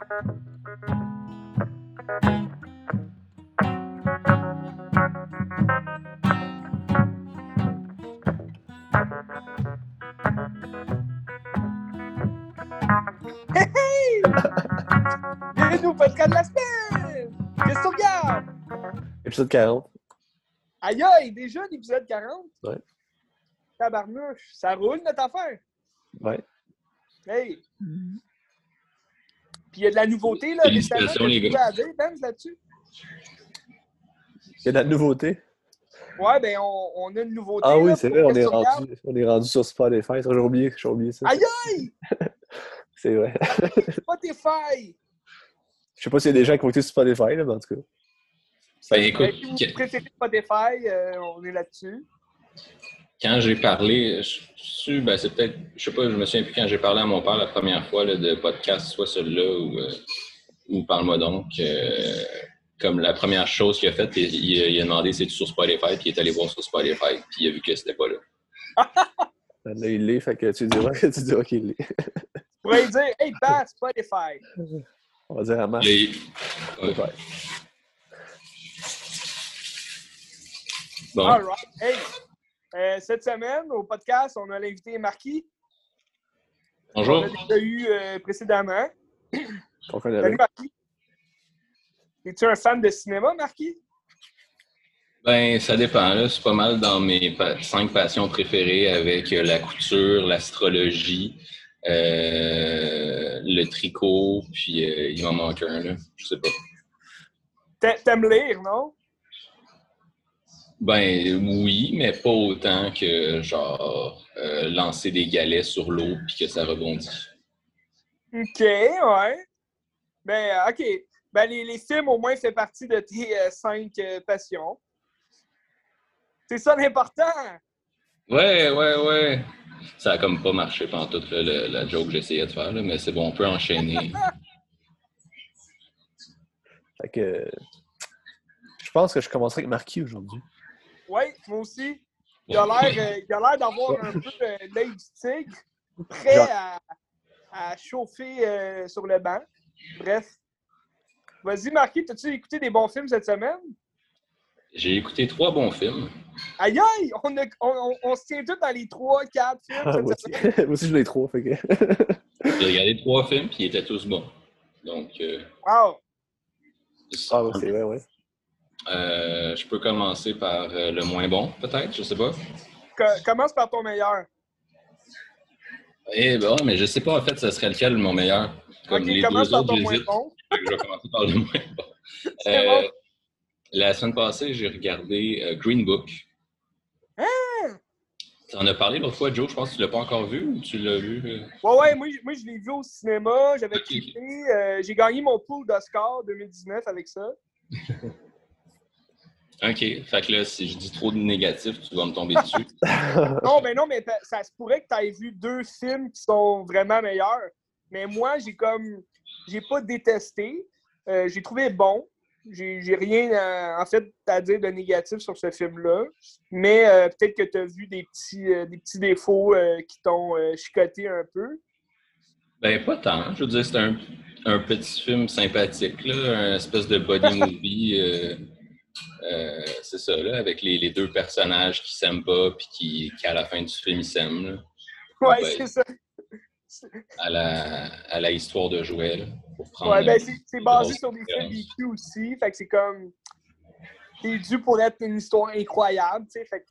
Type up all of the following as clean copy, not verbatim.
Hey! Bienvenue au podcast de la semaine! Qu'est-ce que tu regardes? Épisode 40. Aïe aïe, déjà l'épisode 40? Ouais. Tabarnouche, ça roule notre affaire? Ouais. Hey! Puis il y a de la nouveauté, là, Félicitations, les gars. à dire, Benz, là-dessus? Il y a de la nouveauté. Ouais, ben on a une nouauté. Ah oui, là, c'est pour vrai, qu'est-ce que tu regardes. on est rendu sur Spotify. Ça, j'ai oublié ça. Aïe aïe! C'est vrai. Spotify! Je sais pas s'il y a des gens qui ont été sur Spotify, là, mais en tout cas. Ben, écoute, Si vous préférez Spotify, on est là-dessus. quand j'ai parlé, c'est peut-être, je sais pas, je me souviens plus quand j'ai parlé à mon père la première fois là, de podcast, soit celui-là ou Parle-moi donc. Comme la première chose qu'il a faite, il a demandé c'est-tu sur Spotify, puis il est allé voir sur Spotify, puis il a vu que c'était pas là. Là, il l'est, fait que tu diras qu'il l'est. Tu pourrais dire, hey, Pat, Spotify. On va dire à Marc. Ouais. Spotify. Bon, All right. Hey, cette semaine, au podcast, on a l'invité Marquis. bonjour. On a déjà eu précédemment. Qu'on connaît Salut, bien. Marquis. Es-tu un fan de cinéma, Marquis? Ben, ça dépend. Là. C'est pas mal dans mes 5 passions préférées avec la couture, l'astrologie, le tricot, puis il m'en manque un, là. Je sais pas. T'aimes lire, non? Ben oui, mais pas autant que genre lancer des galets sur l'eau puis que ça rebondit. OK, ouais. Ben, OK. Ben, les films, au moins, fait partie de tes 5 passions. C'est ça l'important! Ouais. Ça a comme pas marché pantoute, là, la joke que j'essayais de faire, là, mais c'est bon, on peut enchaîner. Fait que. Je pense que je commencerai avec Marquis aujourd'hui. Oui, moi aussi. Il a l'air d'avoir un peu l'œil du tigre, prêt à chauffer sur le banc. Bref. Vas-y, Marquis, t'as-tu écouté des bons films cette semaine? J'ai écouté 3 bons films. Aïe aïe! On se tient tous dans les 3-4 films Ah, moi cette aussi. semaine. Moi aussi, je l'ai 3. Fait que. J'ai regardé 3 films puis ils étaient tous bons. Donc, Wow! Ah, oui, c'est vrai, ouais. je peux commencer par le moins bon, peut-être, je sais pas. Commence par ton meilleur. Eh ben, ouais, mais je sais pas en fait, ce serait lequel mon meilleur. Comme OK, les commence deux par autres, ton moins j'hésite. bon. Fait que je vais commencer par le moins bon. C'est bon. La semaine passée, j'ai regardé Green Book. Hein? Tu en as parlé l'autre fois, Joe. Je pense que tu l'as pas encore vu ou tu l'as vu? Ouais, moi je l'ai vu au cinéma, j'avais Ok. trippé. J'ai gagné mon pool d'Oscar 2019 avec ça. OK. Fait que là, si je dis trop de négatifs, tu vas me tomber dessus. Non, mais ça se pourrait que tu aies vu 2 films qui sont vraiment meilleurs. Mais moi, j'ai pas détesté. J'ai trouvé bon. J'ai rien, en fait, à dire de négatif sur ce film-là. Mais peut-être que tu as vu des petits défauts qui t'ont chicoté un peu. Ben, pas tant. Je veux dire, c'est un petit film sympathique, là, un espèce de body movie. C'est ça, là, avec les 2 personnages qui s'aiment pas puis qui à la fin du film, ils s'aiment. Là. Ouais, Ben, c'est ça. à la histoire de jouets, là, pour prendre... Ouais, ben c'est basé grosse sur des faits référence. vécus aussi. Fait que c'est comme... C'est dû pour être une histoire incroyable, tu sais. Fait que...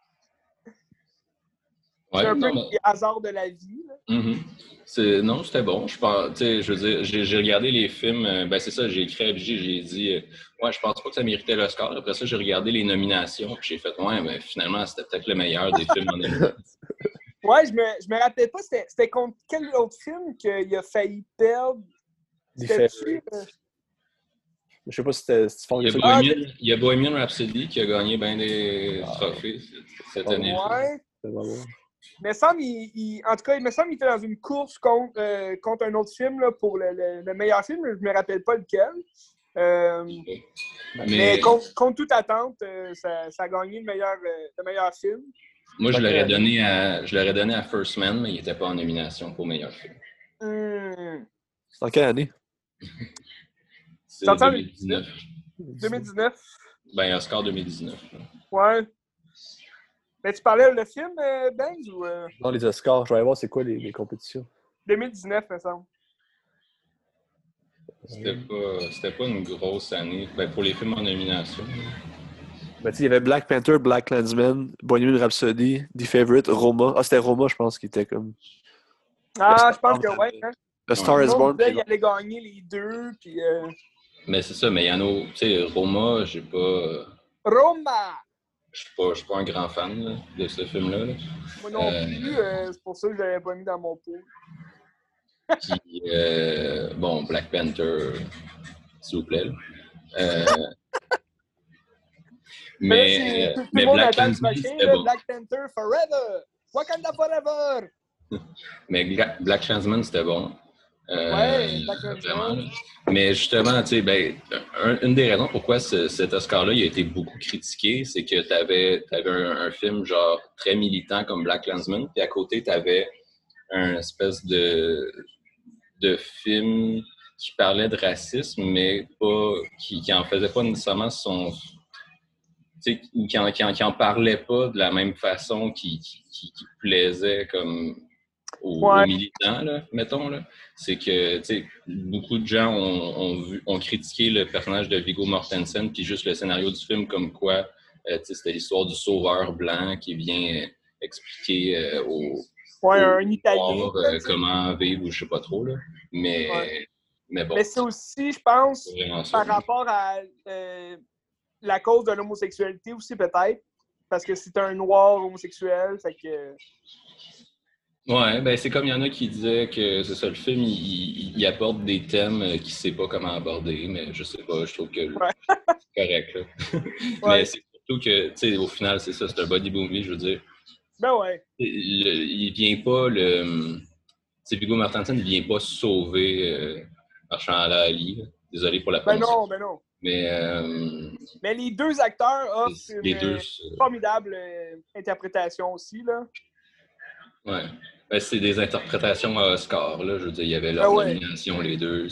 Ouais, c'est un peu non, les hasards de la vie, là. Non, c'était bon. Je pense, tu sais, je veux dire, j'ai regardé les films. Ben c'est ça, j'ai écrit à Vigie, j'ai dit, ouais, je pense pas que ça méritait l'Oscar. Après ça, j'ai regardé les nominations, puis j'ai fait, ouais, ben finalement, c'était peut-être le meilleur des films en nomination. Ouais, je me rappelle pas, c'était contre quel autre film qu'il a failli perdre? C'était-tu? Je sais pas si tu fais Il y a Bohemian Rhapsody qui a gagné bien des trophées cette année. Ouais. Bravo. Mais en tout cas, il me semble qu'il était dans une course contre un autre film là, pour le meilleur film. Je me rappelle pas lequel. Mais contre toute attente, ça a gagné le meilleur film. Moi, je l'aurais donné à First Man, mais il n'était pas en nomination pour meilleur film. C'est en quelle année? C'est Sorti en 2019. 2019. Ben, Oscar 2019. Là. Ouais. Mais tu parlais le film, Benz, ou Non, les Oscars, je vais aller voir c'est quoi les compétitions. 2019, me semble. C'était pas une grosse année. Ben, pour les films en nomination. Ben, tu sais, il y avait Black Panther, Black Klansman, Bohemian Rhapsody, The Favorite, Roma. Ah, c'était Roma, je pense, qui était comme. Ah, je pense que ouais. Hein? A Star Le is monde Born. disait qu'il allait gagner les deux, puis... Mais c'est ça, mais il y en a. Tu sais, Roma, j'ai pas. Roma! Je suis pas un grand fan là, de ce film-là. Là. Moi non plus, c'est pour ça que je l'avais pas mis dans mon pot. Puis, bon, Black Panther, s'il vous plaît. Là. Mais Tout le monde Black attend du Klansman, machin, c'était là, bon. Black Panther Forever! Wakanda Forever! Mais Black Klansman, c'était bon. Ouais, Black Vraiment. Klansman. Là. Mais justement, tu sais, ben, une des raisons pourquoi cet Oscar-là il a été beaucoup critiqué, c'est que tu avais un film genre très militant comme Black Klansman, puis à côté, tu avais un espèce de film qui parlait de racisme, mais pas qui en faisait pas nécessairement son... ou qui en parlait pas de la même façon qui plaisait comme aux militants, là, mettons. Là. C'est que beaucoup de gens ont critiqué le personnage de Viggo Mortensen puis juste le scénario du film comme quoi c'était l'histoire du sauveur blanc qui vient expliquer aux un Italien. Noirs, comment vivre ou je sais pas trop. Là. Mais bon. Mais c'est aussi, je pense, par rapport à la cause de l'homosexualité aussi, peut-être. Parce que c'est un noir homosexuel, fait que... Ouais, ben c'est comme il y en a qui disaient que c'est ça, le film, il aborde des thèmes qu'il ne sait pas comment aborder, mais je sais pas, je trouve que c'est correct. Là. Mais c'est surtout que, tu sais, au final, c'est ça, c'est un body movie, je veux dire. Ben ouais. Il vient pas, Viggo Mortensen, il vient pas sauver Mahershala Ali. Désolé pour la prononciation. Ben non. Mais les deux acteurs offrent une formidable interprétation aussi, là. Ouais. Ben, c'est des interprétations à Oscar, là. Je veux dire, il y avait leur nomination, les deux.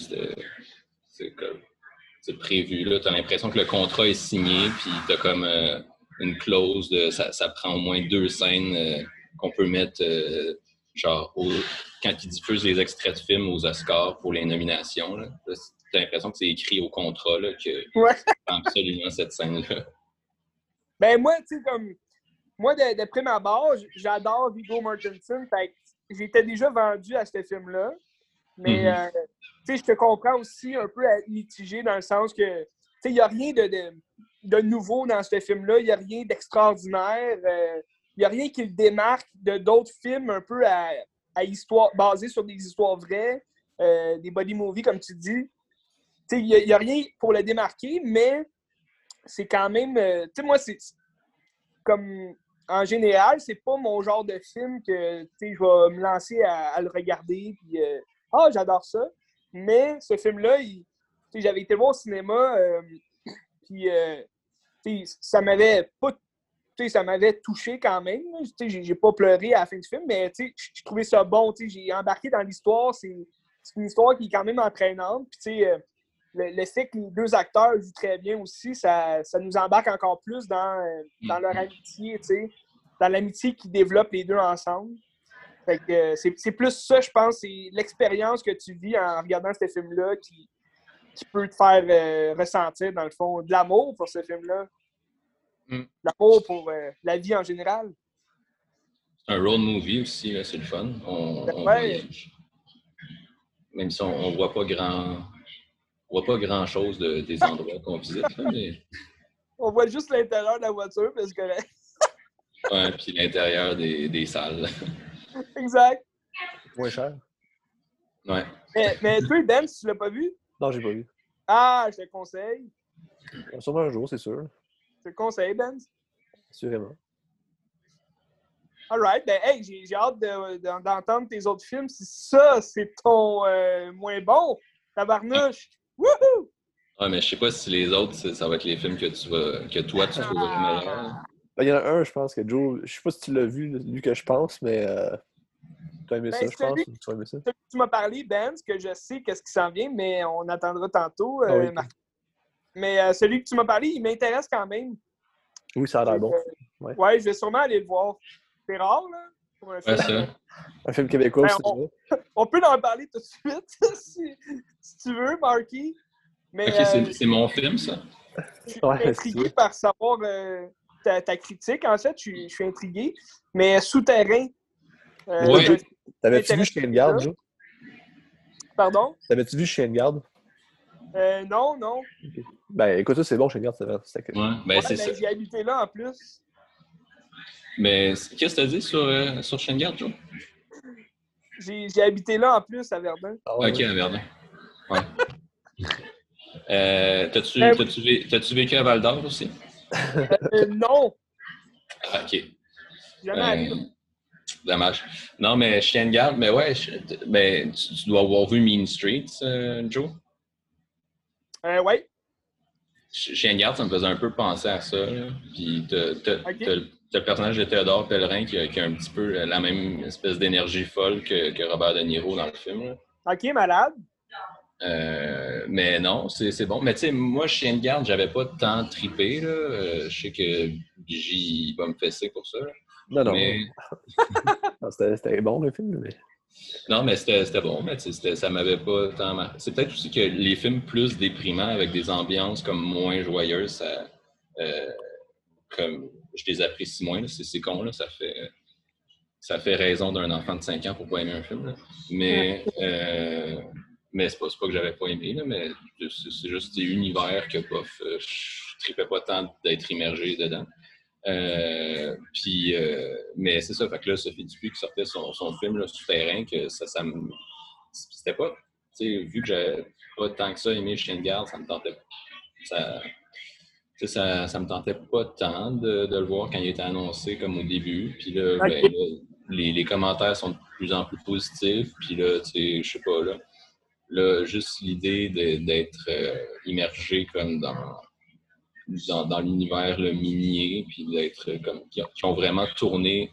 C'est prévu, là. T'as l'impression que le contrat est signé, puis t'as comme une clause de... Ça prend au moins 2 scènes qu'on peut mettre, quand ils diffusent les extraits de films aux Oscars pour les nominations, là. T'as l'impression que c'est écrit au contrat, là, que absolument cette scène-là. Ben moi, tu sais, comme... Moi, de prime abord, j'adore Viggo Mortensen. Fait que j'étais déjà vendu à ce film-là. Mais, tu sais, je te comprends aussi un peu à mitiger dans le sens que, tu sais, il n'y a rien de nouveau dans ce film-là. Il n'y a rien d'extraordinaire. Il n'y a rien qui le démarque de d'autres films un peu à histoire, basés sur des histoires vraies, des body movies, comme tu dis. Tu sais, il n'y a rien pour le démarquer, mais c'est quand même... tu sais, moi, c'est comme... En général, c'est pas mon genre de film que je vais me lancer à le regarder. Puis, j'adore ça. Mais ce film-là, j'avais été le voir au cinéma. Puis, ça m'avait pas. Ça m'avait touché quand même. J'ai pas pleuré à la fin du film, mais je trouvais ça bon. J'ai embarqué dans l'histoire. C'est une histoire qui est quand même entraînante. Puis, le fait que les deux acteurs jouent très bien aussi, ça nous embarque encore plus dans leur amitié, dans l'amitié qu'ils développent les deux ensemble. Fait que c'est plus ça, je pense, c'est l'expérience que tu vis en regardant ce film-là qui peut te faire ressentir, dans le fond, de l'amour pour ce film-là. De l'amour pour la vie en général. C'est un road movie aussi, là, c'est le fun. On voyage. Même si on ne voit pas grand-chose des endroits qu'on visite, là, mais... On voit juste l'intérieur de la voiture, mais c'est correct. Ouais, puis l'intérieur des salles. Exact. Moins cher. Ouais. Mais toi, Ben, tu l'as pas vu? Non, j'ai pas vu. Ah, je te conseille. Sûrement un jour, c'est sûr. Je te conseille, Ben. Assurément. Alright, ben hey, j'ai hâte d'entendre tes autres films. Si ça, c'est ton moins bon, tabarnouche. Wouhou! Ouais, mais je sais pas si les autres, ça va être les films que toi, tu trouverais meilleurs. Ben, il y en a un, je pense, que Joe... Je sais pas si tu l'as vu, lui que je pense, mais Tu as aimé ça, je pense, ou tu as aimé ça? Celui que tu m'as parlé, Ben, que je sais qu'est-ce qui s'en vient, mais on attendra tantôt, Ah oui. Marc. Mais celui que tu m'as parlé, il m'intéresse quand même. Oui, ça a l'air bon. Ouais, je vais sûrement aller le voir. C'est rare, là, pour un film. Ça. Un film québécois, Ben, on peut en parler tout de suite, si tu veux, Marky. Mais, OK, c'est mon film, ça? Je suis Ouais, intrigué par savoir ta critique, en fait. Je suis intrigué. Mais Souterrain. Ouais. T'avais-tu vu Chien de garde, Joe? Pardon? T'avais-tu vu Chien de garde? Non. Okay. Ben, écoute, ça, c'est bon, Chien de garde, c'est Ouais, ben, c'est ça. J'ai habité là, en plus. Mais qu'est-ce que tu as dit sur Chien de garde, Joe? J'ai habité là, en plus, à Verdun. Ah, ouais, OK, à Verdun. Ouais. T'as-tu vécu à Val-d'Or aussi? Non. Ah, OK. Jamais allé. Dommage. Non, mais Chien de garde, mais ouais, ben, tu dois avoir vu Mean Streets, Joe? Ouais. Chien de garde, ça me faisait un peu penser à ça. Là. Puis t'as le personnage de Théodore Pellerin qui a un petit peu la même espèce d'énergie folle que Robert De Niro dans le film. Là. OK, malade. Mais non, c'est bon. Mais tu sais, moi, Chien de garde, j'avais pas tant trippé. Là. Je sais que J va me fesser pour ça. Là. Non. Mais... non, c'était bon, le film, mais... Non, mais c'était bon, mais ça m'avait pas tant marqué. C'est peut-être aussi que les films plus déprimants avec des ambiances comme moins joyeuses, ça, comme je les apprécie moins. C'est con, là, ça fait raison d'un enfant de 5 ans pour pas aimer un film. Là. Mais c'est pas que j'avais pas aimé, là, mais c'est juste des univers que bof, je tripais pas tant d'être immergé dedans. Mais c'est ça, fait que là, Sophie Dupuis qui sortait son film là, Souterrain, que ça me. C'était pas. Tu sais, vu que j'avais pas tant que ça aimé Chien de garde, ça me tentait. Ça me tentait pas tant de le voir quand il était annoncé comme au début. Puis là, Okay. ben, là les commentaires sont de plus en plus positifs. Puis là, tu sais, je sais pas, là, juste l'idée d'être immergé comme dans l'univers le minier, puis d'être comme qui ont vraiment tourné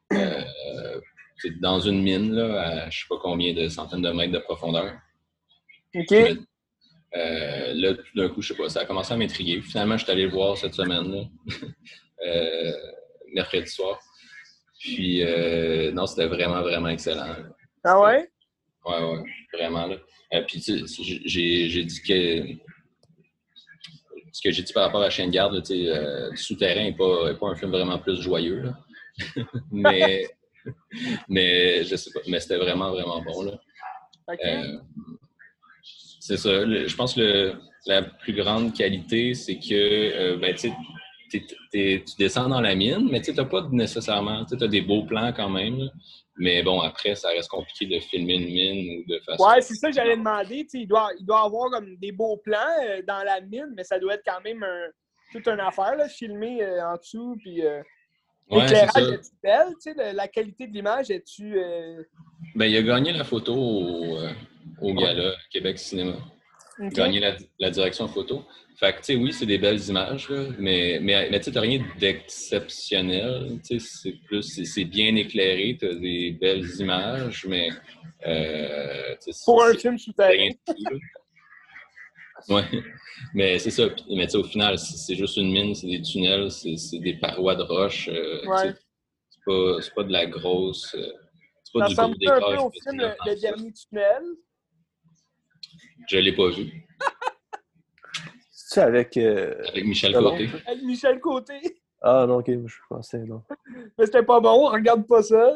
dans une mine là, à je sais pas combien de centaines de mètres de profondeur. OK. Là, tout d'un coup, je sais pas, ça a commencé à m'intriguer. Finalement, je suis allé le voir cette semaine, là, mercredi soir. Puis, non, c'était vraiment, vraiment excellent. Là. Ah ouais? Ouais, vraiment. Là. Puis, tu sais, j'ai dit que ce que j'ai dit par rapport à Chien de garde, Souterrain n'est pas un film vraiment plus joyeux. Là. mais je sais pas, mais c'était vraiment, vraiment bon. Là. Okay. C'est ça. Je pense que la plus grande qualité, c'est que ben, tu descends dans la mine, mais tu n'as pas nécessairement. Tu as des beaux plans quand même. Là. Mais bon, après, ça reste compliqué de filmer une mine ou de façon. Ouais, c'est ça que j'allais demander. Il doit avoir comme des beaux plans dans la mine, mais ça doit être quand même toute une affaire, là, filmer en dessous. Puis, l'éclairage, est-tu belle? La qualité de l'image, est-tu. Ben, il a gagné la photo au Gala Québec Cinéma. Okay. Gagné la direction photo. Fait que, tu sais, oui, c'est des belles images, là, mais tu sais, t'as rien d'exceptionnel. Tu sais, c'est bien éclairé, t'as des belles images, mais... pour un film souterrain. Ouais, mais c'est ça. Mais tu sais, au final, c'est juste une mine, c'est des tunnels, c'est des parois de roche. Ouais. C'est pas de la grosse... c'est pas ça du gros décor. Ça ressemble un peu au film Le Dernier Tunnel. Je l'ai pas vu. C'est avec Michel Côté. Avec Michel Côté. Ah non, ok, je pensais, non. Mais c'était pas bon, regarde pas ça.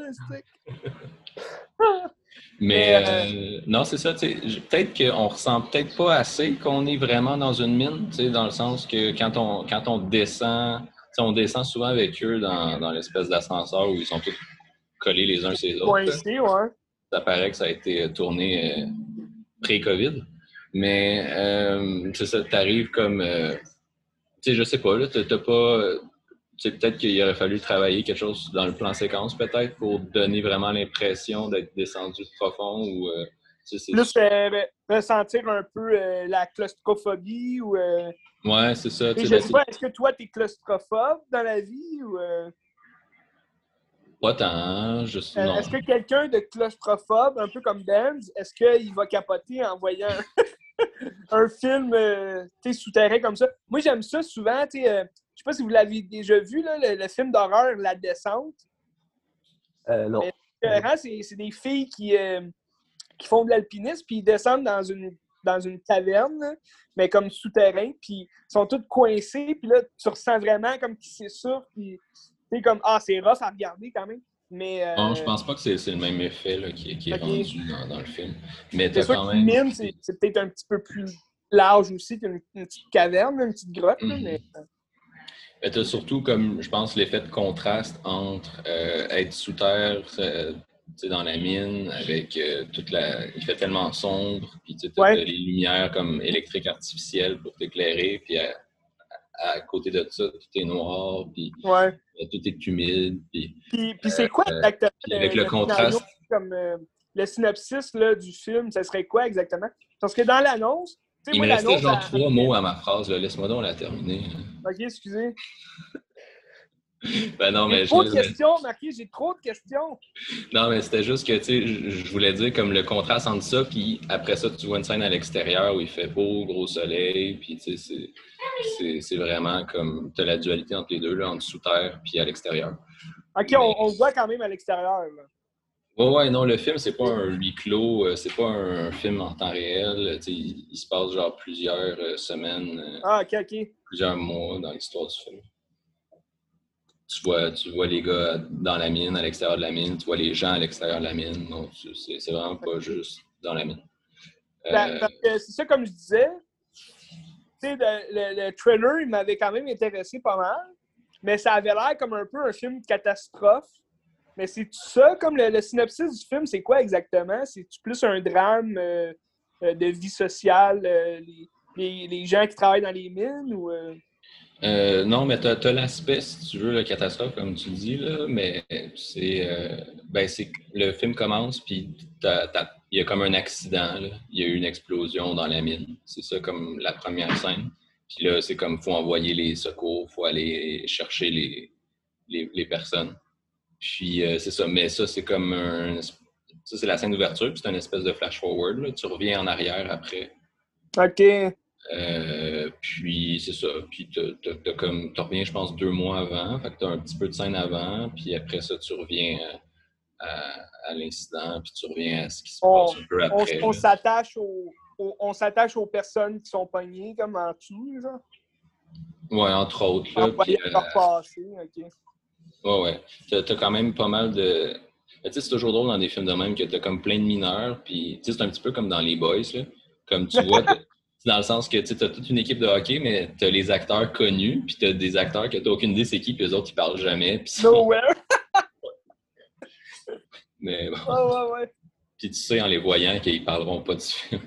Mais non, c'est ça, tu sais, peut-être qu'on ressent peut-être pas assez qu'on est vraiment dans une mine, tu sais, dans le sens que quand on descend, tu sais, on descend souvent avec eux dans l'espèce d'ascenseur où ils sont tous collés les uns sur les autres. Coincés, ouais. Ça paraît que ça a été tourné pré-COVID. Mais c'est ça, t'arrives comme... tu sais, je sais pas, là, t'as pas... Tu sais, peut-être qu'il aurait fallu travailler quelque chose dans le plan séquence, peut-être, pour donner vraiment l'impression d'être descendu profond ou... plus ressentir un peu la claustrophobie ou... Ouais, c'est ça. Je sais pas, est-ce que toi, t'es claustrophobe dans la vie ou... Pas tant, juste non. Est-ce que quelqu'un de claustrophobe, un peu comme Benz, est-ce qu'il va capoter en voyant un film souterrain comme ça? Moi, j'aime ça souvent. Je sais pas si vous l'avez déjà vu, là, le film d'horreur La Descente. Non. Mais c'est des filles qui font de l'alpinisme, puis ils descendent dans une caverne, là, mais comme souterrain, puis ils sont toutes coincés, puis là, tu ressens vraiment comme qu'ils s'essoufflent, puis tu sais, comme, c'est rough à regarder quand même. Mais, Non, je pense pas que c'est le même effet là, qui est okay. rendu dans le film. Mais c'est t'as sûr quand que même. mine, c'est peut-être un petit peu plus large aussi qu'une petite caverne, une petite grotte. Là, mais... Mais t'as surtout, comme je pense, l'effet de contraste entre être sous terre, dans la mine, avec toute la. Il fait tellement sombre, puis tu as les lumières comme électriques artificielles pour t'éclairer, puis à côté de ça, tout est noir, puis tout est humide. Puis c'est quoi exactement avec le contraste? Comme le synopsis là, du film, ça serait quoi exactement? Parce que dans l'annonce, il me restait genre 3 mots à ma phrase, là. Laisse-moi donc la terminer. Ok, excusez. Ben non, mais j'ai trop de questions, Marquis, j'ai trop de questions. Non, mais c'était juste que, tu sais, je voulais dire comme le contraste entre ça, puis après ça, tu vois une scène à l'extérieur où il fait beau, gros soleil, puis tu sais, c'est vraiment comme, tu as la dualité entre les deux, là, entre sous-terre puis à l'extérieur. Ok, mais... on voit quand même à l'extérieur, là. Ouais, non, le film, c'est pas un huis clos, c'est pas un film en temps réel, tu sais, il se passe genre plusieurs semaines, plusieurs mois dans l'histoire du film. Tu vois les gars dans la mine, à l'extérieur de la mine, tu vois les gens à l'extérieur de la mine. Donc, c'est vraiment pas juste dans la mine. Parce que c'est ça, comme je disais, tu sais, le trailer, il m'avait quand même intéressé pas mal, mais ça avait l'air comme un peu un film catastrophe. Mais c'est ça, comme le synopsis du film, c'est quoi exactement? C'est-tu plus un drame de vie sociale, les gens qui travaillent dans les mines, ou... Non, mais t'as l'aspect, si tu veux, la catastrophe, comme tu dis, là, mais c'est le film commence, puis il y a comme un accident, là. Il y a eu une explosion dans la mine. C'est ça comme la première scène. Puis là, c'est comme, faut envoyer les secours, faut aller chercher les personnes. Puis c'est ça, mais ça, c'est comme ça, c'est la scène d'ouverture, puis c'est une espèce de flash-forward, là. Tu reviens en arrière après. OK. Puis c'est ça. Puis t'as reviens, je pense, 2 mois avant. Fait que t'as un petit peu de scène avant. Puis après ça, tu reviens à l'incident. Puis tu reviens à ce qui se passe un peu après. On s'attache aux personnes qui sont pognées comme en dessous, genre? Ouais, entre autres. Là, puis, OK. Ouais. T'as quand même pas mal de... Tu sais, c'est toujours drôle dans des films de même que t'as comme plein de mineurs. Puis tu sais, c'est un petit peu comme dans Les Boys, là. Comme tu vois... Dans le sens que tu as toute une équipe de hockey, mais tu as les acteurs connus, puis tu as des acteurs que tu n'as aucune idée c'est qui, puis eux autres, ils parlent jamais. Nowhere! Mais bon. Ouais. Puis tu sais en les voyant qu'ils parleront pas du film.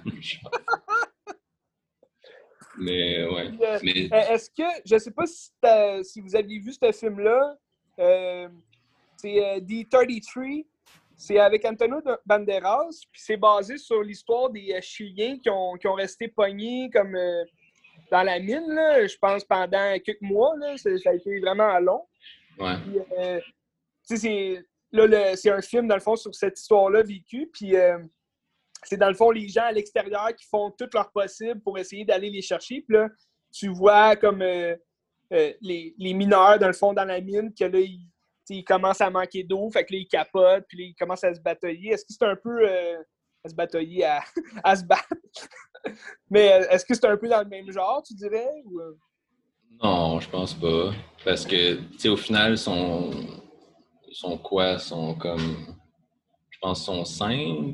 Mais ouais. Est-ce que, je sais pas si vous aviez vu ce film-là, c'est D33. C'est avec Antonio Banderas, puis c'est basé sur l'histoire des Chiliens qui ont resté pognés comme dans la mine, là, je pense, pendant quelques mois. Là, ça a été vraiment long. Ouais. Puis, c'est un film, dans le fond, sur cette histoire-là vécue. Puis c'est, dans le fond, les gens à l'extérieur qui font tout leur possible pour essayer d'aller les chercher. Puis là, tu vois comme les mineurs, dans le fond, dans la mine, que là, ils commencent à manquer d'eau, fait que là, ils capotent, puis là, ils commencent à se batailler. Est-ce que c'est un peu à se batailler, à se battre? Mais est-ce que c'est un peu dans le même genre, tu dirais? Ou... Non, je pense pas. Parce que, tu sais, au final, ils sont quoi? Ils sont comme, je pense, ils sont 5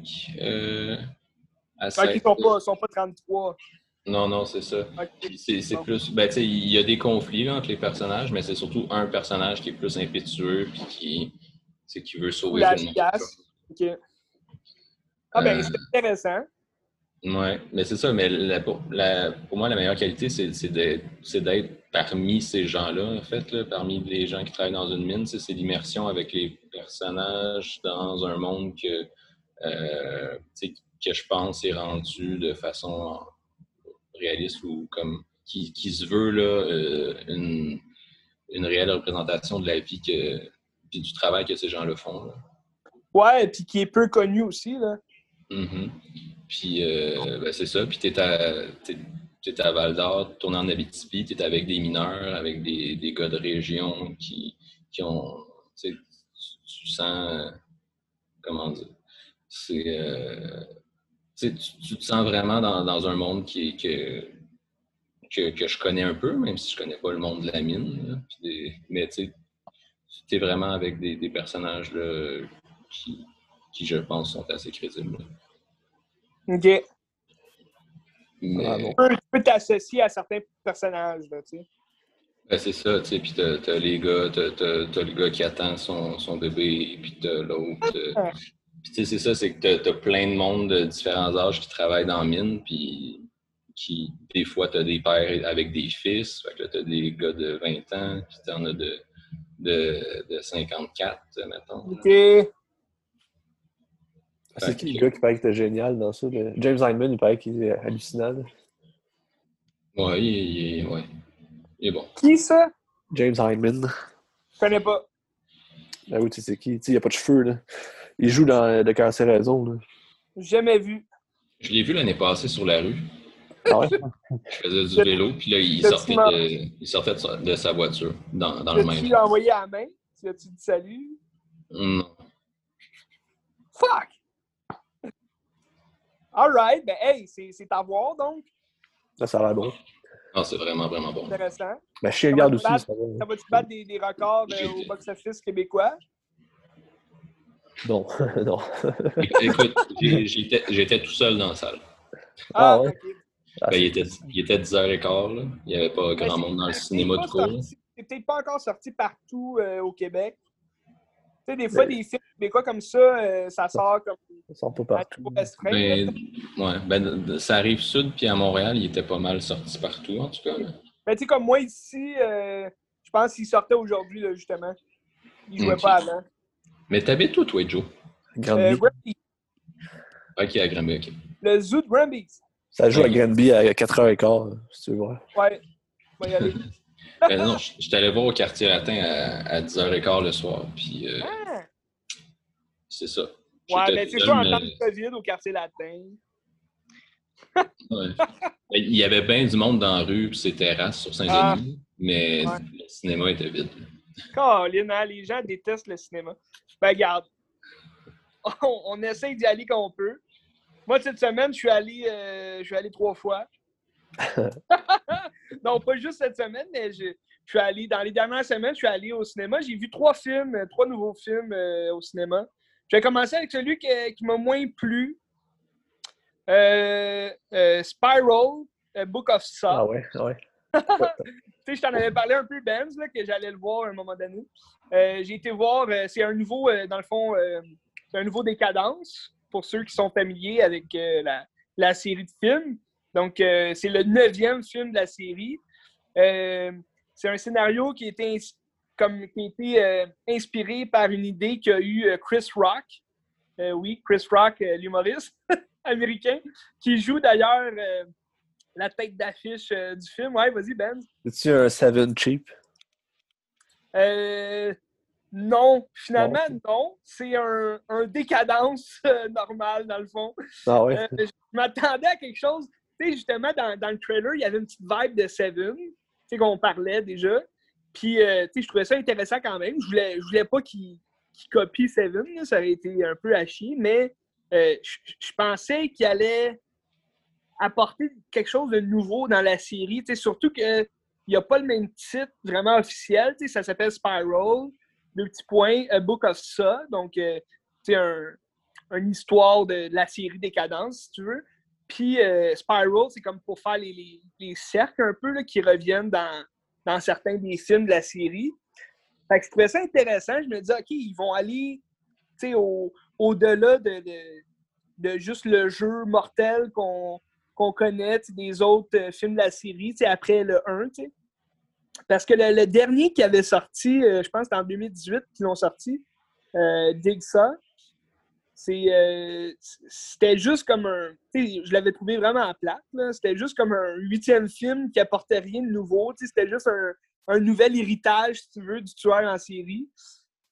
à 7. Ils sont pas 33. Non, c'est ça. Okay. C'est plus... Ben, tu sais, il y a des conflits là, entre les personnages, mais c'est surtout un personnage qui est plus impétueux puis qui veut sauver tout le monde. OK. C'est intéressant. Oui, mais c'est ça. Mais pour moi, la meilleure qualité, c'est d'être parmi ces gens-là, en fait, là, parmi les gens qui travaillent dans une mine. C'est l'immersion avec les personnages dans un monde que je pense est rendu de façon... réaliste ou comme qui se veut là, une réelle représentation de la vie puis du travail que ces gens-là font. Là. Ouais, puis qui est peu connu aussi, là. Mm-hmm. Puis, c'est ça. Puis, t'es à Val-d'Or, tourné en Abitibi, t'es avec des mineurs, avec des gars de région qui ont... Tu sens... comment dire? Tu te sens vraiment dans un monde que je connais un peu, même si je connais pas le monde de la mine. Là. Mais tu es vraiment avec des personnages là, qui, je pense, sont assez crédibles. Là. OK. Mais, tu peux t'associer à certains personnages, là, tu sais. Ben c'est ça, tu sais, puis t'as les gars, t'as le gars qui attend son bébé, puis t'as l'autre. Puis tu sais, c'est ça, c'est que t'as plein de monde de différents âges qui travaillent dans la mine, puis des fois, t'as des pères avec des fils, fait que là, t'as des gars de 20 ans, puis t'en as de 54, mettons. OK. C'est qui le gars qui paraît que était génial dans ça? James Hyndman, il paraît qu'il est hallucinant. Ouais, il est bon. Qui, ça? James Hyndman. Je connais pas. Ben oui, tu sais c'est qui? Tu sais, il a pas de cheveux, là. Il joue dans Le Cancer Raison, là. Jamais vu. Je l'ai vu l'année passée sur la rue. Ah ouais? Je faisais du vélo, puis là, il sortait de sa voiture dans le même. Tu l'as envoyé à la main? Tu as-tu dit salut? Non. Fuck! Alright, ben hey, c'est à voir donc. Là, ça a l'air bon. Ah, c'est vraiment, vraiment bon. Intéressant. Ben, Chien de garde aussi, ça va. Ça va-tu battre des records au box-office québécois? Non, non. Écoute, j'étais tout seul dans la salle. Ah ouais? Okay. Ben, il était 10h15, là. Il n'y avait pas grand monde dans le cinéma trop. C'est peut-être pas encore sorti partout au Québec. Tu sais, des fois, des films québécois comme ça, ça sort comme... Ça sort pas partout. Ça arrive sud, puis à Montréal, il était pas mal sorti partout, en tout cas. Ben, tu sais, comme moi, ici, je pense qu'il sortait aujourd'hui, là, justement. Il jouait pas avant. Mais t'habites où, toi, Joe? Granby. Granby. OK, à Granby, OK. Le zoo de Granby. Ça joue à Granby à 4h15, si tu veux voir. Ouais, on va y aller. Non, je suis allé voir au Quartier Latin à 10h15 le soir, puis c'est ça. Ouais, mais c'est ça, en temps de COVID au Quartier Latin. Ouais. Il y avait bien du monde dans la rue, puis ses terrasses sur Saint-Denis, mais le cinéma était vide. Colin, hein, les gens détestent le cinéma. Ben, regarde, on essaye d'y aller quand on peut. Moi, cette semaine, je suis allé 3 fois. Non, pas juste cette semaine, mais je suis allé, dans les dernières semaines, je suis allé au cinéma. J'ai vu 3 nouveaux films au cinéma. Je vais commencer avec celui qui m'a moins plu. Spiral, Book of Saw. Ah ouais, ouais. Tu sais, je t'en avais parlé un peu, Benz, là, que j'allais le voir à un moment donné. J'ai été voir, c'est un nouveau, dans le fond, c'est un nouveau Décadence, pour ceux qui sont familiers avec la série de films. Donc, c'est le 9e film de la série. C'est un scénario qui a été inspiré par une idée qu'a eu Chris Rock. Oui, Chris Rock, l'humoriste américain, qui joue d'ailleurs la tête d'affiche du film. Ouais, vas-y, Ben. C'est-tu un Seven Cheap? Non. Finalement, non. C'est un Décadence normal, dans le fond. Ah ouais? Je m'attendais à quelque chose. Tu sais, justement, dans le trailer, il y avait une petite vibe de Seven. Tu sais, qu'on parlait déjà. Puis, tu sais, je trouvais ça intéressant quand même. Je voulais pas qu'il copie Seven. Là. Ça aurait été un peu à chier. Mais je pensais qu'il allait apporter quelque chose de nouveau dans la série. Tu sais, surtout qu'il n'y a pas le même titre vraiment officiel. Tu sais, ça s'appelle Spiral. 2 petits points. A Book of Saw. Donc, tu sais, une histoire de la série Décadence, si tu veux. Puis Spiral, c'est comme pour faire les cercles un peu là, qui reviennent dans certains des films de la série. Fait que je trouvais ça intéressant. Je me disais, OK, ils vont aller au-delà de juste le jeu mortel qu'on connaît des autres films de la série après le 1. T'sais. Parce que le dernier qui avait sorti, je pense que c'était en 2018 qu'ils l'ont sorti, Jigsaw, c'était juste comme un... Je l'avais trouvé vraiment plate. Là. C'était juste comme un 8e film qui apportait rien de nouveau. C'était juste un nouvel héritage, si tu veux, du tueur en série.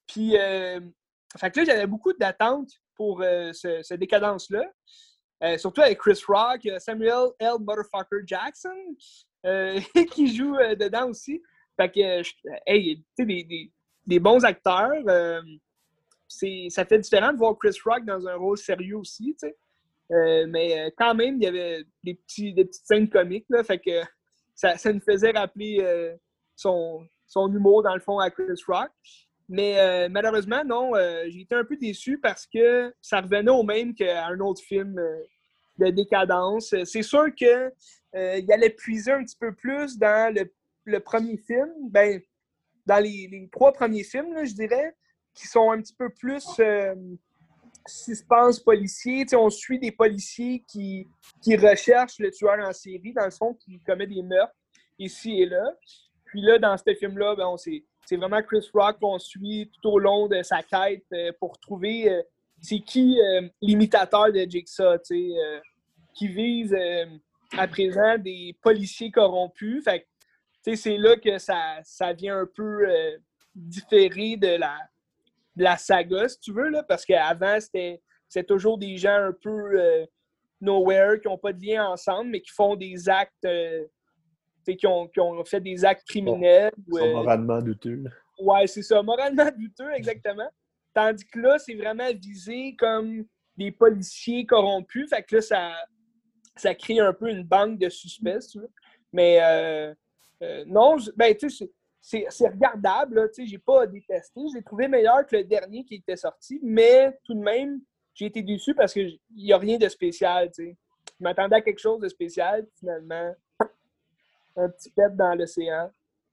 Puis, fait que là, j'avais beaucoup d'attentes pour ce décadence-là. Surtout avec Chris Rock, Samuel L. Motherfucker Jackson, qui joue dedans aussi. Fait que, hey, tu sais, des bons acteurs. Ça fait différent de voir Chris Rock dans un rôle sérieux aussi, tu sais. Mais quand même, il y avait des petites scènes comiques, là, fait que ça nous faisait rappeler son humour, dans le fond, à Chris Rock. Mais malheureusement, non, j'ai été un peu déçu parce que ça revenait au même qu'à un autre film de décadence. C'est sûr qu'il allait puiser un petit peu plus dans le premier film, ben, dans les 3 premiers films, là, je dirais, qui sont un petit peu plus suspense policier. T'sais, on suit des policiers qui recherchent le tueur en série, dans le fond, qui commet des meurtres ici et là. Puis là, dans ce film-là, ben, c'est vraiment Chris Rock qu'on suit tout au long de sa quête pour trouver c'est qui l'imitateur de Jigsaw, qui vise à présent des policiers corrompus. Fait que, c'est là que ça vient un peu différer de la saga, si tu veux, là, parce qu'avant, c'était toujours des gens un peu nowhere, qui n'ont pas de lien ensemble, mais qui font des actes, qui ont fait des actes criminels. Ils sont moralement douteux. Ouais, c'est ça, moralement douteux, exactement. Tandis que là, c'est vraiment visé comme des policiers corrompus. Fait que là, ça crée un peu une banque de suspects, tu vois. Mais non, ben, tu sais, c'est regardable, là, tu sais, j'ai pas détesté. Je l'ai trouvé meilleur que le dernier qui était sorti, mais tout de même, j'ai été déçu parce qu'il n'y a rien de spécial, tu sais. Je m'attendais à quelque chose de spécial, finalement, un petit pet dans l'océan.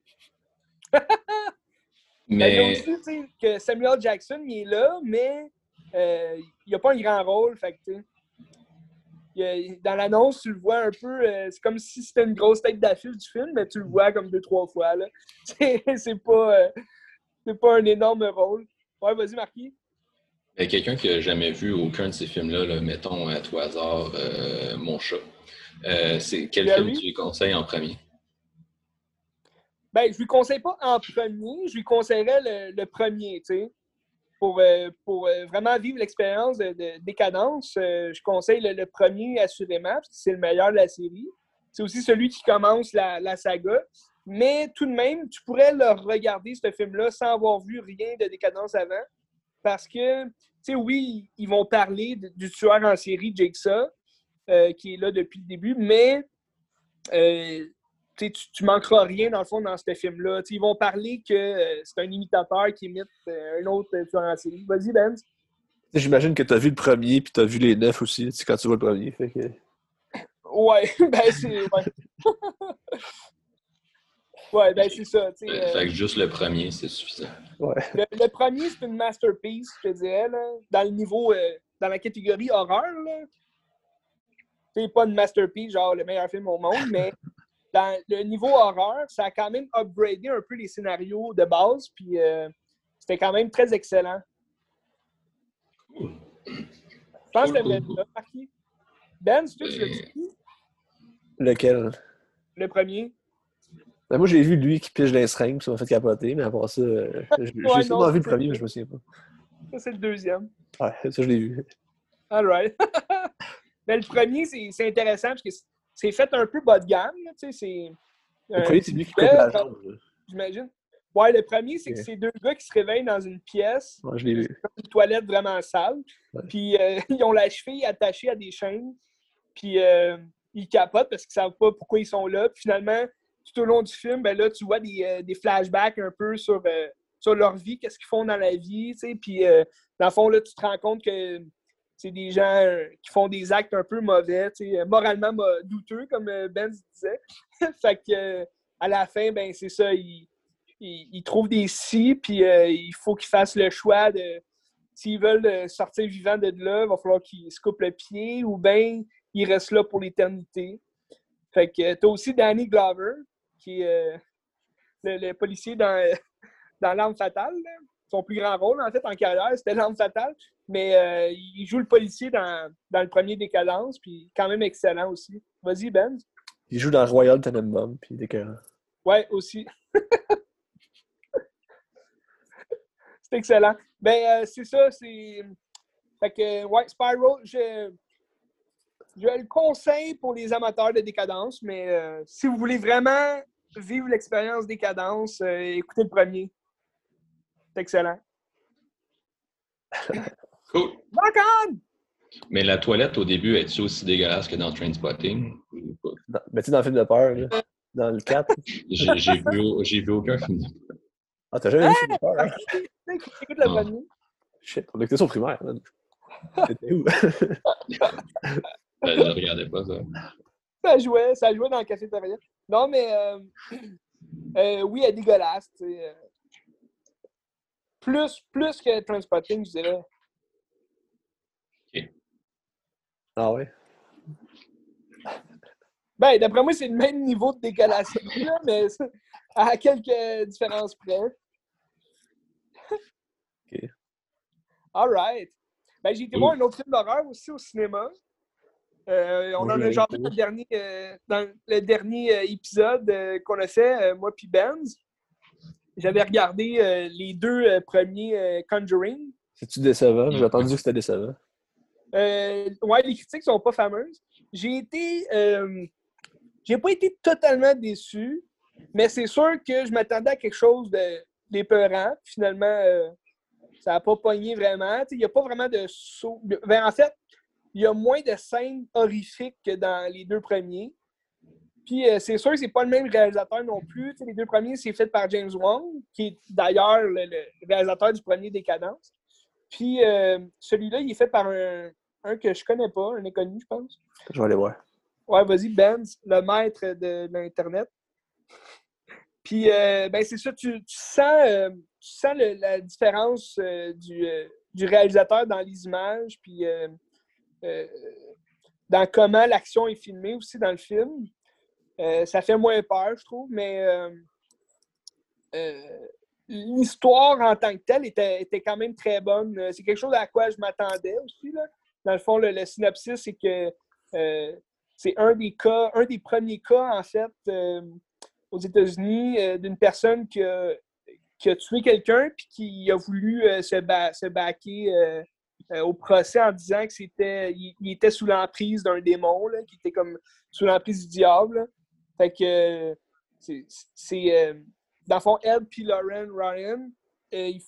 Mais... Il y a aussi, tu sais, que Samuel Jackson, il est là, mais il n'a pas un grand rôle, fait que, tu sais. Dans l'annonce, tu le vois un peu, c'est comme si c'était une grosse tête d'affiche du film, mais tu le vois comme 2-3 fois. Là. C'est pas un énorme rôle. Ouais, vas-y, Marquis. Il y a quelqu'un qui n'a jamais vu aucun de ces films-là, là, mettons à tout hasard, Mon chat. C'est quel film tu lui conseilles en premier? Ben, je lui conseille pas en premier, je lui conseillerais le premier, tu sais. Pour vraiment vivre l'expérience de décadence, je conseille le premier assurément, parce que c'est le meilleur de la série. C'est aussi celui qui commence la saga. Mais tout de même, tu pourrais le regarder, ce film-là, sans avoir vu rien de décadence avant. Parce que, tu sais, oui, ils vont parler du tueur en série, Jigsaw, qui est là depuis le début, mais tu manqueras rien, dans le fond, dans ce film-là. Ils vont parler que c'est un imitateur qui imite un autre tueur en série. Vas-y, Ben. J'imagine que tu as vu le premier puis tu as vu les 9 aussi quand tu vois le premier. Fait que... Ouais, ben c'est... Ouais, ouais ben c'est ça. Fait que juste le premier, c'est suffisant. Ouais. Le premier, c'est une masterpiece, je te dirais, là, dans le niveau... dans la catégorie horreur, là. C'est pas une masterpiece, genre le meilleur film au monde, mais dans le niveau horreur, ça a quand même upgradé un peu les scénarios de base, puis c'était quand même très excellent. Cool. Je pense que t'aimerais ça, Marquis. Ben, c'est toi qui l'as dit? Lequel? Le premier. Ben, moi, j'ai vu lui qui pige l'insringue, ça m'a fait capoter, mais à part ça, j'ai sûrement vu le premier, mais je me souviens pas. Ça, c'est le deuxième. Ouais, ça, je l'ai vu. All right. Mais le premier, c'est intéressant parce que c'est fait un peu bas de gamme. Tu sais, le premier, c'est lui qui coupe la jambe. J'imagine. Ouais, le premier, c'est que c'est 2 gars qui se réveillent dans une pièce. Ouais, je l'ai vu. Une toilette vraiment sale. Ouais. Puis ils ont la cheville attachée à des chaînes. Puis ils capotent parce qu'ils ne savent pas pourquoi ils sont là. Puis finalement, tout au long du film, ben là, tu vois des flashbacks un peu sur leur vie, qu'est-ce qu'ils font dans la vie. Tu sais. Puis dans le fond, là, tu te rends compte que c'est des gens qui font des actes un peu mauvais, moralement douteux, comme Ben disait. Fait que à la fin, ben c'est ça, ils trouvent des scies, puis il faut qu'ils fassent le choix de s'ils veulent sortir vivants de là, il va falloir qu'ils se coupent le pied, ou bien ils restent là pour l'éternité. Fait que t'as aussi Danny Glover, qui est le policier dans L'Arme fatale, là. Son plus grand rôle, en fait, en carrière, c'était L'Arme fatale. Mais il joue le policier dans le premier Décadence, puis quand même excellent aussi. Vas-y, Ben. Il joue dans Royal Tenenbaum, puis il est écœurant. Ouais, aussi. C'est excellent. Ben, c'est ça, c'est... Fait que, ouais, Spiral, je le conseille pour les amateurs de décadence, mais si vous voulez vraiment vivre l'expérience décadence, écoutez le premier. C'est excellent. Cool. Rock on! Mais la toilette, au début, est-tu aussi dégueulasse que dans Trainspotting? Mais tu sais, dans le film de peur, là, dans le 4. J'ai vu aucun film de peur. Ah, t'as jamais vu le film de peur, hein? Écoute le premier. Shit, on écoutait ça au primaire, man. T'étais où? Je regardais pas ça. Ça jouait dans le cafétéria. Non, mais oui, elle est dégueulasse. Plus que Trainspotting, je dirais. Okay. Ah ouais? Ben, d'après moi, c'est le même niveau de dégueulassité, là, mais à quelques différences près. OK. All right. Ben, j'ai été voir un autre film d'horreur aussi au cinéma. On en a jasé dans le dernier épisode qu'on a fait, moi puis Benz. J'avais regardé les deux premiers Conjuring. C'est-tu décevant? J'ai entendu que c'était décevant. Ouais, les critiques sont pas fameuses. J'ai pas été totalement déçu, mais c'est sûr que je m'attendais à quelque chose d'épeurant. Finalement, ça n'a pas pogné vraiment. Il n'y a pas vraiment de saut. Ben, en fait, il y a moins de scènes horrifiques que dans les deux premiers. Puis c'est sûr que c'est pas le même réalisateur non plus. Les deux premiers, c'est fait par James Wan, qui est d'ailleurs le réalisateur du premier Décadence. Puis celui-là, il est fait par un que je connais pas, un inconnu, je pense. Je vais aller voir. Ouais, vas-y, Benz, le maître de l'Internet. Puis, ben c'est ça, tu sens la différence du réalisateur dans les images, puis dans comment l'action est filmée aussi dans le film. Ça fait moins peur, je trouve, mais l'histoire en tant que telle était quand même très bonne. C'est quelque chose à quoi je m'attendais aussi, là. Dans le fond, le synopsis, c'est que c'est un des premiers cas, en fait, aux États-Unis, d'une personne qui a tué quelqu'un puis qui a voulu se baquer au procès en disant que il était sous l'emprise d'un démon, là, qui était comme sous l'emprise du diable. Là. Fait que dans le fond, Ed et Lauren Ryan, ils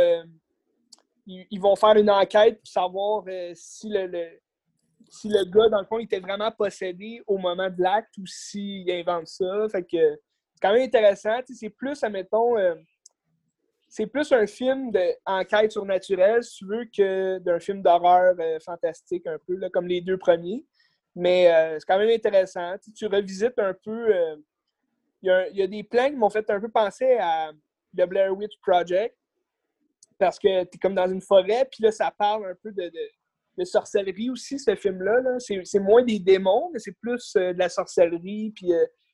vont faire une enquête pour savoir si le gars, dans le fond, était vraiment possédé au moment de l'acte ou s'il invente ça. Fait que c'est quand même intéressant. C'est plus, admettons, c'est plus un film d'enquête surnaturelle, si tu veux, que d'un film d'horreur fantastique un peu, là, comme les deux premiers. Mais c'est quand même intéressant. Tu revisites un peu... Il y a des plans qui m'ont fait un peu penser à The Blair Witch Project, parce que tu es comme dans une forêt, puis là, ça parle un peu de sorcellerie aussi, ce film-là. Là. C'est moins des démons, mais c'est plus de la sorcellerie, puis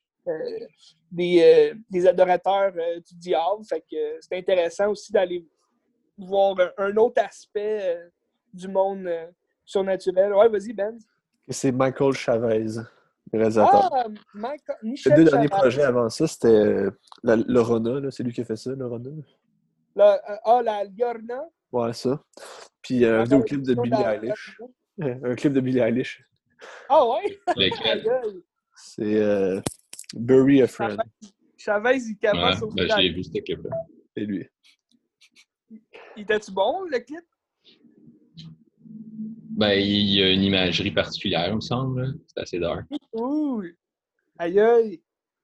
des adorateurs du diable. Fait que c'est intéressant aussi d'aller voir un autre aspect du monde surnaturel. Ouais, vas-y, Ben. C'est Michael Chavez, le réalisateur. Ah, Les deux derniers projets avant ça, c'était le Rona, là, c'est lui qui a fait ça, le Rona. La Liorna. Ouais, ça. Puis un vidéoclip de Billie Eilish. Un clip de Billie Eilish. Ah ouais? C'est Bury a Friend. Chavez, il commence au final. J'ai vu ce clip-là. C'est lui. Il était-tu bon, le clip? Ben, il y a une imagerie particulière, il me semble. C'est assez dark. Ouh! Aïe aïe!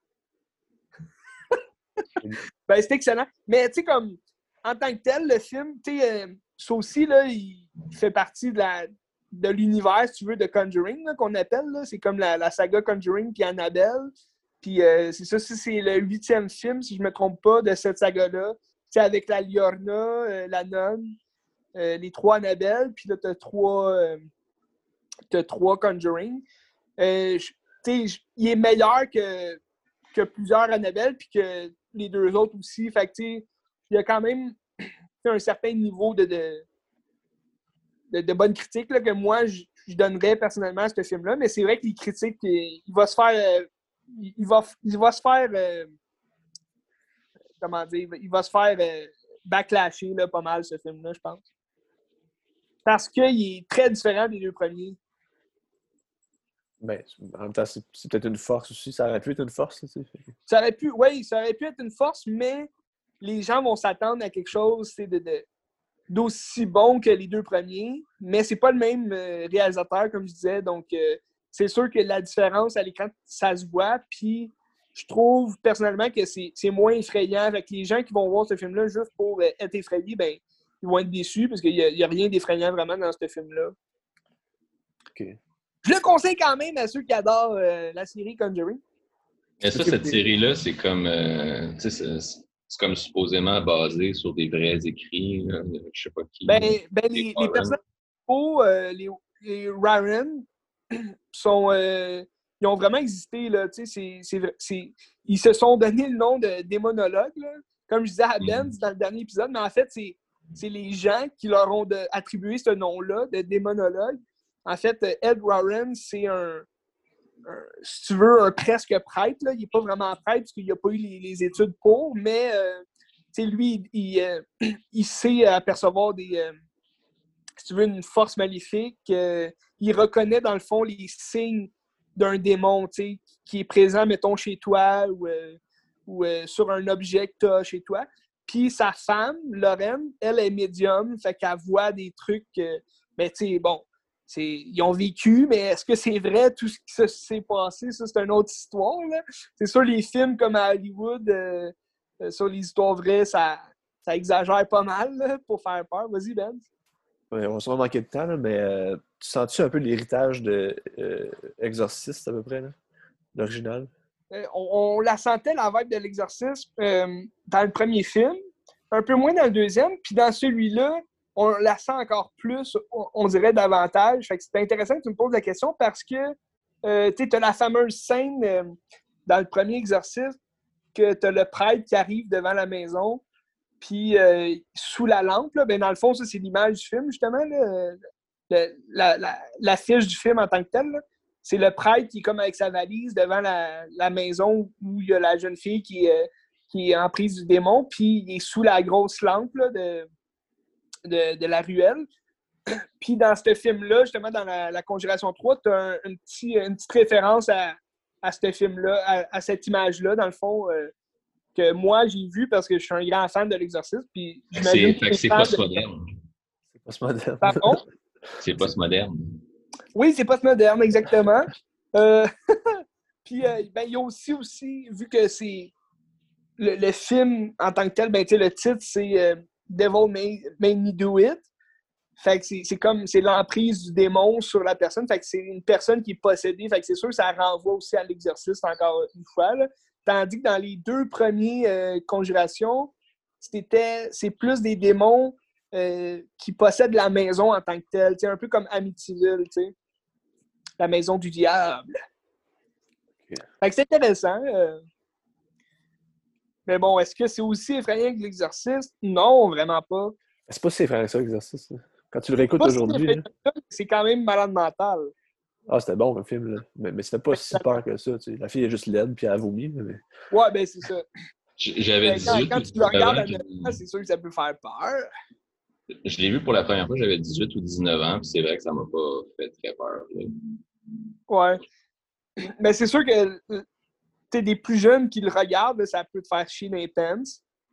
Ben, c'est excellent. Mais tu sais, comme, en tant que tel, le film, tu sais, ça aussi, là, il fait partie de l'univers, si tu veux, de Conjuring, là, qu'on appelle. Là. C'est comme la saga Conjuring puis Annabelle. Puis c'est ça, c'est le 8e film, si je ne me trompe pas, de cette saga-là. Tu sais, avec la Liorna, la nonne, les 3 Annabelle, puis là, t'as 3 Conjuring. Tu sais, il est meilleur que plusieurs Annabelle, puis que les 2 autres aussi. Fait que, tu sais, il y a quand même un certain niveau de bonne critique là, que moi, je donnerais personnellement à ce film-là. Mais c'est vrai que les critiques, il va se faire... il va se faire... comment dire? Il va se faire backlashé là, pas mal, ce film-là, je pense. Parce qu'il est très différent des deux premiers. Ben, en même temps, c'est peut-être une force aussi. Ça aurait pu être une force, tu sais. Ça aurait pu être une force, mais les gens vont s'attendre à quelque chose d'aussi bon que les deux premiers, mais c'est pas le même réalisateur, comme je disais, donc c'est sûr que la différence à l'écran, ça se voit, puis je trouve personnellement que c'est moins effrayant. Avec les gens qui vont voir ce film-là juste pour être effrayés, ben, ils vont être déçus parce qu'il n'y a rien d'effrayant vraiment dans ce film-là. OK. Je le conseille quand même à ceux qui adorent la série Conjuring. Mais ça, cette série-là, c'est comme, tu sais, c'est comme supposément basé sur des vrais écrits, là, je sais pas qui. Les personnages principaux, les Warren, ils ont vraiment existé, là, tu sais, ils se sont donné le nom de démonologues, là, comme je disais à Ben dans le dernier épisode, mais en fait, c'est les gens qui leur ont attribué ce nom-là de démonologue. En fait, Ed Warren, c'est si tu veux, un presque prêtre, là. Il n'est pas vraiment prêtre parce qu'il n'a pas eu les études pour, mais lui, il sait apercevoir si tu veux, une force maléfique. Il reconnaît, dans le fond, les signes d'un démon qui est présent, mettons, chez toi ou sur un objet que tu as chez toi. Puis sa femme, Lorraine, elle est médium, fait qu'elle voit des trucs, mais tu sais, bon, ils ont vécu, mais est-ce que c'est vrai tout ce qui s'est passé? Ça, c'est une autre histoire, là. C'est sûr, les films comme à Hollywood, sur les histoires vraies, ça exagère pas mal là, pour faire peur. Vas-y, Ben. Ouais, on va sûrement manquer de temps, là, mais tu sens-tu un peu l'héritage de Exorcist, à peu près, là? L'original? On la sentait, la vibe de l'exorcisme, dans le premier film, un peu moins dans le deuxième, puis dans celui-là, on la sent encore plus, on dirait davantage. Fait que c'est intéressant que tu me poses la question parce que tu as la fameuse scène dans le premier exorcisme que tu as le prêtre qui arrive devant la maison, puis sous la lampe, là, ben, dans le fond, ça, c'est l'image du film, justement, là, l'affiche du film en tant que tel. Là. C'est le prêtre qui est comme avec sa valise devant la maison où il y a la jeune fille qui est en prise du démon, puis il est sous la grosse lampe là, de la ruelle. Puis dans ce film-là, justement, dans la Conjuration 3, tu as une petite référence à ce film-là, à cette image-là, dans le fond, que moi, j'ai vu parce que je suis un grand fan de l'exorcisme. Puis c'est post-moderne. C'est post-moderne. Pardon? C'est post-moderne. Oui, c'est post-moderne, exactement. Puis, il y a aussi, vu que c'est le film en tant que tel, ben, le titre, c'est Devil Made Me Do It. Fait que c'est l'emprise du démon sur la personne. Fait que c'est une personne qui est possédée. Fait que c'est sûr que ça renvoie aussi à l'exorcisme encore une fois. Là. Tandis que dans les deux premiers conjurations, c'est plus des démons qui possèdent la maison en tant que telle. Un peu comme Amityville, la maison du diable. Okay. Fait que c'est intéressant. Mais bon, est-ce que c'est aussi effrayant que l'exorcisme? Non, vraiment pas. C'est pas si effrayant que ça, l'exorcisme. Quand tu le réécoutes aujourd'hui. C'est quand même malade mental. Ah, c'était bon, le film, là. Mais c'était pas si peur que ça. La fille est juste laide puis elle a vomi. Mais... Ouais, ben c'est ça. J'avais 18 quand tu le regardes à 9 ans, c'est sûr que ça peut faire peur. Je l'ai vu pour la première fois, j'avais 18 ou 19 ans, puis c'est vrai que ça m'a pas fait très peur. Là. Ouais. Mais c'est sûr que t'es des plus jeunes qui le regardent, là, ça peut te faire chier dans les pants.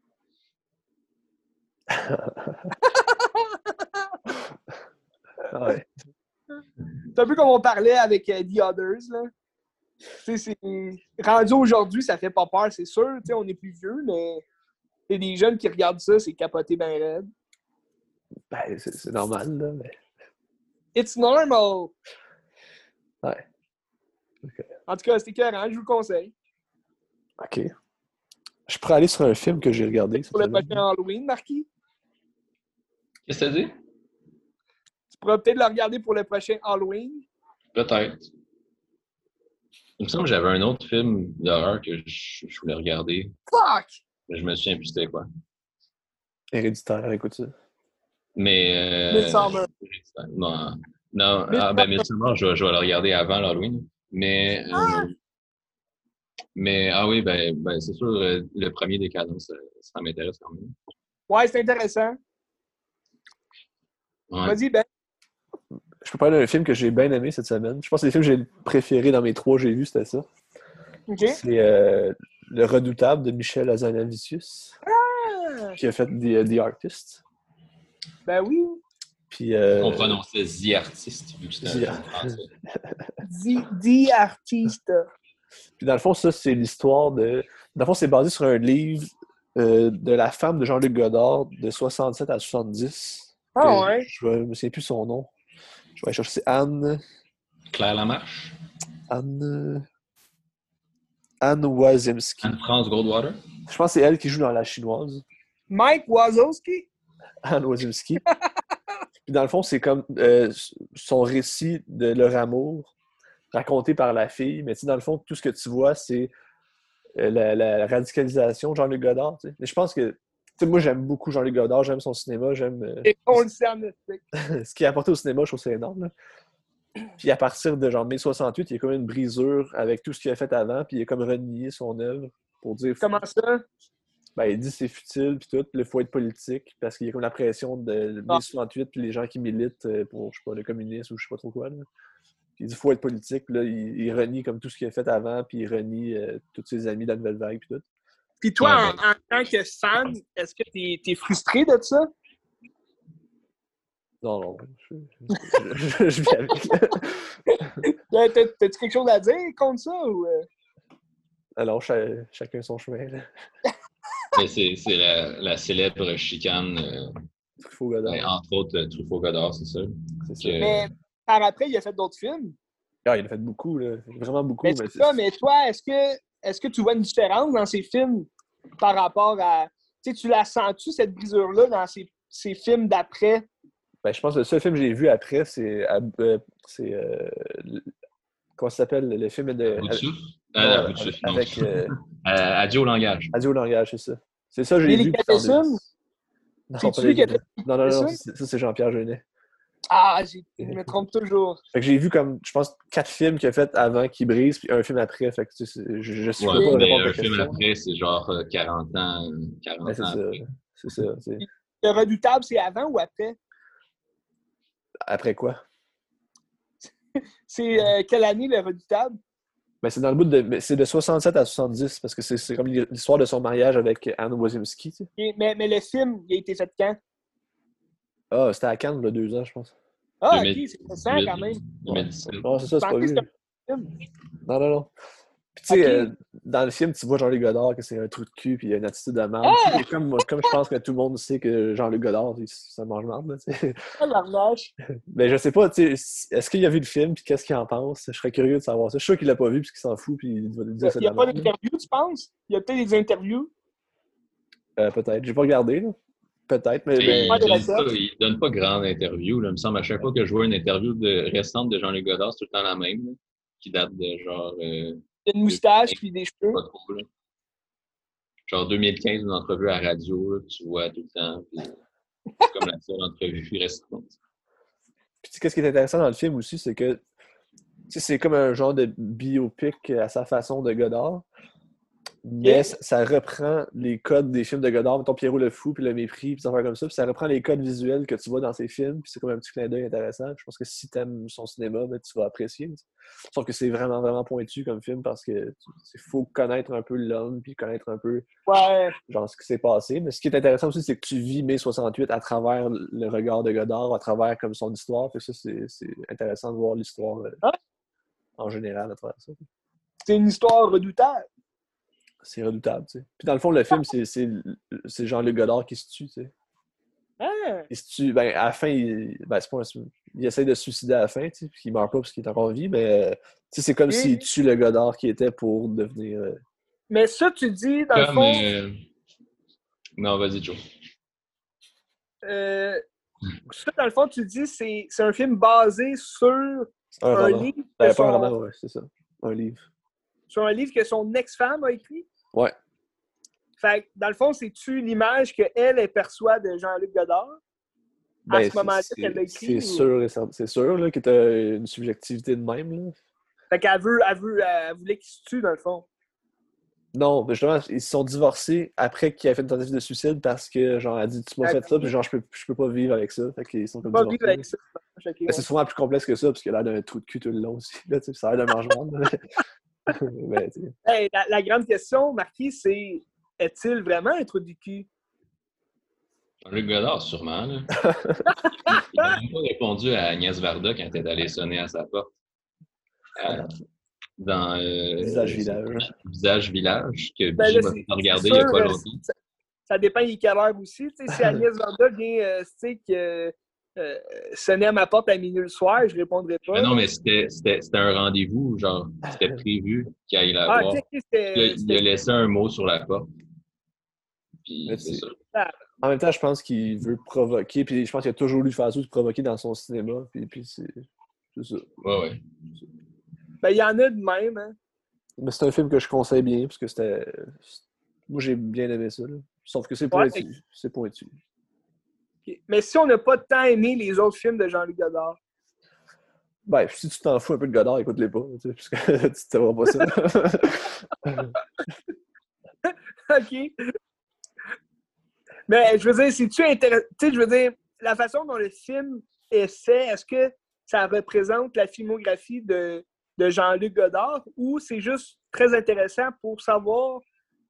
Ouais. C'est un peu comme on parlait avec The Others. Là. C'est rendu aujourd'hui, ça fait pas peur, c'est sûr. On est plus vieux, mais il y a des jeunes qui regardent ça, c'est capoté bien raide. Ben, c'est normal, là. Mais... It's normal! Ouais. Okay. En tout cas, c'était écœurant, je vous le conseille. OK. Je pourrais aller sur un film que j'ai regardé. Pour le prochain Halloween, Marquis? Qu'est-ce que t'as dit? Tu pourras peut-être le regarder pour le prochain Halloween. Peut-être. Il me semble que j'avais un autre film d'horreur que je voulais regarder. Fuck! Mais je me souviens plus c'était quoi. Héréditaire, écoute ça. Mais... Midsommar. Non. Midsommar, je vais le regarder avant l'Halloween. Mais oui, ben c'est sûr, le premier Décadence, ça m'intéresse quand même. Ouais, c'est intéressant. Ouais. Vas-y, Ben. Je peux parler d'un film que j'ai bien aimé cette semaine. Je pense que les films que j'ai préférés dans mes 3 que j'ai vus, c'était ça. OK. C'est Le Redoutable de Michel Hazanavicius, Ah! qui a fait The Artist. Ben oui. Puis, On prononçait The Artist, vu que c'était un The film français. The Artiste. Puis dans le fond, ça, c'est l'histoire de... Dans le fond, c'est basé sur un livre de la femme de Jean-Luc Godard de 67 à 70. Ah ouais? Je ne me souviens plus son nom. Je vais aller chercher. C'est Anne Claire Lamarche, Wazemski. Anne-France Goldwater. Je pense que c'est elle qui joue dans La Chinoise. Mike Wazowski? Anne Wazemski. Puis dans le fond, c'est comme son récit de leur amour raconté par la fille. Mais tu sais, dans le fond, tout ce que tu vois, c'est la radicalisation de Jean-Luc Godard. Tu sais. Mais je pense que, tu sais, moi, j'aime beaucoup Jean-Luc Godard, j'aime son cinéma, j'aime Et on le sait en Netflix. ce qu'il a apporté au cinéma, je trouve que c'est énorme. Là. Puis à partir de genre mai 68, il y a comme une brisure avec tout ce qu'il a fait avant, puis il a comme renié son œuvre pour dire... Comment ça? Ben, il dit que c'est futile, puis tout, puis il faut être politique, parce qu'il y a comme la pression de mai 68, puis les gens qui militent pour, je sais pas, le communisme ou je sais pas trop quoi. Là. Puis il dit qu'il faut être politique, puis là, il renie comme tout ce qu'il a fait avant, puis il renie tous ses amis de la nouvelle vague, puis tout. Puis toi, Ouais, en tant que fan, est-ce que t'es frustré de ça? Non, je vis avec. T'as-tu quelque chose à dire contre ça? Ou... Alors, chacun son chemin. Là. C'est la célèbre chicane, Truffaut-Godard. entre autres Truffaut-Godard, c'est ça. C'est ça. Mais par après, il a fait d'autres films. Ah, il en a fait beaucoup, là. Vraiment beaucoup. Mais c'est ça, mais toi, est-ce que tu vois une différence dans ces films par rapport à... Tu sais, tu la sens-tu, cette brisure-là, dans ces films d'après? Ben, je pense que le seul film que j'ai vu après, c'est comment ça s'appelle? Le film de... À bout de souffle? À bout de souffle, non. Avec Adieu au langage. Adieu au langage, c'est ça. C'est ça que j'ai Billy vu. Madison? Non, C'est-tu pas lui qui a Billy. fait Non, ça? ça, c'est Jean-Pierre Jeunet. Ah, je me trompe toujours. Fait que j'ai vu comme, je pense, 4 films qu'il a fait avant qui brisent, puis un film après. Fait que tu sais, je suis Ouais, pas mais répondre à un ta film question. après, c'est genre 40 ans, Ben, c'est ans ça. après. C'est ça. Le Redoutable, c'est avant ou après? Après quoi? C'est quelle année, Le Redoutable? Ben, c'est dans le bout de. C'est de 67 à 70, parce que c'est comme l'histoire de son mariage avec Anne Wazemski. Tu sais. Mais le film, il a été fait quand? Ah, c'était à Cannes, il y a 2 ans, je pense. Ah, 2000, ok, c'est récent quand même. 2017. Non, c'est ça, c'est pas Je pensais vu. que c'était un film. Non. Puis tu sais, Ok. dans le film, tu vois Jean-Luc Godard que c'est un trou de cul puis il a une attitude de merde. Ah! Et comme je pense que tout le monde sait que Jean-Luc Godard, ça mange merde, là, tu sais. Ah, l'arnache. Mais je sais pas, tu sais, est-ce qu'il a vu le film puis qu'est-ce qu'il en pense? Je serais curieux de savoir ça. Je suis sûr qu'il l'a pas vu puis qu'il s'en fout puis il va dire que c'est Il de n'y la a pas merde. d'interview, tu penses? Il y a peut-être des interviews. Peut-être. J'ai pas regardé, là. Peut-être, mais Et Ouais, de la il donne pas grande interview. Là. Il me semble à chaque fois que je vois une interview récente de Jean-Luc Godard, c'est tout le temps la même, là, qui date de genre. Il y a une moustache puis des cheveux. Pas trop, là. Genre 2015, une entrevue à la radio, là, que tu vois tout le temps. Puis, c'est comme la seule entrevue récente. puis tu sais, qu'est-ce qui est intéressant dans le film aussi, c'est que tu sais, c'est comme un genre de biopic à sa façon de Godard. Mais ça reprend les codes des films de Godard, mettons Pierrot le Fou, puis Le Mépris, puis des affaires comme ça, puis ça reprend les codes visuels que tu vois dans ses films, puis c'est comme un petit clin d'œil intéressant. Je pense que si t'aimes son cinéma, ben, tu vas apprécier. Tu sais. Sauf que c'est vraiment, vraiment pointu comme film, parce que il faut connaître un peu l'homme, puis connaître un peu Ouais. genre ce qui s'est passé. Mais ce qui est intéressant aussi, c'est que tu vis mai 68 à travers le regard de Godard, à travers comme son histoire. Fait que ça, c'est intéressant de voir l'histoire en général à travers ça. C'est une histoire redoutable. C'est redoutable, tu sais. Puis dans le fond, le film, c'est Jean-Luc Godard qui se tue, tu sais. Ah! Il se tue, ben, à la fin, c'est pas il essaie de se suicider à la fin, tu sais, puis il meurt pas parce qu'il est encore en vie, mais tu sais, c'est comme s'il tue le Godard qui était pour devenir... Mais ça, tu dis, dans le Comme. fond... Non, vas-y, Joe. Ça, dans le fond, tu dis, c'est un film basé sur un un roman. livre Ben, que pas un roman, ouais, c'est ça. Un livre. sur un livre que son ex-femme a écrit. Ouais. Fait que, dans le fond, c'est-tu l'image qu'elle perçoit de Jean-Luc Godard à ce moment-là qu'elle l'a écrit? C'est sûr là, que t'as une subjectivité de même. Là. Fait qu'elle voulait qu'il se tue, dans le fond. Non, mais justement, ils se sont divorcés après qu'il ait fait une tentative de suicide parce que, genre, elle a dit, tu m'as fait ça, puis genre, je peux pas vivre avec ça. Fait qu'ils sont comme Pas vivre divorcés. avec ça. Ok, Mais c'est ouais. souvent plus complexe que ça, parce qu'il a l'air d'un trou de cul tout le long aussi. Là, tu sais, ça a l'air d'un mange-monde. Mais, tu sais. Hey, la grande question, Marquis, c'est est-il vraiment un trou du cul? Jean-Luc Godard, sûrement. Là. Il n'a même pas répondu à Agnès Varda quand elle est allée sonner à sa porte. Dans Visage village. Visage Village, que Ben J là, m'a c'est regardé il sûr, n'y a pas longtemps. ça dépend il est quelle heure aussi. Tu sais, si Agnès Varda vient sonner à ma porte à minuit le soir, je répondrai Mais pas. non, Là. mais c'était un rendez-vous, genre, c'était prévu qu'il aille la Ah, voir. ok, Il a laissé un mot sur la porte. Mais Puis c'est ça. en même temps, je pense qu'il veut provoquer, puis je pense qu'il a toujours voulu faire ça, de provoquer dans son cinéma, puis c'est ça. Ouais. Ben, il y en a de même. Hein. Mais c'est un film que je conseille bien, parce que moi, j'ai bien aimé ça, là. Sauf que c'est Ouais. pointu. C'est pointu. Ok. Mais si on n'a pas tant aimé les autres films de Jean-Luc Godard, Ben, si tu t'en fous un peu de Godard, écoute-les pas, tu sais, parce que tu t'aimeras pas ça. OK. Mais je veux dire, c'est-tu intéressant? Tu sais, je veux dire, la façon dont le film est fait, est-ce que ça représente la filmographie de Jean-Luc Godard ou c'est juste très intéressant pour savoir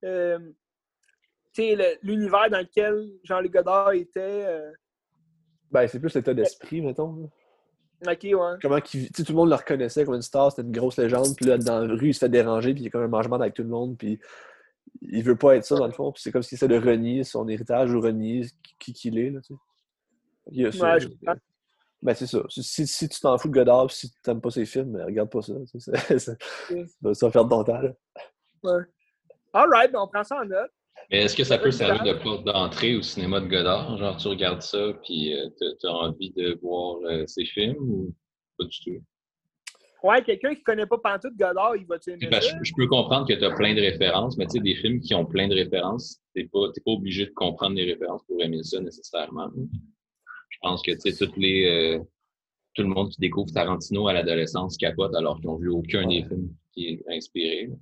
l'univers dans lequel Jean-Luc Godard était? Ben, c'est plus l'état d'esprit, mettons. Là. OK, ouais. Comment tout le monde le reconnaissait comme une star, c'était une grosse légende, puis là, dans la rue, il se fait déranger, puis il y a comme un mangement avec tout le monde, puis il veut pas être ça, dans le fond, puis c'est comme s'il essaie de renier son héritage ou renier qui qu'il est, là, tu sais. Il y a ça. Ouais, je comprends. Ben, c'est ça. Si tu t'en fous de Godard, puis si tu n'aimes pas ses films, ben, regarde pas ça. Ça va faire ton temps, là. Ouais. All right, ben on prend ça en note. Mais est-ce que ça peut servir de porte d'entrée au cinéma de Godard? Genre, tu regardes ça, puis tu as envie de voir ses films ou pas du tout? Ouais, quelqu'un qui connaît pas pantoute Godard, il va-tu aimer ça? Je peux comprendre que tu as plein de références, mais tu sais, des films qui ont plein de références, t'es pas obligé de comprendre les références pour aimer ça nécessairement. Je pense que tu sais, tout le monde qui découvre Tarantino à l'adolescence capote alors qu'ils n'ont vu aucun des films qui est inspiré. Là.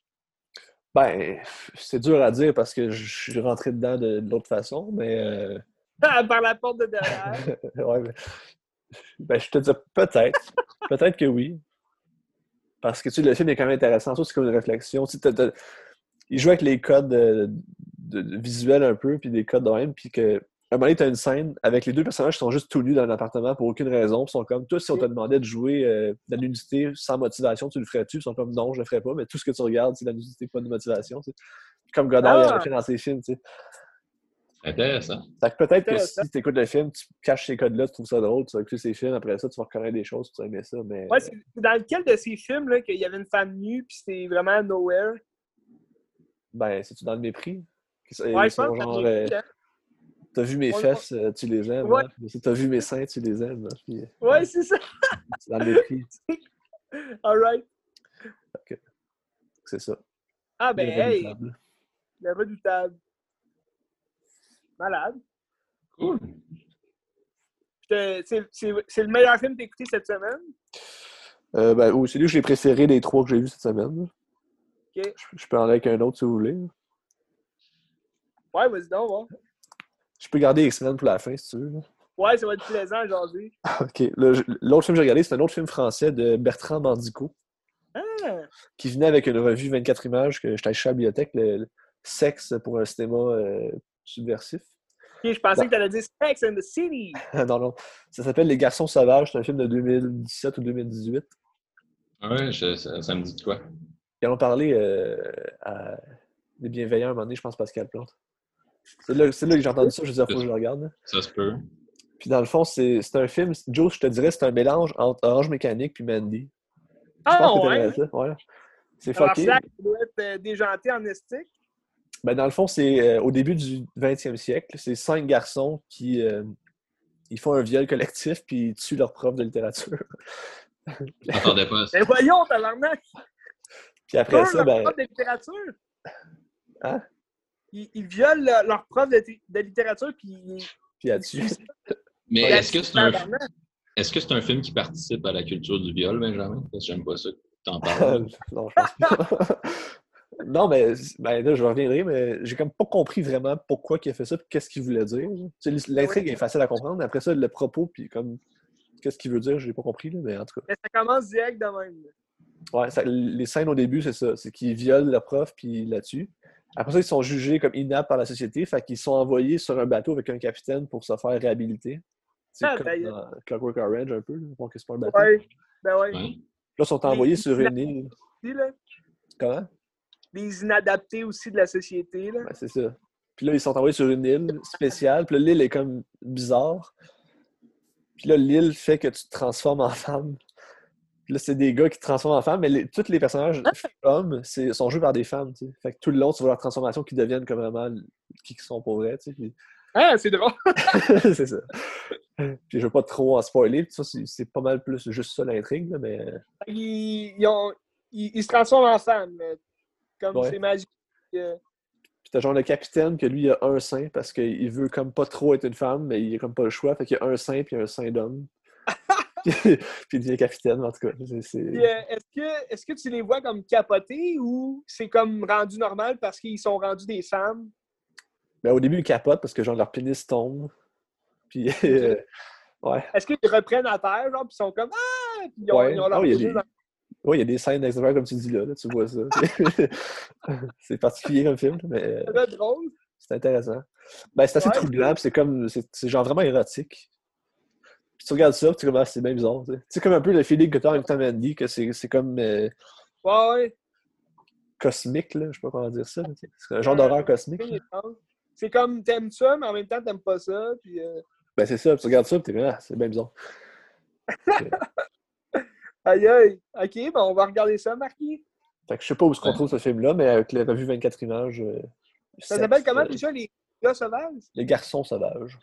Ben, c'est dur à dire parce que je suis rentré dedans de l'autre façon, mais... Par la porte de derrière. ouais, ben, je te dis peut-être. Peut-être que oui. Parce que tu sais, le film est quand même intéressant. Ça, c'est comme une réflexion. Tu sais, il joue avec les codes visuels un peu, puis des codes de même, puis que à un moment donné, tu as une scène avec les deux personnages qui sont juste tout nus dans un appartement pour aucune raison. Ils sont comme, toi, si on te demandait de jouer de la nudité sans motivation, tu le ferais-tu? Ils sont comme, non, je le ferais pas, mais tout ce que tu regardes, c'est de la nudité, pas de motivation. Tu sais. Comme Godard, il a fait dans ses films. Tu sais. Intéressant. Fait que peut-être que si tu écoutes le film, tu caches ces codes-là, tu trouves ça drôle, tu vas écouter ces films, après ça, tu vas reconnaître des choses, tu vas aimer ça. Mais... Ouais, c'est dans lequel de ces films là, qu'il y avait une femme nue, puis c'était vraiment nowhere? Ben, c'est-tu dans le mépris? Ouais, je pense genre, t'as vu mes fesses, tu les aimes. Ouais. Hein? T'as vu mes seins, tu les aimes. Hein? Puis, ouais, c'est ça. C'est dans le mépris. All right. Okay. C'est ça. Ah, ben, hey! Le redoutable. Malade. Cool. C'est le meilleur film que t'as écouté cette semaine? Ben, oui, c'est lui que j'ai préféré des trois que j'ai vus cette semaine. Okay. Je peux en aller avec un autre si vous voulez. Ouais, vas-y donc, ouais. Je peux garder X-Men pour la fin si tu veux. Ouais, ça va être plaisant aujourd'hui. OK. L'autre film que j'ai regardé, c'est un autre film français de Bertrand Mandico. Qui venait avec une revue 24 images que j'étais acheté à la bibliothèque, le Sexe pour un cinéma subversif. Okay, je pensais que tu allais dire Sex and the City. non. Ça s'appelle Les Garçons Sauvages. C'est un film de 2017 ou 2018. Ouais, ça me dit de quoi? Ils en ont parlé à Les Bienveillants un moment donné, je pense Pascal Plante. C'est là que j'ai entendu ça, je veux dire, faut que je le regarde. Ça se peut. Puis dans le fond, c'est un film, Joe, je te dirais, c'est un mélange entre Orange Mécanique et Mandy. Ah, je pense que ouais? Ça. Ouais. C'est fucké. Alors, ça doit être déjanté en estique. Ben, dans le fond, c'est au début du 20e siècle. C'est 5 garçons qui ils font un viol collectif puis ils tuent leur prof de littérature. J'attendais pas à ça. Mais voyons, tabarnak! Puis après ça, leur prof de littérature? Hein? Ils violent leur prof de littérature puis ils tuent. Mais est-ce que c'est un film qui participe à la culture du viol, Benjamin? Parce que j'aime pas ça que t'en parles. Non, je pense pas. Non, mais ben, là, je reviendrai, mais j'ai comme pas compris vraiment pourquoi il a fait ça, puis qu'est-ce qu'il voulait dire. Tu sais, l'intrigue est facile à comprendre, mais après ça, le propos, puis comme qu'est-ce qu'il veut dire, je l'ai pas compris, là, mais en tout cas. Mais ça commence direct de même. Là. Ouais, les scènes au début, c'est ça. C'est qu'ils violent le prof, puis ils la tuent. Après ça, ils sont jugés comme inaptes par la société, fait qu'ils sont envoyés sur un bateau avec un capitaine pour se faire réhabiliter. C'est comme D'ailleurs. dans Clockwork Orange, un peu, là. Bon, que c'est pas un bateau. Ouais, ben ouais. Ouais. Là, ils sont envoyés sur une île. Là. Comment? Les inadaptés aussi de la société. Là. Ben, c'est ça. Puis là, ils sont envoyés sur une île spéciale. Puis là, l'île est comme bizarre. Puis là, l'île fait que tu te transformes en femme. Puis là, c'est des gars qui te transforment en femme, mais tous les personnages hommes sont joués par des femmes. Tu sais. Fait que tout le long, tu vois leur transformation qui deviennent comme vraiment qui sont pour vrai. Tu sais. Puis... Ah, c'est drôle! c'est ça. Puis je veux pas trop en spoiler. Puis ça, c'est pas mal plus juste ça l'intrigue. Là, mais... Ils se transforment en femmes. Comme Ouais. c'est magique. Puis t'as genre le capitaine que lui, il a un sein parce qu'il veut comme pas trop être une femme, mais il a comme pas le choix. Fait qu'il a un sein puis un sein d'homme. Puis il devient capitaine, en tout cas. Puis, est-ce que tu les vois comme capotés ou c'est comme rendu normal parce qu'ils sont rendus des femmes? Ben, au début, ils capotent parce que genre leur pénis tombe. Puis, ouais. Est-ce qu'ils reprennent à terre, genre, puis ils sont comme ah! Puis ils ont leur il pénis dans... y a des scènes d'extérieur comme tu dis là, tu vois ça. C'est particulier comme film, mais C'est drôle. c'est intéressant. Ben, c'est assez troublant, puis c'est genre vraiment érotique. Puis tu regardes ça, puis tu commences, c'est bien bizarre. C'est comme un peu le feeling que tu as avec Tom Andy, que c'est comme Ouais. cosmique, là, je sais pas comment dire ça. C'est un genre d'horreur cosmique. C'est comme t'aimes ça, mais en même temps t'aimes pas ça. Puis, Ben c'est ça, puis tu regardes ça, puis t'es comme, c'est bien bizarre. Aïe aïe. OK, ben on va regarder ça, Marquis. Fait que je sais pas où se trouve ce film-là, mais avec les revues 24 images. Ça s'appelle comment déjà, les gars sauvages? Les garçons sauvages.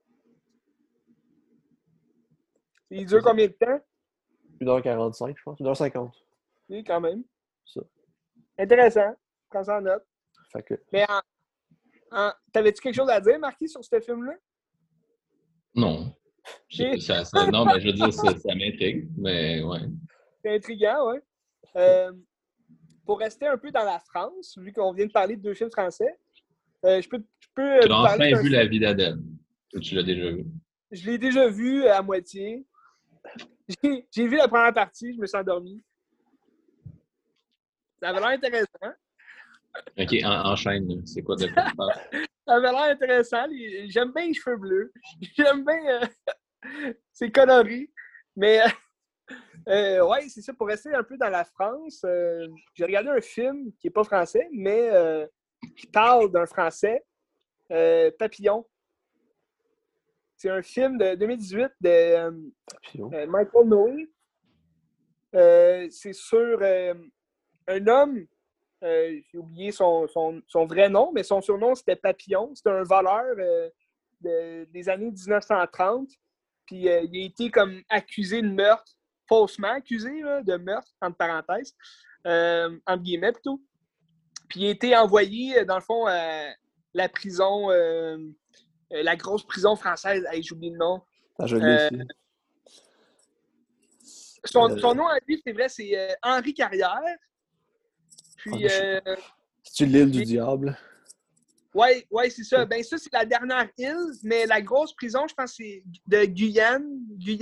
Il dure combien de temps? 1h45, je pense. 1h50. Oui, quand même. Ça. Intéressant. Prends ça en note. Fait que... Mais t'avais-tu quelque chose à dire, Marquis, sur ce film-là? Non. Non, mais je veux dire, ça m'intrigue, mais ouais. C'est intriguant, ouais. Pour rester un peu dans la France, vu qu'on vient de parler de 2 films français, je peux Tu as enfin parler vu La vie d'Adèle. Ou tu l'as déjà vu? Je l'ai déjà vu à moitié. J'ai vu la première partie, je me suis endormi. Ça avait l'air intéressant. OK, enchaîne. C'est quoi de plus? Ça avait l'air intéressant. J'aime bien les cheveux bleus. J'aime bien... c'est coloré. Mais... ouais, c'est ça. Pour rester un peu dans la France, j'ai regardé un film qui n'est pas français, mais qui parle d'un Français, Papillon. C'est un film de 2018 de Michael Noé. C'est sur un homme, j'ai oublié son vrai nom, mais son surnom, c'était Papillon. C'était un voleur des années 1930. Puis il a été comme accusé de meurtre, faussement accusé là, de meurtre, entre parenthèses, entre guillemets plutôt. Puis il a été envoyé, dans le fond, à la prison, la grosse prison française. Hey, j'oublie le nom. Ah, je l'ai ici. Son nom à lui, c'est vrai, c'est Henri Carrière. Puis. C'est-tu l'île du diable? Ouais, c'est ça. Ben, ça, c'est la dernière île, mais la grosse prison, je pense, c'est de Guyane.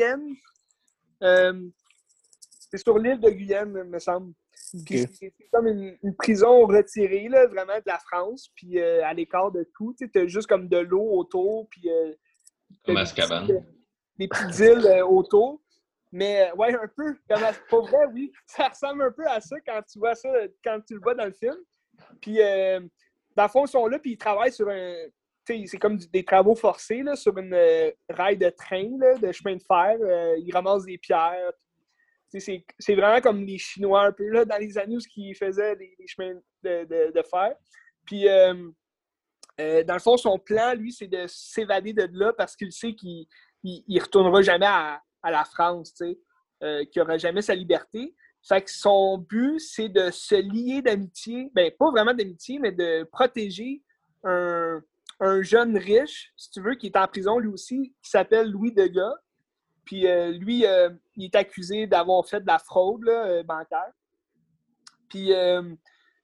C'est sur l'île de Guyane, me semble. Puis c'est comme une prison retirée, là, vraiment de la France, puis à l'écart de tout. Tu as juste comme de l'eau autour, puis comme Azkaban. Des petites îles autour. Mais ouais, un peu. Pour vrai, oui. Ça ressemble un peu à ça quand tu vois ça, quand tu le vois dans le film. Puis, dans le fond, ils sont là, puis ils travaillent sur un... C'est comme des travaux forcés, là, sur une rail de train, là, de chemin de fer. Ils ramassent des pierres. C'est vraiment comme les Chinois, un peu, là, dans les années où ils faisaient les chemins de fer. Puis, dans le fond, son plan, lui, c'est de s'évader de là parce qu'il sait qu'il ne retournera jamais à la France, qu'il n'aura jamais sa liberté. Fait que son but, c'est de se lier d'amitié, ben pas vraiment d'amitié, mais de protéger un jeune riche, si tu veux, qui est en prison lui aussi, qui s'appelle Louis Degas. Puis lui, il est accusé d'avoir fait de la fraude là, bancaire. Puis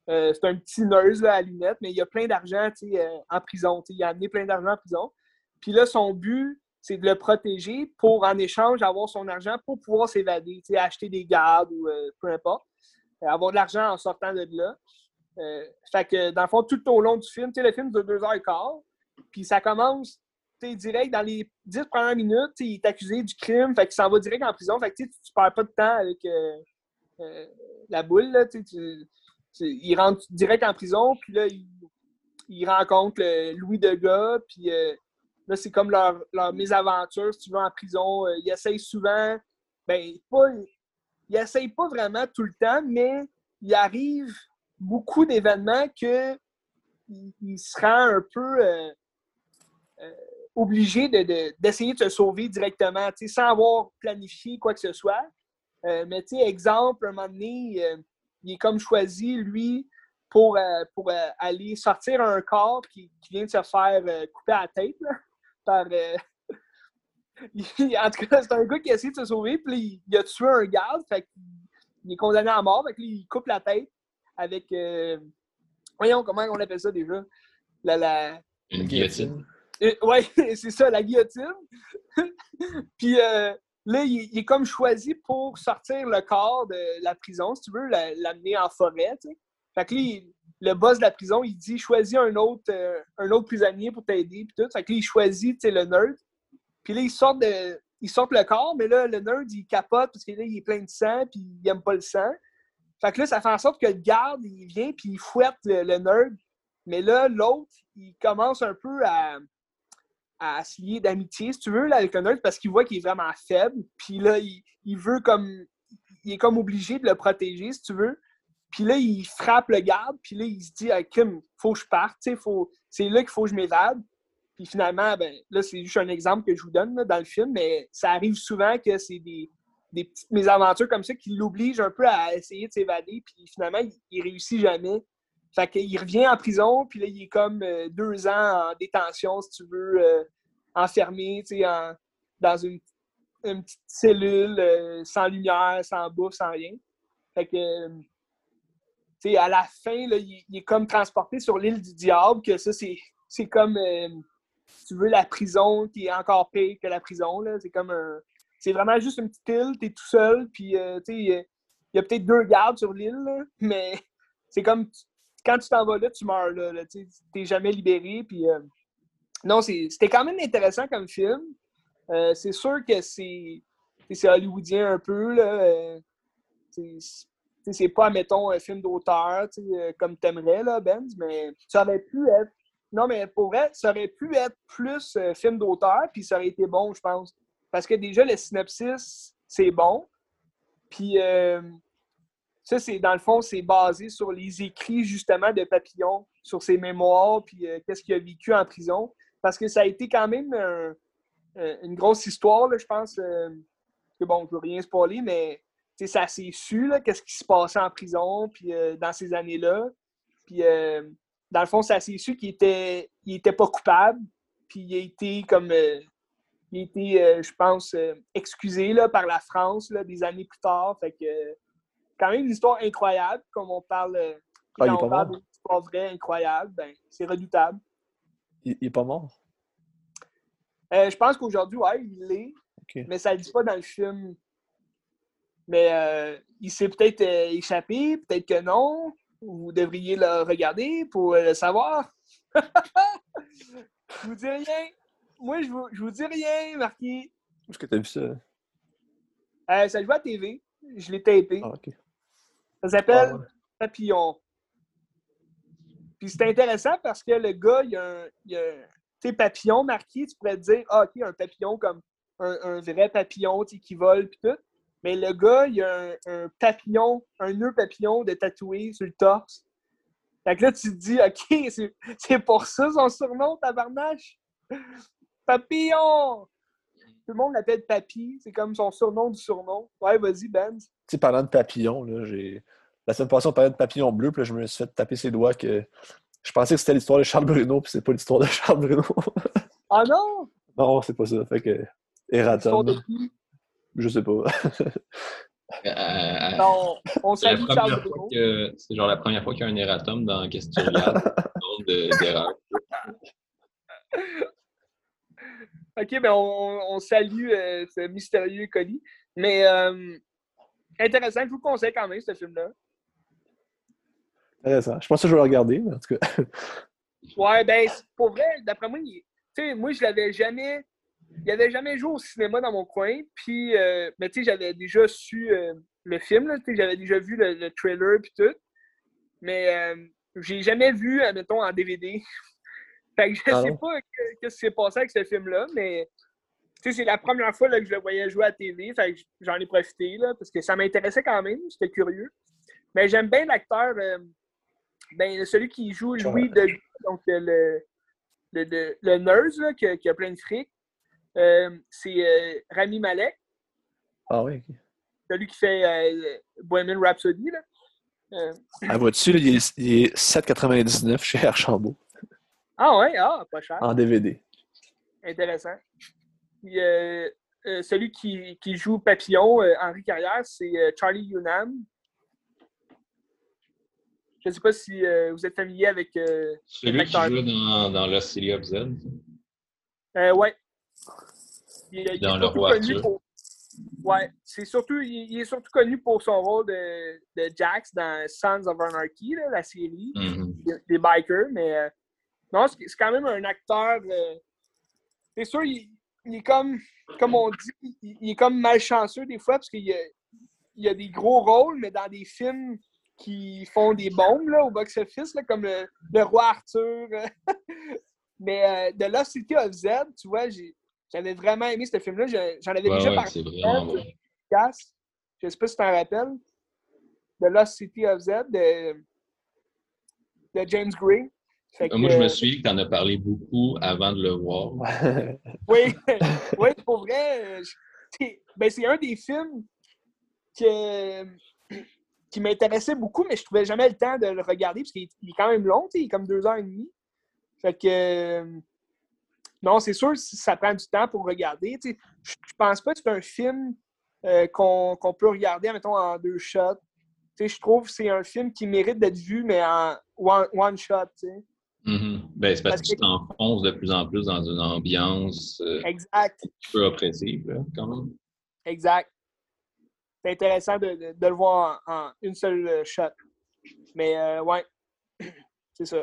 C'est un petit nurse là, à lunettes, mais il a plein d'argent en prison. Il a amené plein d'argent en prison. Puis là, son but, c'est de le protéger pour, en échange, avoir son argent pour pouvoir s'évader, acheter des gardes ou peu importe. Avoir de l'argent en sortant de là. Fait que, dans le fond, tout au long du film, le film dure 2h15, puis ça commence direct dans les 10 premières minutes, il est accusé du crime, fait qu'il s'en va direct en prison. Fait que tu perds pas de temps avec la boule, là, il rentre direct en prison, puis là, il rencontre Louis Degas, puis là, c'est comme leur mésaventure, si tu veux, en prison. Ils essayent souvent, il essayent pas vraiment tout le temps, mais il arrive beaucoup d'événements qu'il se rend un peu obligé d'essayer de se sauver directement, sans avoir planifié quoi que ce soit. Mais exemple, un moment donné, il est comme choisi, lui, pour aller sortir un corps qui vient de se faire couper à la tête là, par... en tout cas, c'est un gars qui essaie de se sauver, puis il a tué un garde, fait qu'il est condamné à mort, fait que il coupe la tête avec... voyons, comment on appelle ça déjà? Une guillotine. Oui, c'est ça, la guillotine. Puis là, il est comme choisi pour sortir le corps de la prison, si tu veux, l'amener en forêt, tu sais. Fait que là, le boss de la prison, il dit « Choisis un autre prisonnier pour t'aider. » Puis tout. Fait que là, il choisit le nerd. Puis là, ils sortent le corps, mais là, le nerd, il capote parce que là, il est plein de sang, puis il aime pas le sang. Fait que là, ça fait en sorte que le garde, il vient, puis il fouette le nerd. Mais là, l'autre, il commence un peu à se lier d'amitié, si tu veux, là, avec le nerd, parce qu'il voit qu'il est vraiment faible. Puis là, il veut comme... Il est comme obligé de le protéger, si tu veux. Puis là, il frappe le garde, puis là, il se dit « Kim, faut que je parte, c'est là qu'il faut que je m'évade. » Puis finalement, là, c'est juste un exemple que je vous donne là, dans le film, mais ça arrive souvent que c'est des petites mésaventures comme ça qui l'obligent un peu à essayer de s'évader, puis finalement, il réussit jamais. Fait qu'il revient en prison, puis là, il est comme 2 ans en détention, si tu veux, enfermé, dans une petite cellule, sans lumière, sans bouffe, sans rien. Fait que, à la fin, là, il est comme transporté sur l'île du diable, que ça, c'est comme, si tu veux, la prison qui est encore pire que la prison, là. C'est comme c'est vraiment juste une petite île, t'es tout seul, puis, il y a peut-être 2 gardes sur l'île, là, mais c'est comme, quand tu t'en vas là, tu meurs là, t'es jamais libéré, puis... non, c'était quand même intéressant comme film. C'est sûr que c'est hollywoodien un peu, là. C'est pas, mettons, un film d'auteur, comme t'aimerais, là, Benz, mais ça aurait pu être... Non, mais pour vrai, ça aurait pu être plus film d'auteur, puis ça aurait été bon, je pense. Parce que déjà, le synopsis, c'est bon. Puis ça, dans le fond, c'est basé sur les écrits, justement, de Papillon, sur ses mémoires, puis qu'est-ce qu'il a vécu en prison. Parce que ça a été quand même une grosse histoire, là, je pense. Que bon, je ne veux rien spoiler, mais ça s'est su, là, qu'est-ce qui se passait en prison, puis dans ces années-là. Puis, dans le fond, ça s'est su qu'il était pas coupable, puis il a été comme... je pense, excusé là, par la France là, des années plus tard. Fait que, quand même une histoire incroyable, comme on parle... quand on parle d'une histoire vraie, incroyable, c'est redoutable. Il est pas mort? Je pense qu'aujourd'hui, ouais, il l'est. Okay. Mais ça ne le dit pas dans le film. Mais il s'est peut-être échappé, peut-être que non. Vous devriez le regarder pour le savoir. Je vous dis rien. Moi, je vous dis rien, Marquis. Où est-ce que tu as vu ça? Ça joue à TV. Je l'ai tapé. Ah, OK. Ça s'appelle Papillon. Puis c'est intéressant parce que le gars, il y a tu sais, papillon marqué, tu pourrais te dire, OK, un papillon comme un vrai papillon qui vole puis tout. Mais le gars, il y a un papillon, un nœud papillon de tatoué sur le torse. Fait que là, tu te dis, OK, c'est pour ça son surnom, tabarnache. Papillon! Tout le monde l'appelle Papy. C'est comme son surnom du surnom. Ouais, vas-y, Benz. Tu sais, parlant de papillon, là, la semaine passée, on parlait de papillon bleu, puis là, je me suis fait taper ses doigts que je pensais que c'était l'histoire de Charles Bruno, puis c'est pas l'histoire de Charles Bruno. Ah non? Non, c'est pas ça. Fait que... Erratum. Je sais pas. Non, on C'est la salue Charles première fois Bruno. c'est genre la première fois qu'il y a un erratum dans Qu'est-ce que tu regardes? Nombre d'erreurs. OK, ben on salue ce mystérieux colis. Mais intéressant, je vous conseille quand même ce film-là. Intéressant. Je pense que je vais le regarder, mais en tout cas. Ouais, ben pour vrai, d'après moi, tu sais, moi je l'avais jamais. Il avait jamais joué au cinéma dans mon coin. Puis, mais tu sais, j'avais déjà su le film, là, tu sais, j'avais déjà vu le trailer puis tout. Mais j'ai jamais vu, admettons, en DVD. Fait que je Ah sais non? pas qu'est-ce qui s'est passé avec ce film-là, mais tu sais, c'est la première fois là, que je le voyais jouer à la TV. Fait que j'en ai profité là, parce que ça m'intéressait quand même, j'étais curieux. Mais j'aime bien l'acteur, ben, celui qui joue Louis de donc le nurse là, qui a plein de fric. C'est Rami Malek, Ah oui. celui qui fait Bohemian Rhapsody. Là. Ah, vois-tu, là, il est 7,99 chez Archambault, Ah ouais, pas cher. en DVD. Intéressant. Puis, celui qui joue Papillon, Henri Carrière, c'est Charlie Hunnam. Je ne sais pas si vous êtes familier avec Celui qui joue dans Lost City of Z. Ouais. Il est Dans le surtout roi connu Arthur. pour. Ouais, il est surtout connu pour son rôle de Jax dans Sons of Anarchy, là, la série des bikers. Mais non, c'est quand même un acteur. C'est sûr, il est comme on dit, il est comme malchanceux des fois parce qu'il a des gros rôles, mais dans des films qui font des bombes là, au box-office, là, comme le Roi Arthur. Mais The Lost City of Z, tu vois, j'avais vraiment aimé ce film-là. J'en avais déjà parlé. C'est vraiment bon. Je ne sais pas si tu t'en rappelles. The Lost City of Z de James Gray. Moi, je me suis que tu en as parlé beaucoup avant de le voir. Oui, pour vrai. C'est un des films qui m'intéressait beaucoup, mais je trouvais jamais le temps de le regarder parce qu'il est quand même long, il est comme 2h30. Fait que non, c'est sûr, ça prend du temps pour regarder. Je pense pas que c'est un film qu'on peut regarder, mettons, en 2 shots. Je trouve que c'est un film qui mérite d'être vu, mais en one shot. Ben, c'est parce que tu t'enfonces de plus en plus dans une ambiance exact. un peu oppressive, là, quand même. Exact. C'est intéressant de le voir en une seule shot. Mais ouais, c'est ça.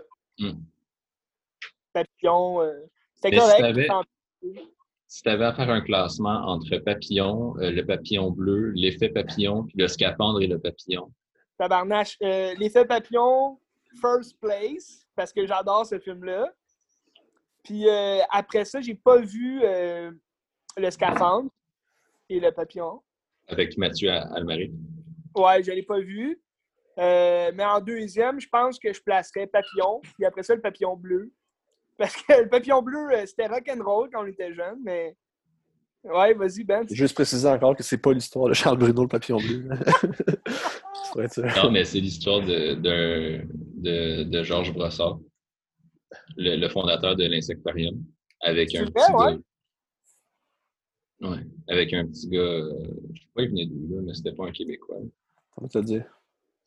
Papillon, c'était correct. Si tu avais à faire un classement entre Papillon, le papillon bleu, l'effet papillon, puis le scaphandre et le papillon. Tabarnache. L'effet papillon, first place, parce que j'adore ce film-là. Puis après ça, j'ai pas vu le scaphandre et le papillon. Avec Mathieu Almary. Ouais, je l'ai pas vu. Mais en deuxième, je pense que je placerais Papillon, puis après ça, le papillon bleu. Parce que le papillon bleu, c'était rock'n'roll quand on était jeune, mais... Ouais, vas-y, Ben. Juste préciser encore que c'est pas l'histoire de Charles Bruno, le papillon bleu. Non, mais c'est l'histoire de Georges Brossard, le fondateur de l'Insectarium, avec un petit gars. Ouais, avec un petit gars... je sais pas, il venait d'où, là, mais c'était pas un Québécois. On va te le dire.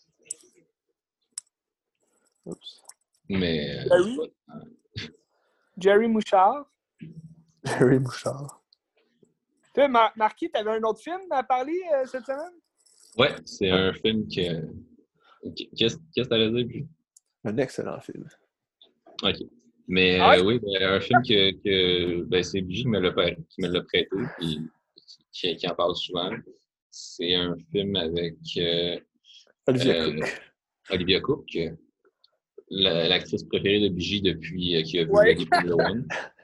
Oups. Mais... Jerry Mouchard. Jerry Mouchard. Tu sais, Marquis, t'avais un autre film à parler cette semaine? Ouais, c'est un film que... Qu'est-ce que t'allais dire, puis? Un excellent film. OK. Mais oui, un film que c'est Bigie qui me l'a prêté, puis qui en parle souvent. C'est un film avec Olivia Cook, l'actrice préférée de Bigie depuis qu'il a vu Ready Player One.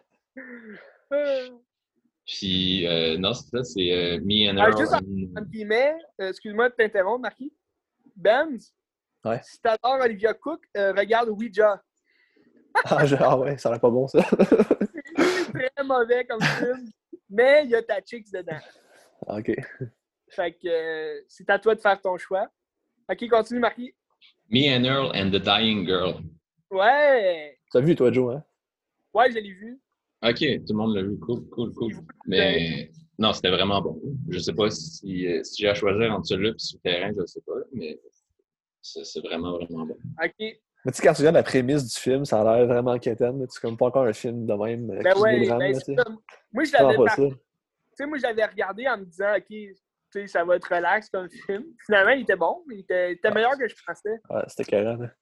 Puis, non, c'est ça, c'est Me and Earl. Juste en guillemets, excuse-moi de t'interrompre, Marquis. Benz, si t'adores Olivia Cook, regarde Ouija. Ah ouais, ça a l'air pas bon, ça. C'est très mauvais comme film, mais il y a ta chicks dedans. OK. Fait que c'est à toi de faire ton choix. OK, continue, Marquis. Me and Earl and the Dying Girl. Ouais! Tu as vu, toi, Joe, hein? Ouais, je l'ai vu. OK, tout le monde l'a vu. Cool. Mais Non, c'était vraiment bon. Je sais pas si j'ai à choisir entre celui-là et Souterrain, je sais pas, mais c'est vraiment, vraiment bon. OK. Mais tu sais, quand tu regardes la prémisse du film, ça a l'air vraiment quétaine. C'est comme pas encore un film de même Ben qui se ouais, dédrame, ben là, c'est tu sais. ça. Moi, je C'est vraiment l'avais pas ça. Tu sais, moi, je l'avais regardé en me disant, OK, tu sais, ça va être relax comme film. Finalement, il était bon. Il était meilleur que je pensais. Ouais, c'était carré, là.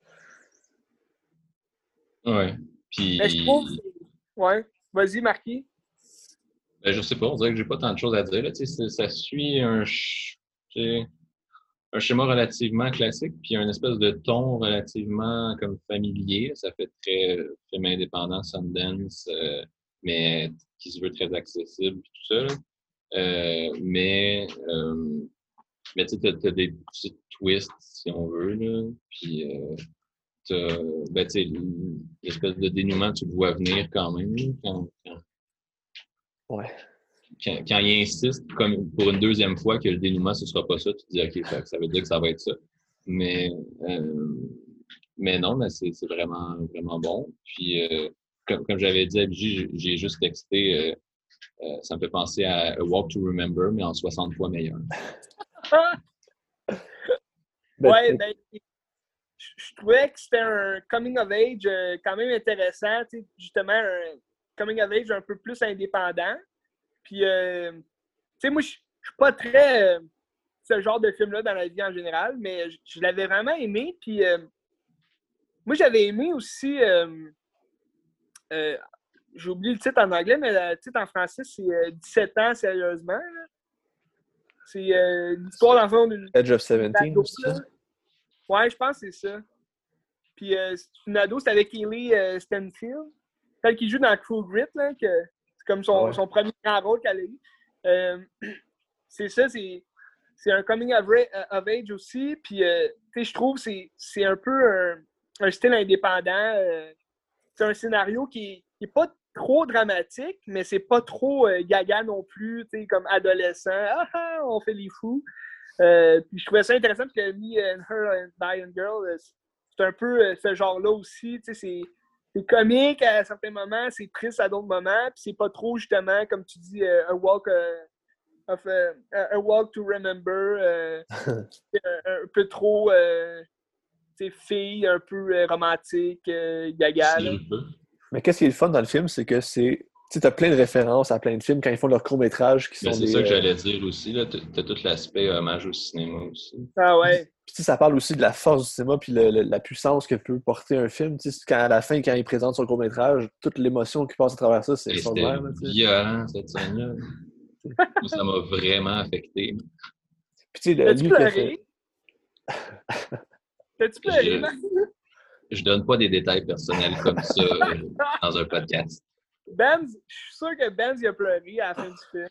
Ouais. Mais je trouve, Puis, ouais, vas-y, Marquis. ben, je sais pas, on dirait que j'ai pas tant de choses à dire. Là. Tu sais, ça suit tu sais, un schéma relativement classique, puis un espèce de ton relativement comme familier. Ça fait très film indépendant, Sundance, mais qui se veut très accessible, puis tout ça. Là. Euh, mais euh, mais tu sais, t'as des petits twists, si on veut, là. Puis, ben, tu sais, l'espèce de dénouement, tu le vois venir quand même, là, Ouais. quand il insiste, comme pour une deuxième fois, que le dénouement, ce sera pas ça, tu te dis, OK, ça veut dire que ça va être ça. Mais, euh, mais non, mais c'est vraiment, vraiment bon. Puis, comme j'avais dit à BJ, j'ai juste texté, ça me fait penser à A Walk to Remember, mais en 60 fois meilleur. Ben, Ouais, ben, je trouvais que c'était un coming of age quand même intéressant. Tu sais, justement, un coming of age un peu plus indépendant. Puis, tu sais, moi, je suis pas très ce genre de film-là dans la vie en général, mais je l'avais vraiment aimé. Puis, moi, j'avais aimé aussi, j'ai oublié le titre en anglais, mais le titre en français, c'est 17 ans sérieusement. Là. C'est l'histoire, dans le fond, d'une Edge of 17, ado. c'est ça? Ouais, je pense que c'est ça. Puis, c'est une ado, c'est avec Hailey Stenfield, celle qui joue dans True Grit, là, que c'est comme son premier grand rôle qu'elle a eu. C'est ça, c'est un coming of age aussi. Puis, je trouve que c'est un peu un style indépendant. C'est un scénario qui est pas trop dramatique, mais c'est pas trop gaga non plus, comme adolescent. On fait les fous. Puis je trouvais ça intéressant parce que Me and Her and By and Girl, c'est un peu ce genre-là aussi. C'est comique à certains moments, c'est triste à d'autres moments, puis c'est pas trop justement, comme tu dis, a walk to remember, un peu trop fille, un peu romantique, gaga. Là. Mais qu'est-ce qui est le fun dans le film, c'est que tu as plein de références à plein de films quand ils font leurs courts-métrages qui Ben, sont c'est ça que j'allais dire aussi. Tu as tout l'aspect hommage au cinéma aussi. Ah ouais. Puis ça parle aussi de la force du cinéma puis la puissance que peut porter un film. À la fin, quand il présente son court-métrage, toute l'émotion qui passe à travers ça, c'est extraordinaire. C'était violent, cette scène-là. Moi, ça m'a vraiment affecté. Puis tu sais, T'as-tu lui qui a fait... pleuré? T'as-tu pleuré, Marc? Je donne pas des détails personnels comme ça dans un podcast. Benz, je suis sûr que Benz il a pleuré à la fin du film.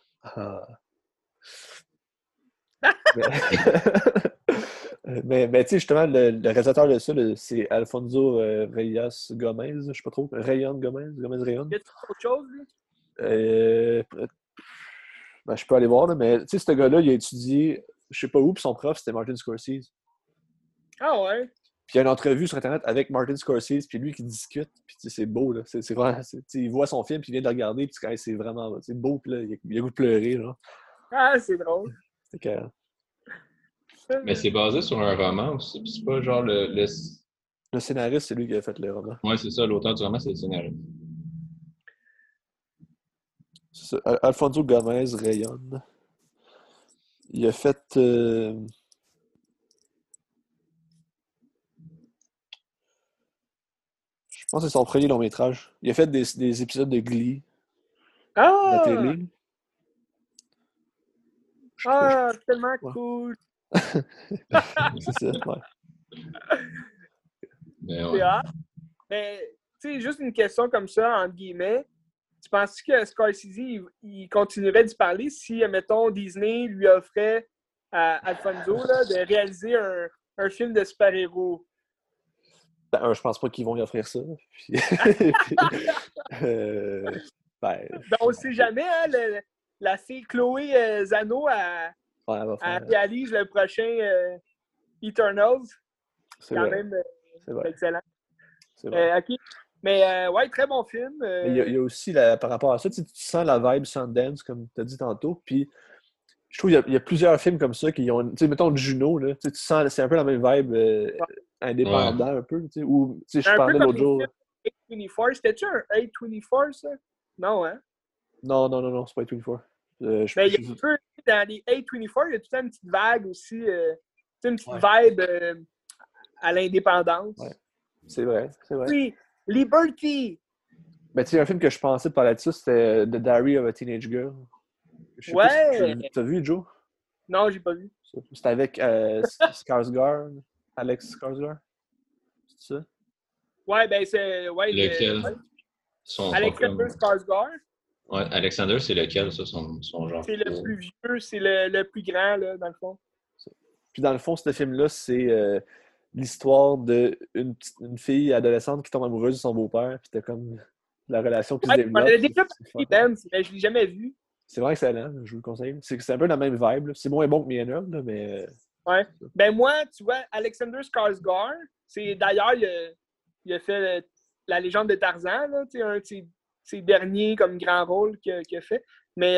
mais tu sais, justement, le réalisateur de ça, c'est Alfonso Reyes Gomez, je sais pas trop. Rayon Gomez? Rayon? Y a-tu autre chose, lui? Ben, je peux aller voir, là, mais tu sais, ce gars-là, il a étudié, je sais pas où, puis son prof, c'était Martin Scorsese. Ah ouais? Puis il y a une entrevue sur Internet avec Martin Scorsese, puis lui qui discute, puis c'est beau, là. C'est vraiment, il voit son film, puis il vient de le regarder, puis c'est vraiment beau, puis là, il a le goût de pleurer, genre. Ah, c'est drôle. C'est carré. Mais c'est basé sur un roman aussi, puis c'est pas genre le... Le scénariste, c'est lui qui a fait le roman. Ouais, c'est ça, l'auteur du roman, c'est le scénariste. C'est ça. Alfonso Gomez Rayon. Il a fait... Je pense que c'est son premier long-métrage. Il a fait des épisodes de Glee. Ah! La télé. Ah, c'est tellement ouais. cool! C'est ça, ouais. Mais ouais. Mais, tu sais, juste une question comme ça, entre guillemets. Tu penses que Scorsese, il continuerait d'y parler si, mettons, Disney lui offrait à Alfonso là, de réaliser un film de super-héros? Ben, je pense pas qu'ils vont lui offrir ça. Puis, ben, on ne sait jamais, hein, la fille Chloé Zhao, elle réalise le prochain Eternals. C'est quand vrai. même C'est vrai. excellent. C'est vrai. OK. Mais ouais, très bon film. Mais il y a aussi, par rapport à ça, tu sens la vibe Sundance, comme tu as dit tantôt. Puis je trouve qu'il y a plusieurs films comme ça qui ont. Tu sais, mettons Juno, là, tu sens, c'est un peu la même vibe indépendant, un peu. Tu sais, ou, tu sais, je un peu parlais comme l'autre les jour. films A24. C'était-tu un A24, ça? Non, hein? Non, c'est pas 24. Mais il y a un peu, dans les A24, il y a tout le temps une petite vague aussi, une petite vibe à l'indépendance. Ouais. C'est vrai. Oui, Liberty! Mais tu sais, un film que je pensais de parler de ça, c'était The Diary of a Teenage Girl. Je sais pas si t'as vu, Joe? Non, j'ai pas vu. C'est avec Skarsgård, Alex Skarsgård. C'est ça? Ouais, ben c'est... Ouais, lequel? Alexander Skarsgård. Ouais, Alexander, c'est lequel, ça, son genre? C'est le plus vieux, c'est le plus grand, là, dans le fond. Puis dans le fond, ce film-là, c'est l'histoire d'une fille adolescente qui tombe amoureuse de son beau-père. Puis t'as comme la relation qui se développe. On a déjà parlé, Ben, mais je l'ai jamais vu. C'est vraiment excellent, je vous le conseille. C'est un peu la même vibe. Là. C'est moins bon que Mienov, mais... Ouais. Ben moi, tu vois, Alexander Skarsgård, c'est d'ailleurs, il a fait La légende de Tarzan, là, un de ses derniers comme grand rôle qu'il a fait. Mais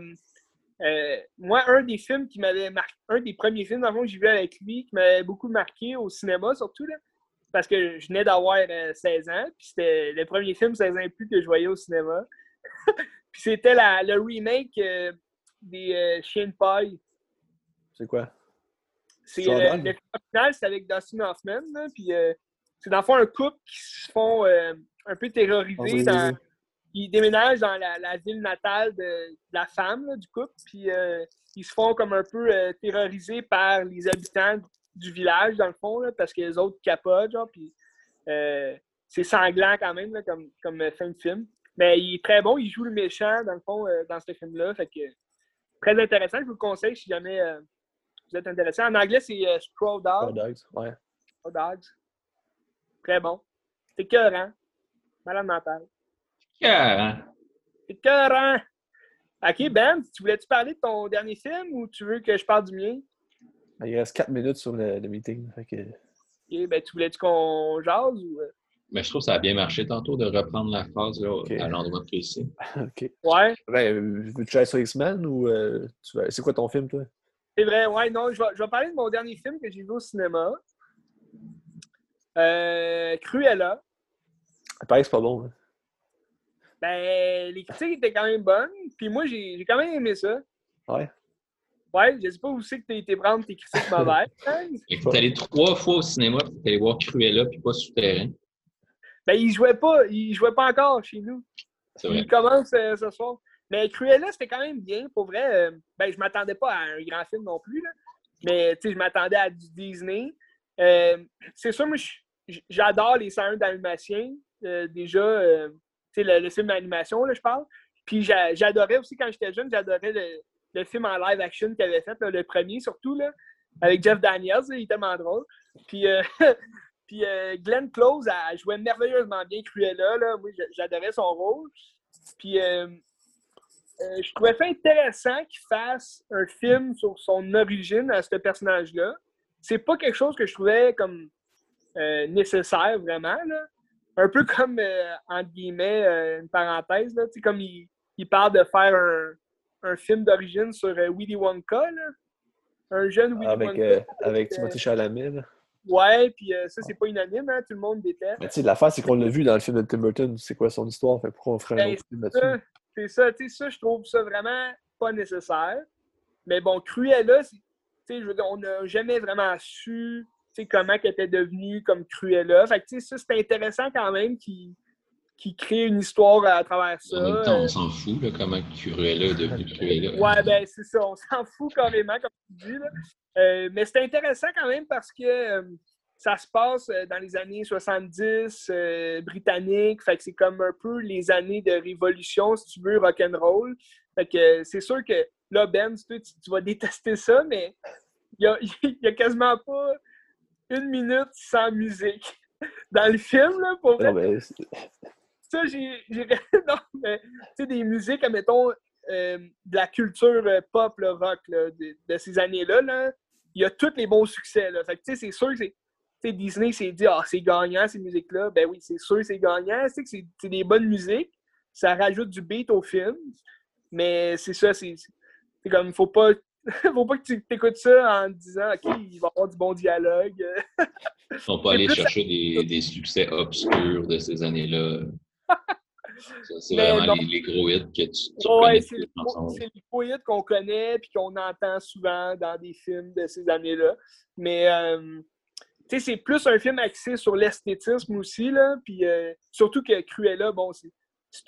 moi, un des films qui m'avait marqué, un des premiers films dans le fond, que j'ai vu avec lui, qui m'avait beaucoup marqué au cinéma, surtout, là, parce que je venais d'avoir 16 ans, puis c'était le premier film 16 ans et plus que je voyais au cinéma. Puis c'était le remake des Chiens de paille. C'est quoi? C'est le film final, c'est avec Dustin Hoffman, là, puis c'est dans le fond un couple qui se font un peu terroriser. Ils déménagent dans la ville natale de la femme là, du couple, puis ils se font comme un peu terroriser par les habitants du village, dans le fond, là, parce que les autres capotent, genre, puis c'est sanglant quand même, là, comme fin de film. Mais il est très bon, il joue le méchant, dans le fond, dans ce film-là, fait que très intéressant, je vous le conseille si jamais vous êtes intéressé. En anglais, c'est Straw Dogs. Straw Dogs, ouais. Straw Dogs. Très bon. C'est écœurant. Malade mental. Yeah. C'est écœurant. OK, Ben, tu voulais-tu parler de ton dernier film ou tu veux que je parle du mien? Il reste 4 minutes sur le meeting. Fait que... OK, ben, tu voulais-tu qu'on jase ou... Mais je trouve que ça a bien marché tantôt de reprendre la phrase là, à l'endroit précis. OK. Ouais. Ben, veux-tu aller sur X-Men ou c'est quoi ton film, toi? C'est vrai, ouais, non, je vais parler de mon dernier film que j'ai vu au cinéma. Cruella. Pareil, c'est pas bon. Hein? Ben, les critiques étaient quand même bonnes, puis moi, j'ai quand même aimé ça. Ouais. Ouais, je sais pas où c'est que t'as été prendre tes critiques mauvaises. Hein? T'es allé 3 fois au cinéma, puis t'es allé voir Cruella, puis pas Souterrain. Ben, il jouait pas encore chez nous. Il commence ce soir. Mais Cruella, c'était quand même bien. Pour vrai, ben, je m'attendais pas à un grand film non plus, là. Mais je m'attendais à du Disney. C'est sûr, moi, j'adore les scènes d'animation. Déjà, le film d'animation, là, je parle. Puis j'adorais aussi, quand j'étais jeune, j'adorais le film en live action qu'il avait fait, là, le premier surtout, là, avec Jeff Daniels. Là, il est tellement drôle. Puis, puis Glenn Close, elle jouait merveilleusement bien Cruella. Là. Moi, j'adorais son rôle. Puis je trouvais ça intéressant qu'il fasse un film sur son origine à ce personnage-là. C'est pas quelque chose que je trouvais comme nécessaire vraiment. Là. Un peu comme, entre guillemets, une parenthèse, là, comme il parle de faire un film d'origine sur Willy Wonka. Là. Un jeune Willy Wonka. Avec Timothée Chalamet. Là. Ouais, puis ça, c'est pas unanime, hein? Tout le monde déteste. Mais tu sais, l'affaire, c'est qu'on l'a vu dans le film de Tim Burton. C'est quoi son histoire? Fait pourquoi on ferait un autre film là-dessus? C'est ça, tu sais, ça, je trouve ça vraiment pas nécessaire. Mais bon, Cruella, tu sais, je veux dire, on n'a jamais vraiment su, tu sais, comment elle était devenue comme Cruella. Fait que, tu sais, ça, c'est intéressant quand même qu'il crée une histoire à travers ça. En même temps, on s'en fout, là, comment Cruella est devenue Cruella. Ouais, ben, c'est ça, on s'en fout carrément, comme tu dis, là. Mais c'est intéressant quand même parce que ça se passe dans les années 70 britanniques. Fait que c'est comme un peu les années de révolution, si tu veux, rock'n'roll. Fait que c'est sûr que là, Ben, tu vas détester ça, mais il y a quasiment pas une minute sans musique dans le film, là, pour vrai. Non, mais... Ça, non, mais tu sais, des musiques, admettons, de la culture pop, là, rock, là, de ces années-là, là, il y a tous les bons succès, là. Fait que, tu sais, c'est sûr que Disney s'est dit, ah, c'est gagnant ces musiques-là. Ben oui, c'est sûr, c'est gagnant. C'est que c'est des bonnes musiques. Ça rajoute du beat au film. Mais c'est ça, c'est comme, faut pas que tu écoutes ça en te disant, OK, il va y avoir du bon dialogue. Ils sont pas allés chercher des succès obscurs de ces années-là. Ça, c'est vraiment les gros hits que tu reconnais. C'est les gros hits qu'on connaît et qu'on entend souvent dans des films de ces années-là. Mais c'est plus un film axé sur l'esthétisme aussi. Là, puis, surtout que Cruella, bon, c'est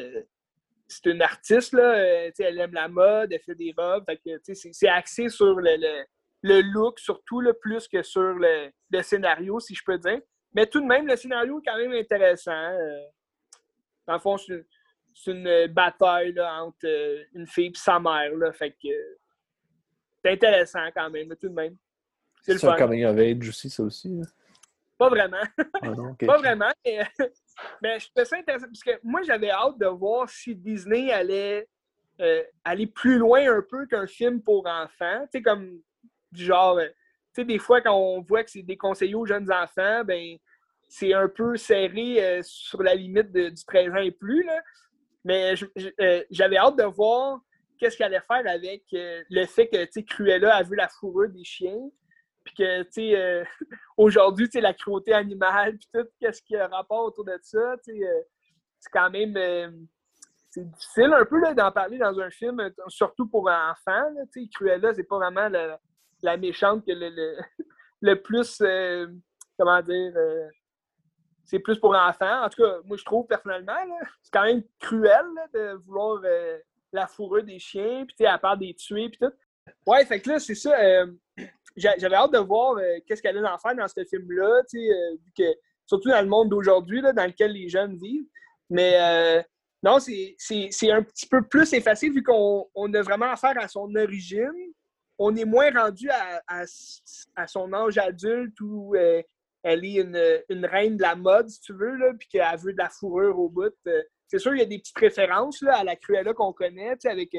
une artiste. Là, elle aime la mode, elle fait des robes. Fait que, c'est axé sur le look, surtout là, plus que sur le scénario, si je peux dire. Mais tout de même, le scénario est quand même intéressant. Dans le fond, c'est une bataille là, entre une fille et sa mère. Là, fait que c'est intéressant quand même, mais tout de même. C'est un coming of age aussi, ça aussi. Là. Pas vraiment. Ah non, okay. Pas vraiment, mais je trouvais ça intéressant parce que moi, j'avais hâte de voir si Disney allait aller plus loin un peu qu'un film pour enfants. Tu sais, comme du genre, tu sais, des fois, quand on voit que c'est déconseillé aux jeunes enfants, ben c'est un peu serré sur la limite du 13 ans et plus. Là. Mais j'avais hâte de voir qu'est-ce qu'elle allait faire avec le fait que Cruella a vu la fourrure des chiens. Puis que, aujourd'hui, la cruauté animale, puis tout, qu'est-ce qu'il y a rapport autour de ça, c'est quand même c'est difficile un peu là, d'en parler dans un film, surtout pour enfants. Là, Cruella, c'est pas vraiment la méchante que le plus, comment dire, c'est plus pour enfants. En tout cas, moi, je trouve personnellement, là, c'est quand même cruel là, de vouloir la fourrure des chiens, puis à part des tuer, puis tout. Ouais, fait que là, c'est ça. J'avais hâte de voir qu'est-ce qu'elle allait en faire dans ce film-là, vu que, surtout dans le monde d'aujourd'hui, là, dans lequel les jeunes vivent. Mais non, c'est un petit peu plus effacé vu qu'on a vraiment affaire à son origine. On est moins rendu à son âge adulte où elle est une reine de la mode, si tu veux, là, puis qu'elle veut de la fourrure au bout. C'est sûr, il y a des petites références là, à la Cruella qu'on connaît, avec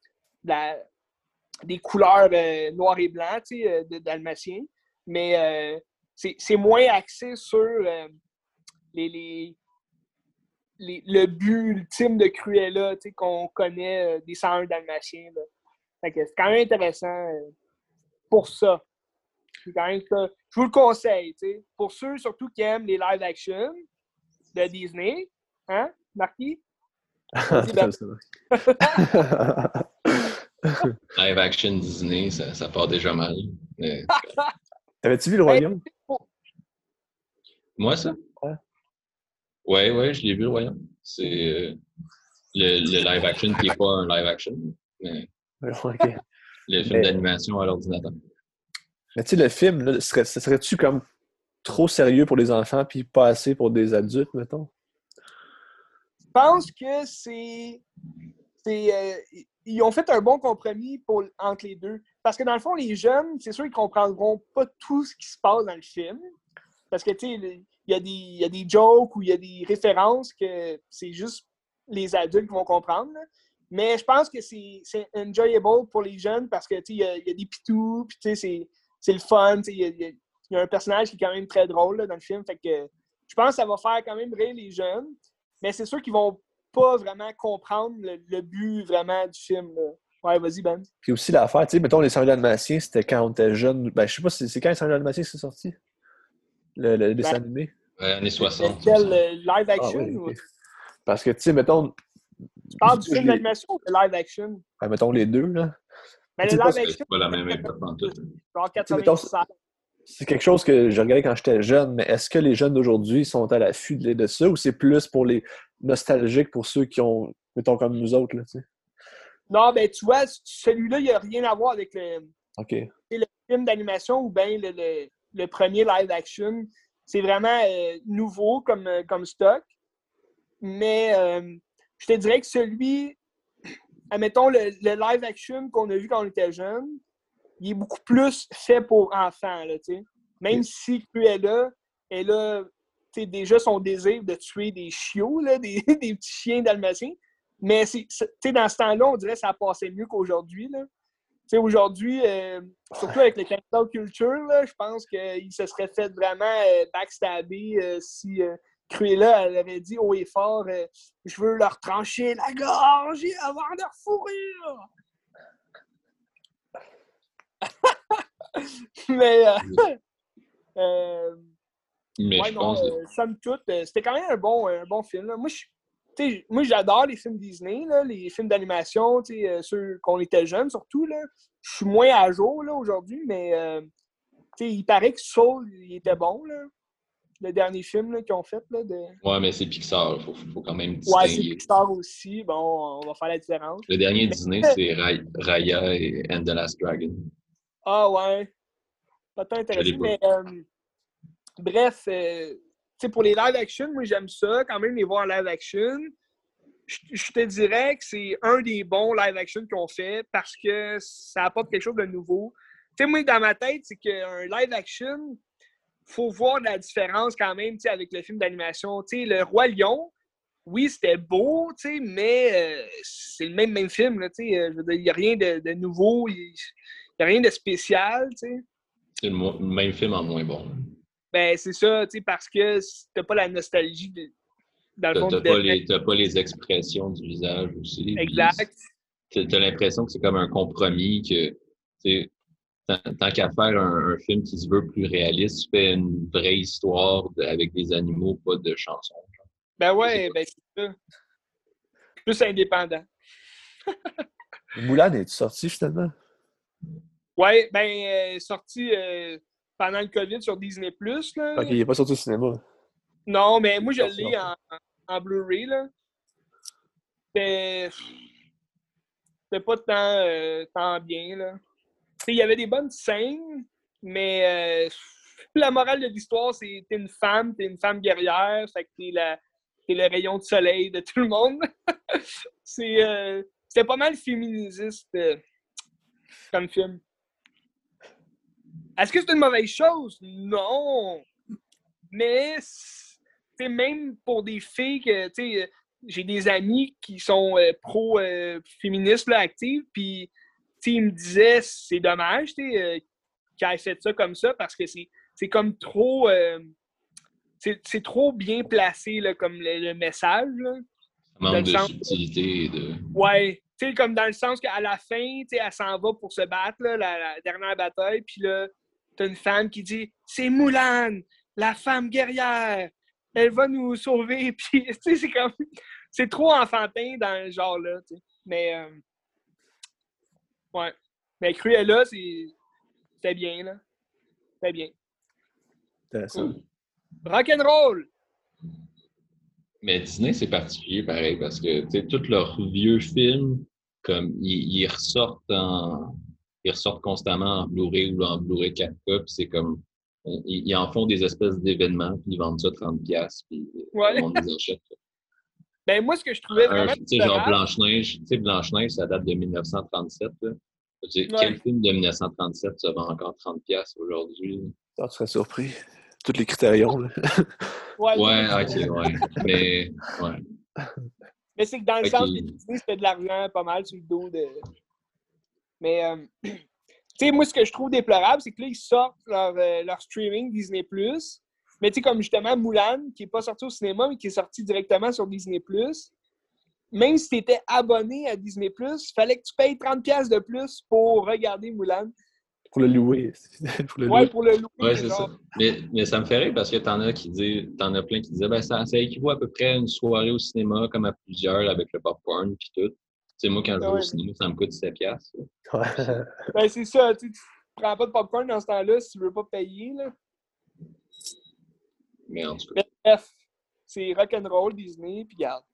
des couleurs noir et blanc de dalmatien. Mais c'est moins axé sur le but ultime de Cruella qu'on connaît des 101 dalmatiens. Là. Fait que c'est quand même intéressant pour ça. C'est quand même ça. Je vous le conseille. T'sais. Pour ceux surtout qui aiment les live action de Disney. Hein, Marquis? Live action Disney, ça part déjà mal. Mais... T'avais-tu vu Le Royaume? Moi, ça? Ouais. Ouais, je l'ai vu, Le Royaume. C'est le live action qui n'est pas un live action, mais okay. Le film d'animation à l'ordinateur. Mais tu sais, le film, là, serait-tu comme trop sérieux pour les enfants puis pas assez pour des adultes, mettons? Je pense que ils ont fait un bon compromis entre les deux. Parce que dans le fond, les jeunes, c'est sûr qu'ils ne comprendront pas tout ce qui se passe dans le film. Parce que, tu sais, il y a des jokes ou il y a des références que c'est juste les adultes qui vont comprendre. Là. Mais je pense que c'est enjoyable pour les jeunes parce que, tu sais, il y a des pitous, puis tu sais, c'est le fun. Tu sais, il y a un personnage qui est quand même très drôle là, dans le film. Fait que je pense que ça va faire quand même rire les jeunes. Mais c'est sûr qu'ils vont pas vraiment comprendre le but vraiment du film. Là. Ouais, vas-y, Ben. Puis aussi l'affaire, tu sais, mettons, les 101 dalmatiens, c'était quand on était jeune. Ben, je sais pas, c'est quand les 101 dalmatiens c'est sorti? Le dessin animé? Années 60. Quel live action? Ah, oui, okay. Parce que, tu sais, mettons... Tu parles du film d'animation ou de live action? Ben, mettons les deux, là. Ben, le live action, c'est pas la même époque en tout. Genre 96. C'est quelque chose que je regardais quand j'étais jeune, mais est-ce que les jeunes d'aujourd'hui sont à l'affût de ça ou c'est plus pour les nostalgiques, pour ceux qui ont, mettons, comme nous autres, là, tu sais? Non, ben, tu vois, celui-là, il n'y a rien à voir avec le film d'animation ou bien le premier live action. C'est vraiment nouveau comme stock. Mais je te dirais que celui, admettons, le live action qu'on a vu quand on était jeune, il est beaucoup plus fait pour enfants, là, tu sais. Même si Cruella, elle a déjà son désir de tuer des chiots, là, des petits chiens dalmatiens. Mais dans ce temps-là, on dirait que ça passait mieux qu'aujourd'hui. Là. sais, aujourd'hui, surtout avec le cancel culture, là, je pense qu'il se serait fait vraiment backstabber si Cruella elle avait dit haut et fort je veux leur trancher la gorge et avoir leur fourrure. Mais, Mais ouais, je non, pense. somme toute, c'était quand même un bon film. Là. Moi, j'adore les films Disney, là, les films d'animation, ceux qu'on était jeunes surtout. Là. Je suis moins à jour là, aujourd'hui, mais il paraît que Soul il était bon. Là. Le dernier film là, qu'ils ont fait. Là, de... Ouais, mais c'est Pixar, faut quand même Ouais, c'est distinguer. Pixar aussi. Bon, on va faire la différence. Le dernier Mais... Disney, c'est Raya et And the Last Dragon. Ah ouais. Pas tant Je l'ai intéressant, pas. mais bref, pour les live action, moi j'aime ça, quand même les voir en live action. Je te dirais que c'est un des bons live action qu'on fait parce que ça apporte quelque chose de nouveau. Tu sais, moi, dans ma tête, c'est qu'un live action, il faut voir la différence quand même avec le film d'animation. Tu sais, Le Roi Lion, oui, c'était beau, mais c'est le même film. Là, je veux dire, il n'y a rien de nouveau, il n'y a rien de spécial. T'sais. C'est le même film en moins bon. Ben, c'est ça, parce que t'as pas la nostalgie dans le fond T'as pas les expressions du visage aussi. Exact. T'as l'impression que c'est comme un compromis que tant qu'à faire un film qui se veut plus réaliste, tu fais une vraie histoire avec des animaux, pas de chansons. Ben ouais, ben c'est ça. Plus indépendant. Moulin est sorti finalement? Ouais, ben sorti pendant le COVID sur Disney+. Là. Ok, il n'est pas sorti au cinéma. Non, mais moi je l'ai en Blu-ray. Là. C'était pas tant bien. Là. Il y avait des bonnes scènes, mais la morale de l'histoire, c'est t'es une femme guerrière, fait que t'es le rayon de soleil de tout le monde. C'était pas mal féminisiste comme film. Est-ce que c'est une mauvaise chose? Non! Mais même pour des filles que j'ai des amis qui sont pro-féministes actives, puis ils me disaient c'est dommage qu'elle ait fait ça comme ça parce que c'est comme trop c'est trop bien placé là, comme le message. Là, ça manque de subtilité. Ouais, comme dans le sens qu'à la fin, elle s'en va pour se battre, là, la dernière bataille, puis là, t'as une femme qui dit « C'est Mulan, la femme guerrière, elle va nous sauver. » Puis, c'est comme... C'est trop enfantin dans le genre-là, Mais, ouais. Mais Cruella, c'était bien, là. C'était bien. Intéressant. Cool. Rock'n'roll! Mais Disney, c'est particulier, pareil, parce que, tu sais, tous leurs vieux films, comme, ils ressortent constamment en Blu-ray ou en Blu-ray 4K, puis c'est comme, ils en font des espèces d'événements, puis ils vendent ça 30$, puis ouais. le monde les achète. Ben, moi, ce que je trouvais vraiment... Tu sais, genre Blanche-Neige, ça date de 1937, là. Je veux dire, ouais. Quel film de 1937 se vend encore 30$ aujourd'hui? Ah, tu serais surpris. Tous les critérions, là. ouais, ok, ouais. Mais, ouais. Mais c'est que dans le sens que Disney, c'était de l'argent pas mal sur le dos de... Mais, tu sais, moi, ce que je trouve déplorable, c'est que là, ils sortent leur streaming Disney+. Mais tu sais, comme justement Mulan, qui n'est pas sorti au cinéma, mais qui est sorti directement sur Disney+. Même si tu étais abonné à Disney+, il fallait que tu payes 30$ de plus pour regarder Mulan. Pour le louer. Pour le louer. Ouais, c'est ça. Mais ça me fait rire parce que t'en as plein qui disaient ben ça équivaut à peu près à une soirée au cinéma comme à plusieurs avec le popcorn puis tout. Tu sais, moi, quand je vais au cinéma, ça me coûte 7$. Ben, c'est ça. Tu prends pas de popcorn dans ce temps-là si tu veux pas payer. Là. Mais en tout cas. Bref, c'est rock'n'roll, Disney, puis garde.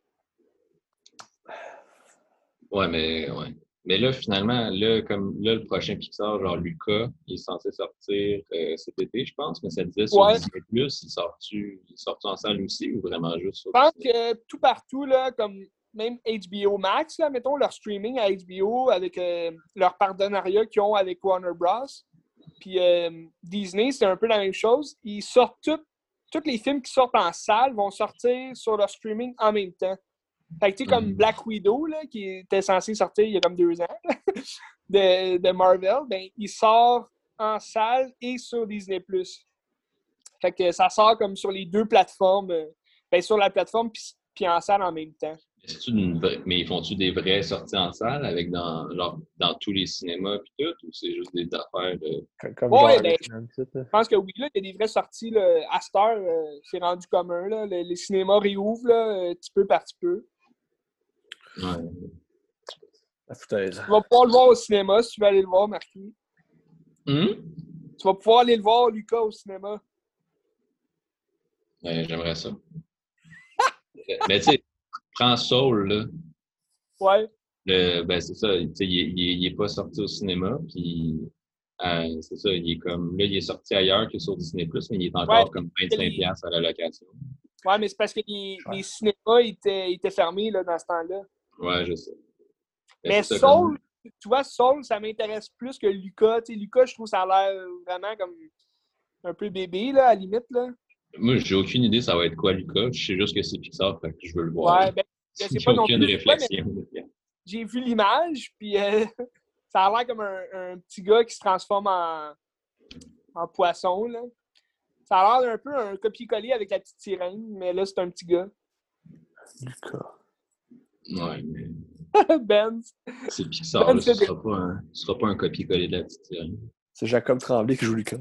Ouais. Mais là, finalement, le prochain Pixar, genre Luca, il est censé sortir cet été, je pense, mais ça disait sur Disney+, il sort-tu en salle aussi ou vraiment juste sur Je pense que tout partout, là, comme même HBO Max, là, mettons leur streaming à HBO avec leur partenariat qu'ils ont avec Warner Bros. Puis Disney, c'est un peu la même chose. Ils sortent tous les films qui sortent en salle vont sortir sur leur streaming en même temps. Fait que tu sais, comme Black Widow, là, qui était censé sortir il y a comme 2 ans, de Marvel, ben, il sort en salle et sur Disney+. Fait que ça sort comme sur les deux plateformes. Ben, sur la plateforme puis en salle en même temps. Mais ils font-tu des vraies sorties en salle avec dans tous les cinémas et tout, ou c'est juste des affaires de... Comme Ouais, genre ben, X-Men, tout, là. je pense que oui, là, il y a des vraies sorties. Là, à cette heure, c'est rendu commun. Là, les cinémas réouvrent là, petit peu par petit peu. Ouais. La foutaise. Tu vas pouvoir le voir au cinéma si tu veux aller le voir, Marquis. Hum? Tu vas pouvoir aller le voir, Lucas, au cinéma. Ouais, j'aimerais ça. Mais tu sais, prends Soul, là. Ouais. Ben c'est ça, tu sais, il est pas sorti au cinéma, puis c'est ça, il est comme, là, il est sorti ailleurs que sur Disney+, mais il est Ouais, encore comme 25$ à la location. ouais, mais c'est parce que les cinémas étaient fermés là, dans ce temps-là. Ouais, je sais. Mais c'est ça, Soul, tu vois, Soul, ça m'intéresse plus que Lucas. Tu sais, Lucas, je trouve ça a l'air vraiment comme un peu bébé, là, à la limite, là. Moi, j'ai aucune idée ça va être quoi, Lucas. Je sais juste que c'est Pixar, fait que je veux le voir. Ouais, ben, je sais J'ai pas non aucune plus c'est quoi, mais réflexion. j'ai vu l'image, puis ça a l'air comme un petit gars qui se transforme en poisson, là. Ça a l'air un peu un copier-coller avec la petite sirène, mais là, c'est un petit gars. Lucas. Ouais, mais Benz. c'est Pixar, Ben, là, ce sera pas un copier-coller de la petite série. C'est Jacob Tremblay qui joue Lucas.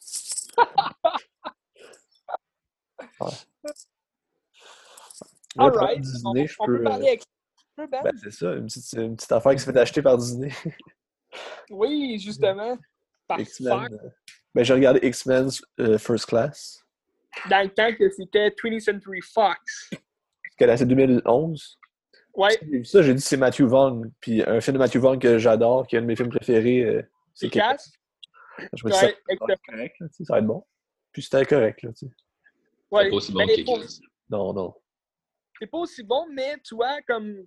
Ouais. Là, All parlant right. de Disney, On peut parler avec Ben? Ben, c'est ça, une petite affaire qui se fait acheter par Disney. Oui, justement. Par X-Men. Fox. Ben, j'ai regardé X-Men First Class. Dans le temps que c'était 20th Century Fox. C'est 2011. Ouais. J'ai vu ça, j'ai dit c'est Matthew Vaughn. Puis un film de Matthew Vaughn que j'adore, qui est un de mes films préférés, c'est Efficace. Je me dis ça Ouais, va être correct, là, tu sais, ça va être bon. Puis c'était correct, là, tu sais. ouais. C'est pas aussi bon Ben, que Kick-Ass. Non, non. c'est pas aussi bon, mais tu vois, comme.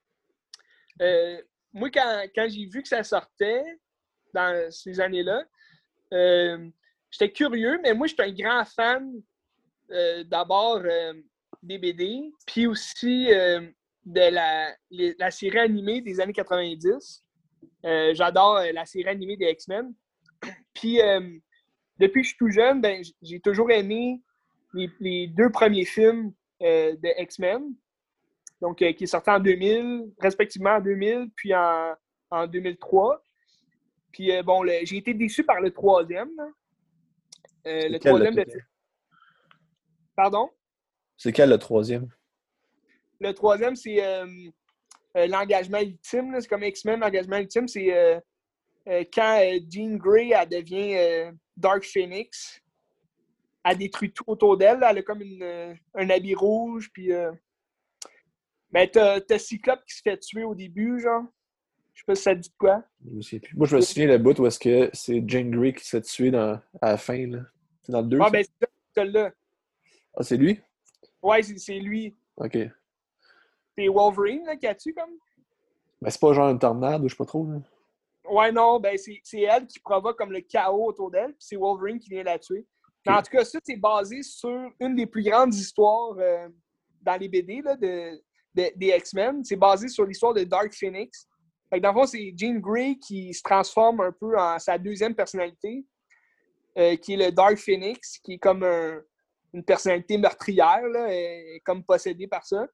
Moi, quand j'ai vu que ça sortait dans ces années-là, j'étais curieux, mais moi, j'étais un grand fan d'abord des BD, puis aussi de la série animée des années 90. J'adore la série animée des X-Men. Puis, depuis que je suis tout jeune, ben, j'ai toujours aimé les deux premiers films de X-Men. Donc, qui est sorti en 2000, respectivement en 2000, puis en 2003. Puis, bon, j'ai été déçu par le troisième. Le troisième de... Pardon? C'est quel le troisième? Le troisième, c'est l'engagement ultime. Là. C'est comme X-Men, l'engagement ultime. C'est quand Jean Grey elle devient Dark Phoenix. Elle détruit tout autour d'elle. Elle a comme un habit rouge. Puis, ben, t'as Cyclope qui se fait tuer au début, genre. Je sais pas si ça te dit de quoi. Moi, je me souviens le bout où est-ce que c'est Jean Grey qui se fait tuer à la fin, là. C'est dans le 2, Ah, ça? ben, c'est celui-là. Ah, c'est lui? Ouais, c'est lui. OK. C'est Wolverine, là, qui a tué, comme. Ben, c'est pas genre une tornade ou je sais pas trop, là. Ouais, non, ben, c'est elle qui provoque comme le chaos autour d'elle, puis c'est Wolverine qui vient la tuer. Mais en tout cas, ça, c'est basé sur une des plus grandes histoires dans les BD là, des X-Men. C'est basé sur l'histoire de Dark Phoenix. Fait que dans le fond, c'est Jean Grey qui se transforme un peu en sa deuxième personnalité, qui est le Dark Phoenix, qui est comme une personnalité meurtrière, là, comme possédée par ça.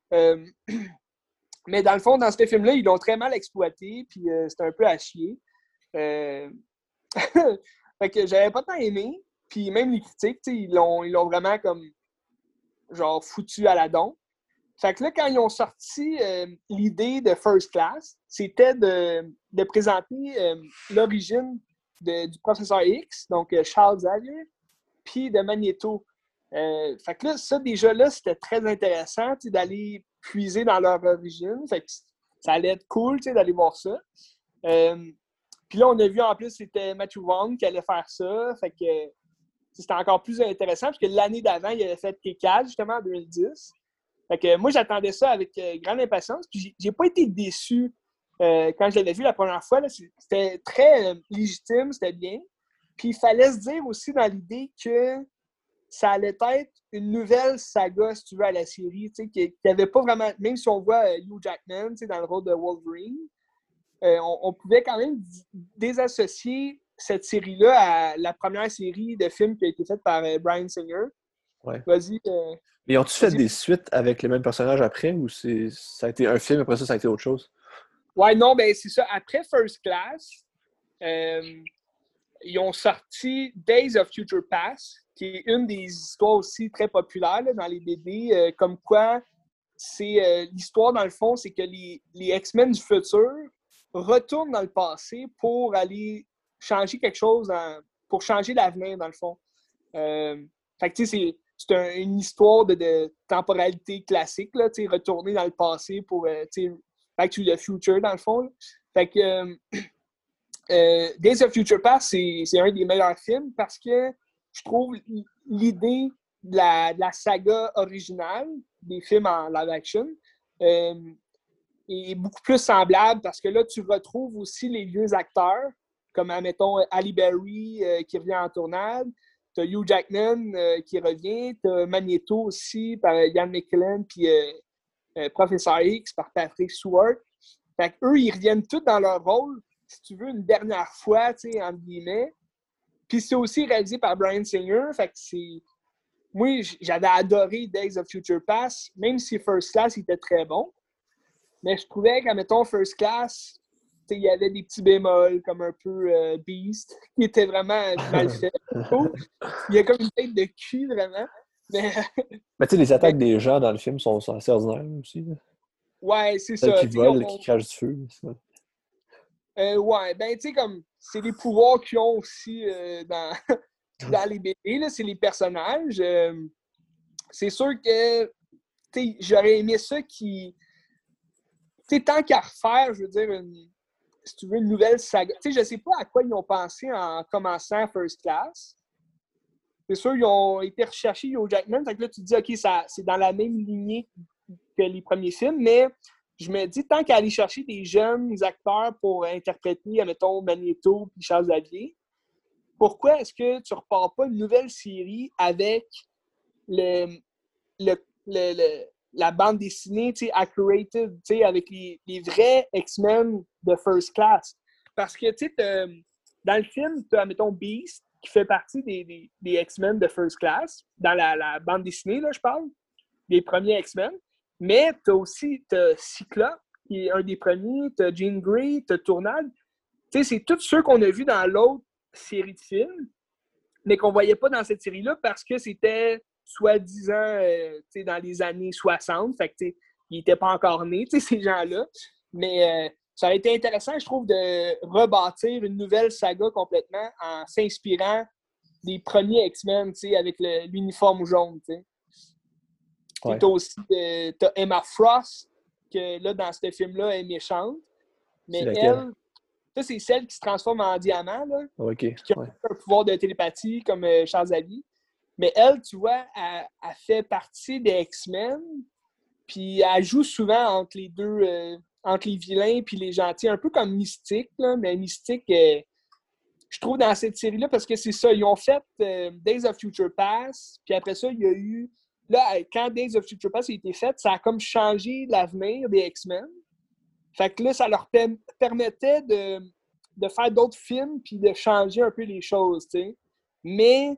Mais dans le fond, dans ce film-là, ils l'ont très mal exploité, puis c'était un peu à chier. Fait que j'avais pas tant aimé. Puis même les critiques, ils l'ont vraiment comme genre foutu à la don. Fait que là, quand ils ont sorti l'idée de First Class, c'était de présenter l'origine du professeur X, donc Charles Xavier, puis de Magneto. Fait que là, ça, déjà là, c'était très intéressant d'aller puiser dans leur origine. Fait que ça allait être cool d'aller voir ça. Puis là, on a vu en plus, c'était Matthew Vaughn qui allait faire ça. Fait que c'était encore plus intéressant parce que l'année d'avant, il avait fait Kick-Ass, justement, en 2010. Fait que moi, j'attendais ça avec grande impatience. Puis j'ai pas été déçu quand je l'avais vu la première fois. Là, c'était très légitime, c'était bien. Puis il fallait se dire aussi dans l'idée que ça allait être une nouvelle saga, si tu veux, à la série, qui n'avait pas vraiment... Même si on voit Hugh Jackman dans le rôle de Wolverine, on pouvait quand même désassocier cette série-là à la première série de films qui a été faite par Bryan Singer. Ouais. Vas-y. Et ont-tu fait des suites avec les mêmes personnages après ou ça a été un film, après ça a été autre chose? Ouais, non, ben c'est ça. Après First Class, ils ont sorti Days of Future Past, qui est une des histoires aussi très populaires là, dans les BD, comme quoi c'est l'histoire, dans le fond, c'est que les X-Men du futur retournent dans le passé pour aller changer quelque chose, pour changer l'avenir, dans le fond. Fait que, tu sais, c'est une histoire de temporalité classique, là, tu sais, retourner dans le passé pour, tu sais, Back to the Future, dans le fond. Là. Fait que Days of Future Past, c'est un des meilleurs films parce que je trouve l'idée de la saga originale des films en live action est beaucoup plus semblable parce que là, tu retrouves aussi les vieux acteurs, comme, admettons, Halle Berry qui revient en tournade, tu as Hugh Jackman qui revient, tu as Magneto aussi par Ian McKellen, puis Professeur X par Patrick Stewart. Fait qu'eux, ils reviennent tous dans leur rôle, si tu veux, une dernière fois, tu sais, entre guillemets. Puis c'est aussi réalisé par Bryan Singer, fait que c'est... Moi, j'avais adoré Days of Future Past, même si First Class était très bon. Mais je trouvais qu'à, mettons, First Class, il y avait des petits bémols, comme un peu Beast, qui était vraiment mal fait. Il y a comme une tête de cul, vraiment. Mais tu sais, les attaques des gens dans le film sont assez ordinaires aussi. Là. Ouais, c'est Celles ça. qui volent, qui crachent du feu. Ouais, ben, tu sais, comme, c'est les pouvoirs qu'ils ont aussi dans les BD, là, c'est les personnages. C'est sûr que, tu sais, j'aurais aimé ça qui... Tu sais, tant qu'à refaire, je veux dire, si tu veux, une nouvelle saga. Tu sais, je sais pas à quoi ils ont pensé en commençant First Class. C'est sûr, ils ont été recherchés Hugh Jackman. Fait que là, tu te dis, OK, c'est dans la même lignée que les premiers films, mais je me dis, tant qu'à aller chercher des jeunes acteurs pour interpréter, admettons, Magneto et Charles Xavier, pourquoi est-ce que tu ne repars pas une nouvelle série avec la bande dessinée, accurated, avec les vrais X-Men de First Class? Parce que, tu sais, dans le film, tu as, admettons, Beast, qui fait partie des X-Men de First Class, dans la bande dessinée, là, je parle, des premiers X-Men. Mais tu as aussi Cyclope, qui est un des premiers, tu as Jean Grey, tu as Tournade. Tu sais, c'est tous ceux qu'on a vus dans l'autre série de films, mais qu'on ne voyait pas dans cette série-là parce que c'était soi-disant dans les années 60. Fait que, ils n'étaient pas encore nés, ces gens-là. Mais ça a été intéressant, je trouve, de rebâtir une nouvelle saga complètement en s'inspirant des premiers X-Men, avec l'uniforme jaune, t'sais. Ouais. T'as Emma Frost, que là, dans ce film-là, elle est méchante. Mais elle, ça, c'est celle qui se transforme en diamant, là. OK. Qui a un pouvoir de télépathie, comme Charles Xavier. Mais elle, tu vois, elle fait partie des X-Men. Puis elle joue souvent entre les deux, entre les vilains et les gentils, un peu comme Mystique, là. Mais Mystique, je trouve, dans cette série-là, parce que c'est ça, ils ont fait Days of Future Past, puis après ça, il y a eu... Là, quand Days of Future Past a été fait, ça a comme changé l'avenir des X-Men. Fait que là, ça leur permettait de faire d'autres films puis de changer un peu les choses, tu sais. Mais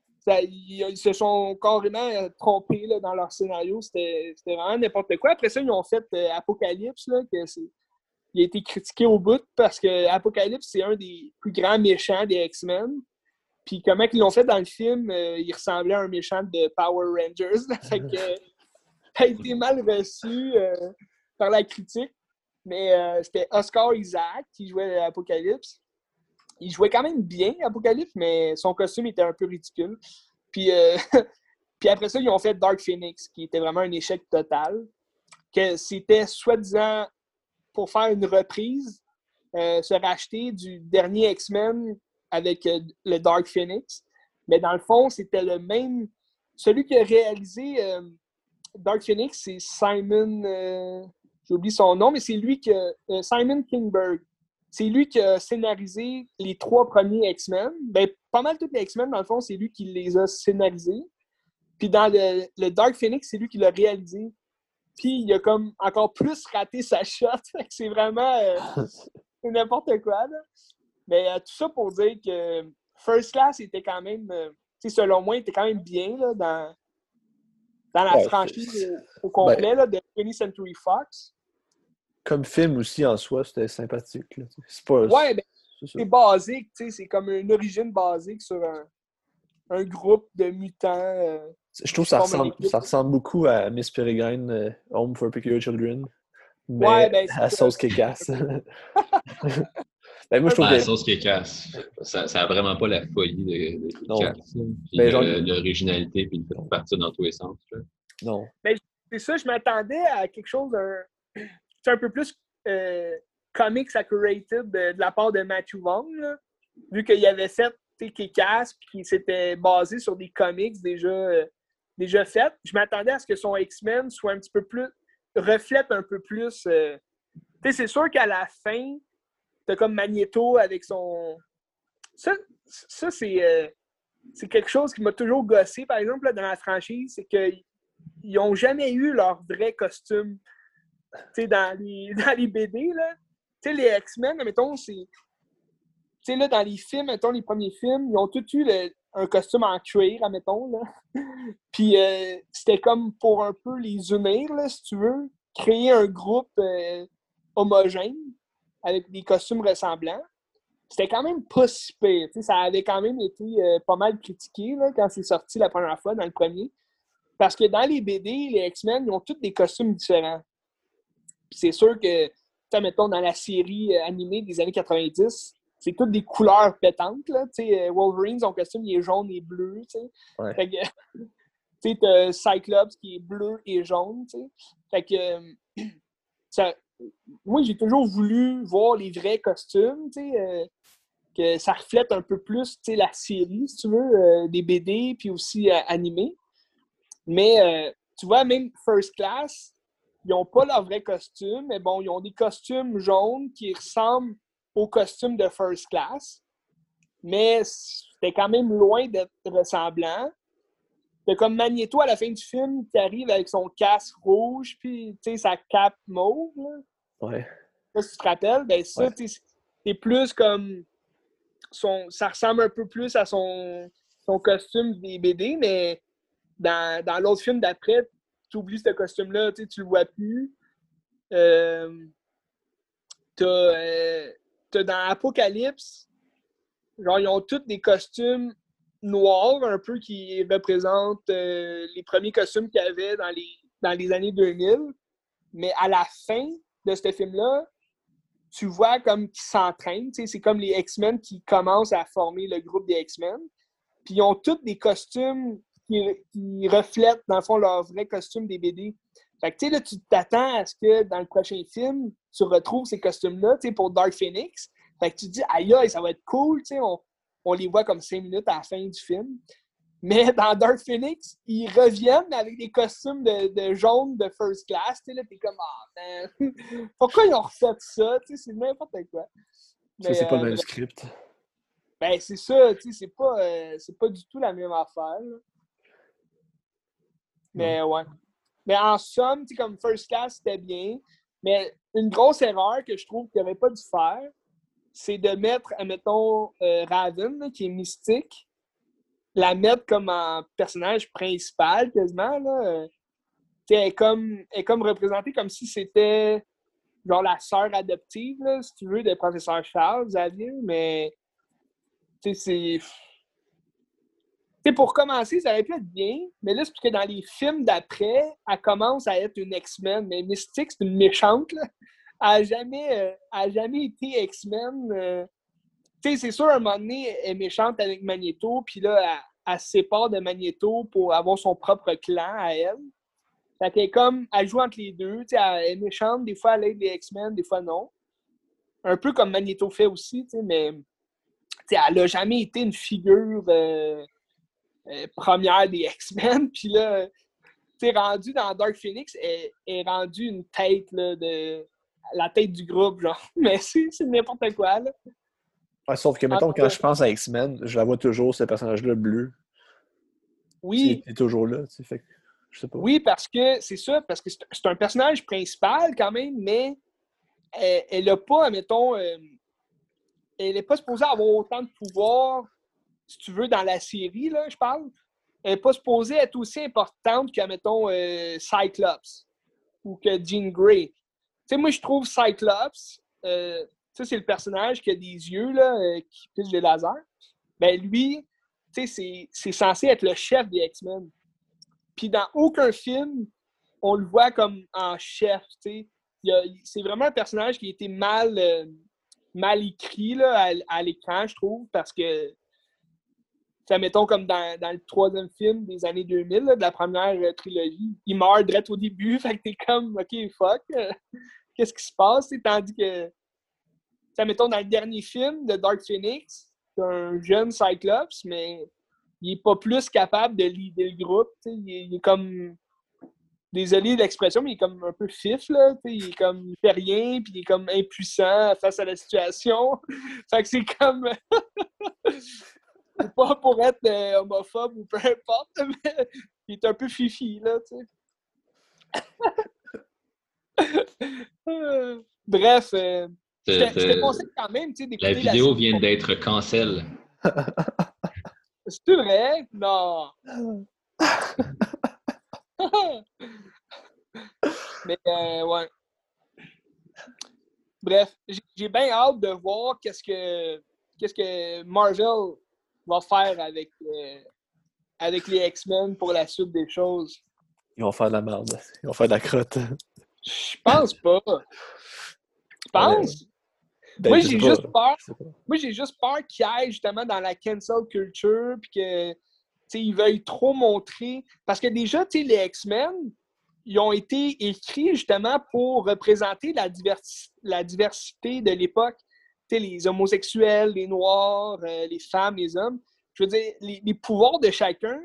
ils se sont carrément trompés là, dans leur scénario. C'était vraiment n'importe quoi. Après ça, ils ont fait Apocalypse, là, il a été critiqué au bout parce que Apocalypse, c'est un des plus grands méchants des X-Men. Puis comment ils l'ont fait dans le film, il ressemblait à un méchant de Power Rangers. Là. Fait que ça a été mal reçu par la critique. Mais c'était Oscar Isaac qui jouait Apocalypse. Il jouait quand même bien, Apocalypse, mais son costume était un peu ridicule. Puis, puis après ça, ils ont fait Dark Phoenix, qui était vraiment un échec total. Que c'était soi-disant pour faire une reprise, se racheter du dernier X-Men avec le Dark Phoenix. Mais dans le fond, c'était le même... Celui qui a réalisé Dark Phoenix, c'est Simon... J'oublie son nom, mais c'est lui qui a... Simon Kinberg. C'est lui qui a scénarisé les 3 premiers X-Men. Ben, pas mal tous les X-Men, dans le fond, c'est lui qui les a scénarisés. Puis dans le Dark Phoenix, c'est lui qui l'a réalisé. Puis il a comme encore plus raté sa shot. C'est vraiment... C'est n'importe quoi, là. Mais tout ça pour dire que First Class était quand même, selon moi, il était quand même bien là, dans la franchise au complet là, de 20th Century Fox. Comme film aussi en soi, c'était sympathique. Là. C'est pas. Ouais, ben, c'est basique, c'est comme une origine basique sur un groupe de mutants. Je trouve que ça ressemble beaucoup à Miss Peregrine, Home for Peculiar Children, mais à sauce Kick-Ass. Ben, moi, je trouve que... La sauce Kick-Ass. Ça n'a vraiment pas la folie de Kick-Ass. L'originalité, puis le fait de partir dans tous les sens. Là. Non. Ben, c'est ça, je m'attendais à quelque chose un peu plus comics accurated de la part de Matthew Vaughn, là, vu qu'il avait fait Kick-Ass puis qu'il s'était basé sur des comics déjà faits. Je m'attendais à ce que son X-Men soit un petit peu plus... reflète un peu plus... c'est sûr qu'à la fin, t'as comme Magneto avec son... Ça c'est quelque chose qui m'a toujours gossé, par exemple, là, dans la franchise, c'est qu'ils n'ont jamais eu leur vrai costume dans les BD. Là. Les X-Men, mettons, c'est... là, dans les films, mettons, les premiers films, ils ont tous eu un costume en cuir, admettons, là. Puis c'était comme pour un peu les unir, là, si tu veux, créer un groupe homogène avec des costumes ressemblants. C'était quand même pas si pire. Ça avait quand même été pas mal critiqué là, quand c'est sorti la première fois dans le premier. Parce que dans les BD, les X-Men, ils ont tous des costumes différents. Puis c'est sûr que, mettons, dans la série animée des années 90, c'est toutes des couleurs pétantes. Là. Wolverine, son costume, il est jaune et bleu. Ouais. Fait que, t'as Cyclops qui est bleu et jaune. T'sais. Fait que, moi, j'ai toujours voulu voir les vrais costumes, que ça reflète un peu plus la série, si tu veux, des BD, puis aussi animés. Mais, tu vois, même First Class, ils n'ont pas leur vrai costume, mais bon, ils ont des costumes jaunes qui ressemblent aux costumes de First Class, mais c'était quand même loin d'être ressemblant. C'est comme Magneto à la fin du film qui arrive avec son casque rouge puis sa cape mauve. Là. Ouais. Là, si tu te rappelles, ben ça, ouais. C'est plus comme ça ressemble un peu plus à son costume des BD, mais dans l'autre film d'après, tu oublies ce costume-là, tu le vois plus. T'as dans Apocalypse, genre, ils ont tous des costumes noirs, un peu, qui représentent les premiers costumes qu'il y avait dans les années 2000. Mais à la fin de ce film-là, tu vois comme qu'ils s'entraînent. C'est comme les X-Men qui commencent à former le groupe des X-Men. Puis ils ont tous des costumes qui reflètent, dans le fond, leur vrai costume des BD. Fait que, tu sais, là, tu t'attends à ce que dans le prochain film, tu retrouves ces costumes-là, tu sais, pour Dark Phoenix. Fait que tu te dis, aïe, aïe, ça va être cool, tu sais, on les voit comme 5 minutes à la fin du film. Mais dans Dark Phoenix, ils reviennent avec des costumes de jaune de First Class. Tu sais, là, t'es comme, man, pourquoi ils ont refait ça? Tu sais, c'est n'importe quoi. Mais, c'est pas le même script. Ben, c'est ça, tu sais, c'est pas du tout la même affaire. Là. Mais ouais. Mais en somme, tu sais, comme First Class, c'était bien. Mais une grosse erreur que je trouve qu'il n'aurait pas dû faire, c'est de mettre, admettons, Raven, là, qui est mystique, la mettre comme en personnage principal, quasiment. Là. Elle est comme représentée comme si c'était genre la sœur adoptive, là, si tu veux, de professeur Charles Xavier, mais c'est... pour commencer, ça aurait pu être bien, mais là, c'est parce que dans les films d'après, elle commence à être une X-Men, mais Mystique, c'est une méchante, là. Elle n'a jamais été X-Men. C'est sûr, à un moment donné, elle est méchante avec Magneto, puis là, elle se sépare de Magneto pour avoir son propre clan à elle. Fait qu'elle est comme, elle joue entre les deux, elle est méchante, des fois elle aide les X-Men, des fois non. Un peu comme Magneto fait aussi, mais elle n'a jamais été une figure première des X-Men, puis là, rendue dans Dark Phoenix, elle est rendue une tête, là, la tête du groupe, genre. Mais c'est n'importe quoi, là. Ouais, sauf que, mettons, quand je pense à X-Men, je la vois toujours, ce personnage-là bleu. Oui. Il est toujours là, tu sais, fait que, je sais pas. Oui, parce que c'est ça, parce que c'est un personnage principal, quand même, mais elle a pas, admettons, elle n'est pas supposée avoir autant de pouvoir, si tu veux, dans la série, là, je parle. Elle n'est pas supposée être aussi importante que, admettons, Cyclops ou que Jean Grey. Tu sais, moi, je trouve Cyclops, ça, c'est le personnage qui a des yeux là, qui pissent des lasers. Ben lui, tu sais, c'est censé être le chef des X-Men. Puis dans aucun film, on le voit comme en chef, tu sais. C'est vraiment un personnage qui a été mal écrit là, à l'écran, je trouve, parce que, mettons, comme dans le troisième film des années 2000, là, de la première trilogie, il meurt direct au début, fait que t'es comme, OK, fuck, qu'est-ce qui se passe? T'sais, tandis que, mettons, dans le dernier film de Dark Phoenix, c'est un jeune Cyclops, mais il n'est pas plus capable de leader le groupe. Il est comme... Désolé de l'expression, mais il est comme un peu fif, là. Il fait rien, puis il est comme impuissant face à la situation. Fait que c'est comme... c'est pas pour être homophobe ou peu importe, mais il est un peu fifi, là, tu sais. Bref, je te conseille quand même, tu sais, d'écouter la vidéo vient d'être cancel. C'est vrai? Non. Mais ouais. Bref, j'ai bien hâte de voir qu'est-ce que Marvel va faire avec les X-Men pour la suite des choses. Ils vont faire de la merde. Ils vont faire de la crotte. Je pense pas. Tu penses? Ben, Moi, je sais j'ai pas. juste peur. Je sais pas. Moi, j'ai juste peur qu'il aille justement dans la cancel culture puis que ils veuillent trop montrer. Parce que déjà, les X-Men, ils ont été écrits justement pour représenter la diversité de l'époque. Les homosexuels, les noirs, les femmes, les hommes. Je veux dire, les pouvoirs de chacun.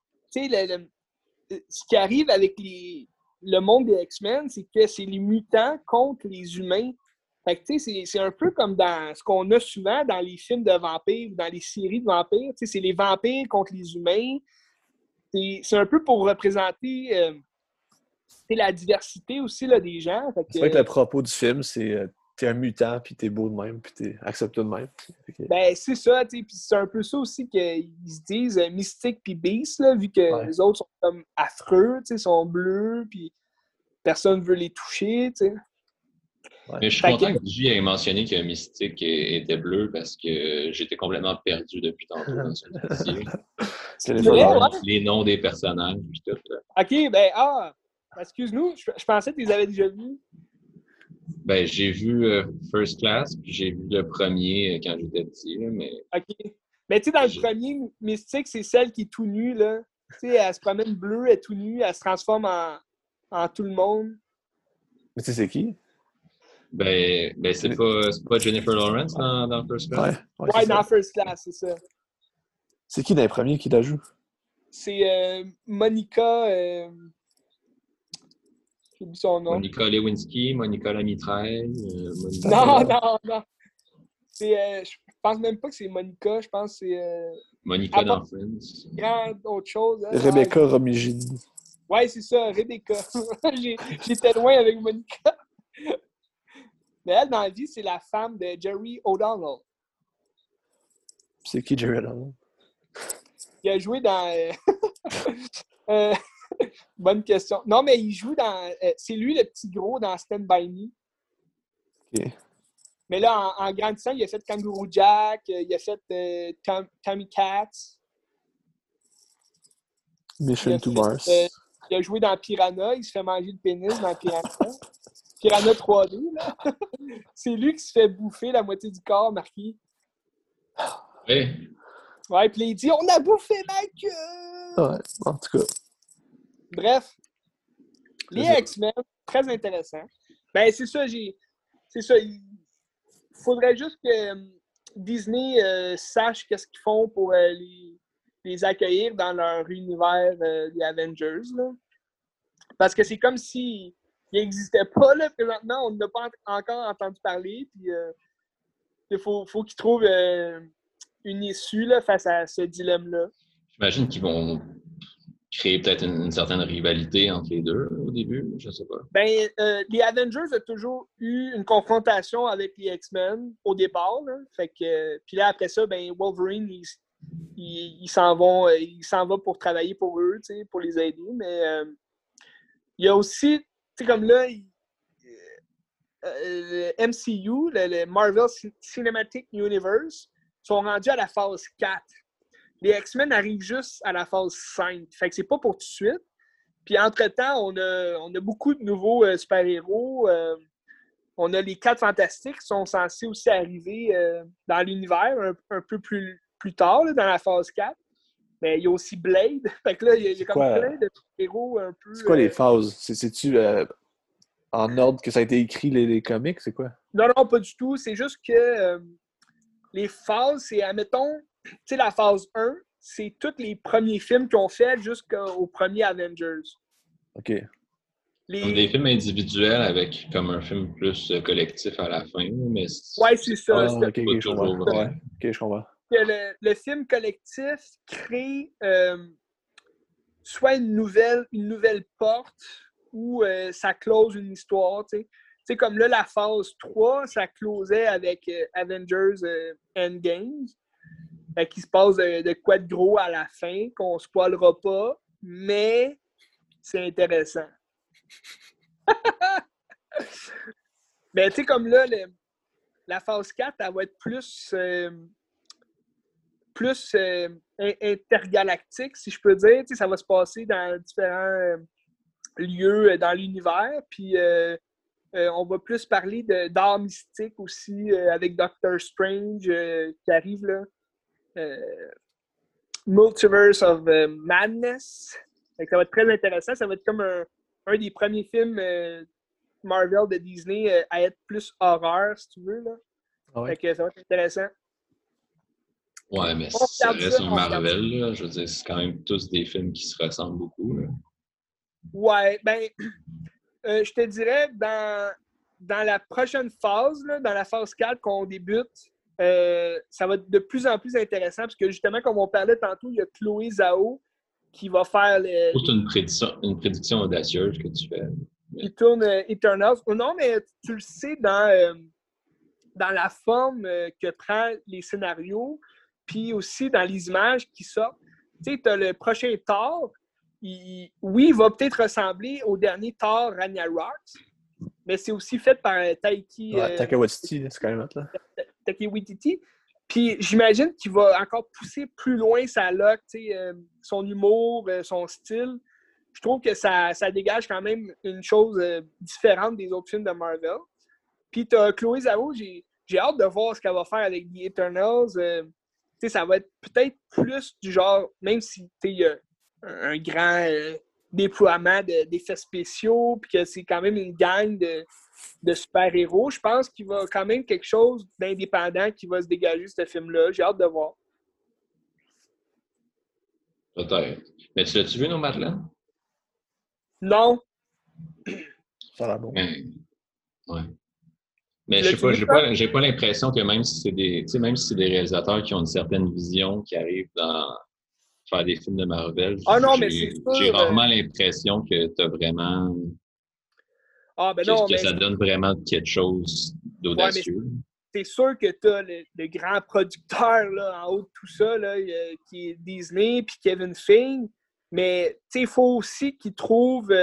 Ce qui arrive avec le monde des X-Men, c'est que c'est les mutants contre les humains. Fait que, c'est un peu comme dans ce qu'on a souvent dans les films de vampires ou dans les séries de vampires. C'est les vampires contre les humains. C'est un peu pour représenter la diversité aussi là, des gens. Fait que, C'est vrai que le propos du film, c'est t'es un mutant, puis t'es beau de même, puis t'es accepté de même. Ben, c'est ça, puis c'est un peu ça aussi qu'ils se disent Mystique puis Beast, là, vu que les autres sont comme affreux, sont bleus, puis personne ne veut les toucher, tu sais. Ouais. Mais je suis content que J ait mentionné que Mystique était bleu parce que j'étais complètement perdu depuis tantôt dans ce dossier. Les noms des personnages et tout. Là. OK, ben, excuse-nous, je pensais que tu les avais déjà vus. Ben, j'ai vu First Class, puis j'ai vu le premier quand j'étais petit, là, mais... OK. Mais tu sais, dans le premier, Mystique, c'est celle qui est tout nue, là. Tu sais, elle se promène bleue, elle est tout nue, elle se transforme en tout le monde. Mais tu sais, c'est qui? Ben c'est pas Jennifer Lawrence dans First Class? Ouais, dans First Class, c'est ça. C'est qui dans les premiers qui la joue? C'est Monica... j'ai oublié son nom. Monica Lewinsky, Monica Lamitraille. Non. Je pense même pas que c'est Monica, je pense que c'est... Monica dans Friends. Grand autre chose. Hein? Rebecca Romijn. Ouais, c'est ça, Rebecca. J'étais loin avec Monica. Mais elle, dans la vie, c'est la femme de Jerry O'Donnell. C'est qui Jerry O'Donnell? Il a joué dans... bonne question. Non, mais il joue dans... c'est lui le petit gros dans Stand By Me. OK. Mais là, en grandissant, il a fait Kangaroo Jack, il a fait Tommy Katz. Mission to Mars. Il a joué dans Piranha, il se fait manger le pénis dans Piranha. Piranha 3D, là. C'est lui qui se fait bouffer la moitié du corps, Marquis. Oui. Ouais, puis il dit « On a bouffé ma queue! » Ouais, en tout cas. Bref. Les X-Men, très intéressant. Ben, c'est ça, c'est ça. Il faudrait juste que Disney sache qu'est-ce qu'ils font pour les accueillir dans leur univers des Avengers, là. Parce que c'est comme s'ils n'existaient pas, là, présentement. On n'a pas encore entendu parler, puis il faut qu'ils trouvent une issue là, face à ce dilemme-là. J'imagine qu'ils vont créer peut-être une certaine rivalité entre les deux au début, je sais pas. Ben, les Avengers ont toujours eu une confrontation avec les X-Men au départ. Là. Fait que, puis là, après ça, ben, Wolverine, il s'en va pour travailler pour eux, pour les aider. Mais il y a aussi, tu sais, comme là, le MCU, le Marvel Cinematic Universe, sont rendus à la phase 4. Les X-Men arrivent juste à la phase 5. Fait que c'est pas pour tout de suite. Puis entre-temps, on a beaucoup de nouveaux super-héros. On a les 4 Fantastiques qui sont censés aussi arriver dans l'univers un peu plus tard, là, dans la phase 4. Mais il y a aussi Blade. Fait que là, il y a comme plein de héros un peu... C'est quoi les phases? C'est-tu en ordre que ça a été écrit, les comics? C'est quoi? Non, pas du tout. C'est juste que les phases, c'est, admettons, tu sais, la phase 1, c'est tous les premiers films qu'ils ont fait jusqu'au premier Avengers. OK. Comme des films individuels avec comme un film plus collectif à la fin. Mais ouais, c'est ça. Ah, OK, je comprends. Ouais. OK, je comprends. Le film collectif crée soit une nouvelle porte ou ça close une histoire, tu sais. Tu sais, comme là, la phase 3, ça closait avec Avengers Endgame. Fait qu'il se passe de quoi de gros à la fin, qu'on ne spoilera pas, mais c'est intéressant. Mais tu sais, comme là, la phase 4, elle va être plus intergalactique, si je peux dire. Tu sais, ça va se passer dans différents lieux dans l'univers. Puis on va plus parler d'art mystique aussi avec Doctor Strange qui arrive là. Multiverse of Madness. Ça va être très intéressant. Ça va être comme un des premiers films Marvel de Disney à être plus horreur, si tu veux. Là. Ah ouais. Fait que ça va être intéressant. Ouais, mais ça reste un Marvel, là. Je veux dire, c'est quand même tous des films qui se ressemblent beaucoup. Là. Ouais, ben, je te dirais, dans la prochaine phase, là, dans la phase 4 qu'on débute, ça va être de plus en plus intéressant parce que justement, comme on parlait tantôt, il y a Chloé Zhao qui va faire C'est une prédiction audacieuse que tu fais. Il tourne Eternals. Oh non, mais tu le sais dans la forme que prend les scénarios, puis aussi dans les images qui sortent. Tu sais, tu as le prochain Thor. Il va peut-être ressembler au dernier Thor Ragnarok, mais c'est aussi fait par Taika Waititi, c'est quand même là. Taika Waititi. Puis j'imagine qu'il va encore pousser plus loin sa look, son humour, son style. Je trouve que ça dégage quand même une chose différente des autres films de Marvel. Puis tu as Chloé Zhao, j'ai hâte de voir ce qu'elle va faire avec The Eternals. Ça va être peut-être plus du genre, même si il y a un grand déploiement d'effets spéciaux, puis que c'est quand même une gang de super-héros, je pense qu'il va quand même quelque chose d'indépendant qui va se dégager ce film-là. J'ai hâte de voir. Peut-être. Mais tu l'as-tu vu, nos Madeleine? Non. Ça va bon. Ouais. Mais je sais pas, j'ai pas l'impression que même si c'est des réalisateurs qui ont une certaine vision qui arrivent dans faire des films de Marvel, j'ai rarement l'impression que tu as vraiment que ça donne vraiment quelque chose d'audacieux. Ouais, c'est sûr que tu as le grand producteur là, en haut de tout ça, là, qui est Disney puis Kevin Feige, mais il faut aussi qu'ils trouvent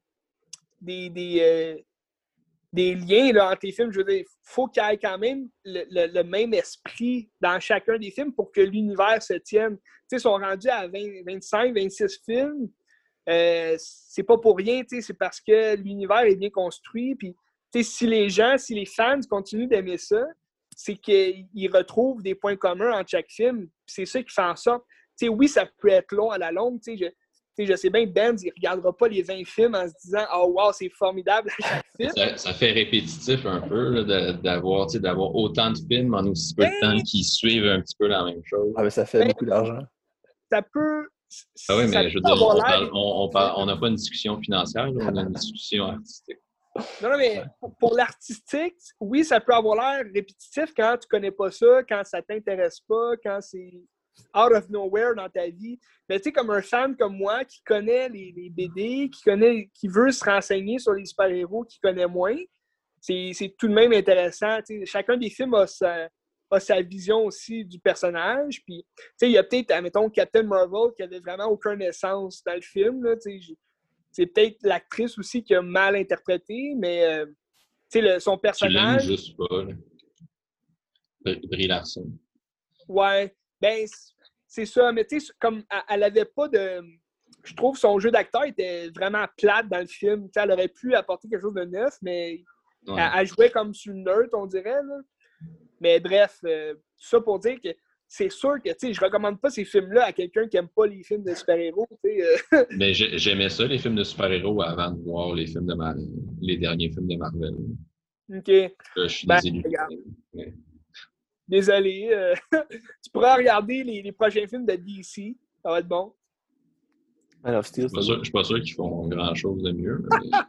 des liens là, entre les films. Je veux dire, il faut qu'il y ait quand même le même esprit dans chacun des films pour que l'univers se tienne. Ils sont rendus à 25, 26 films. C'est pas pour rien, c'est parce que l'univers est bien construit. Puis, si les fans continuent d'aimer ça, c'est qu'ils retrouvent des points communs entre chaque film. C'est ça qui fait en sorte. Oui, ça peut être long à la longue. Je sais bien que Benz, il ne regardera pas les 20 films en se disant « Oh wow, c'est formidable à chaque film. » Ça fait répétitif un peu là, d'avoir autant de films en aussi peu de temps qui suivent un petit peu la même chose. Ah, mais ça fait beaucoup d'argent. Ça peut... Ah oui, mais je veux dire, on n'a pas une discussion financière, là, on a une discussion artistique. Non, mais pour l'artistique, oui, ça peut avoir l'air répétitif quand tu connais pas ça, quand ça t'intéresse pas, quand c'est... out of nowhere dans ta vie. Mais tu sais, comme un fan comme moi qui connaît les BD, qui veut se renseigner sur les super-héros, qui connaît moins, c'est tout de même intéressant. Tu sais, chacun des films a sa vision aussi du personnage. Puis, tu sais, il y a peut-être, admettons, Captain Marvel qui avait vraiment aucun essence dans le film. Là, tu sais, c'est peut-être l'actrice aussi qui a mal interprété, mais tu sais, son Tu l'aimes personnage. juste pas, là. Brie Larson. Ouais, ben, c'est ça. Mais tu sais, comme elle avait pas de. Je trouve que son jeu d'acteur était vraiment plate dans le film. Tu sais, elle aurait pu apporter quelque chose de neuf, mais Ouais. elle jouait comme sur une nerd, on dirait. Là. Mais bref, ça pour dire que c'est sûr que, tu sais, je recommande pas ces films-là à quelqu'un qui aime pas les films de super-héros, tu sais. Mais j'aimais ça, les films de super-héros, avant de voir les films de les derniers films de Marvel. OK. Là, je suis Ben, désillusionné. regarde. Mais- Désolé. Tu pourras regarder les prochains films de DC. Ça va être bon. Man of Steel, Je suis pas sûr qu'ils font grand-chose de mieux.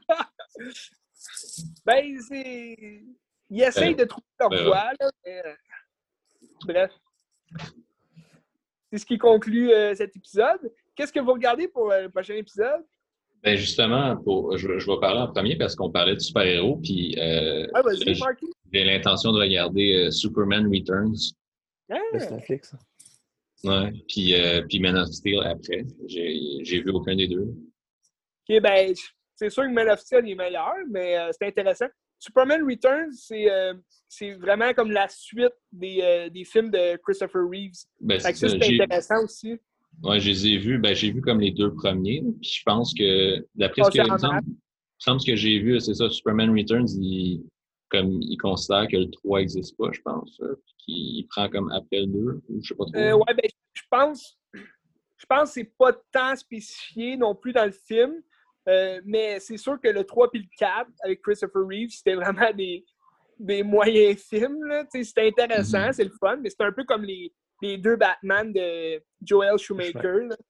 Mais... Ben, c'est. Ils essayent de trouver leur voie, là, mais, bref. C'est ce qui conclut cet épisode. Qu'est-ce que vous regardez pour le prochain épisode? Ben justement, je vais parler en premier parce qu'on parlait de super-héros, puis Ouais, vas-y, Marky. j'ai l'intention de regarder Superman Returns. Ah, C'est Netflix. Ouais, puis Man of Steel après. J'ai vu aucun des deux. OK, ben, c'est sûr que Man of Steel est meilleur, mais c'est intéressant. Superman Returns, c'est vraiment comme la suite des films de Christopher Reeves. Ben, Fait c'est que ça, c'est intéressant aussi. Ouais, je les ai vus. Ben, j'ai vu comme les deux premiers. Puis je pense que, d'après ce que Passer il en me semble, maths. il me semble ce que j'ai vu, c'est ça, Superman Returns, il considère que le 3 n'existe pas, je pense. Puis qu'il prend comme après le 2, ou je sais pas trop. Ouais, ben, je pense que c'est pas tant spécifié non plus dans le film, mais c'est sûr que le 3 puis le 4 avec Christopher Reeve, c'était vraiment des moyens films. Là. C'était intéressant, c'est le fun, mais c'est un peu comme les deux Batman de Joel Schumacher. Là.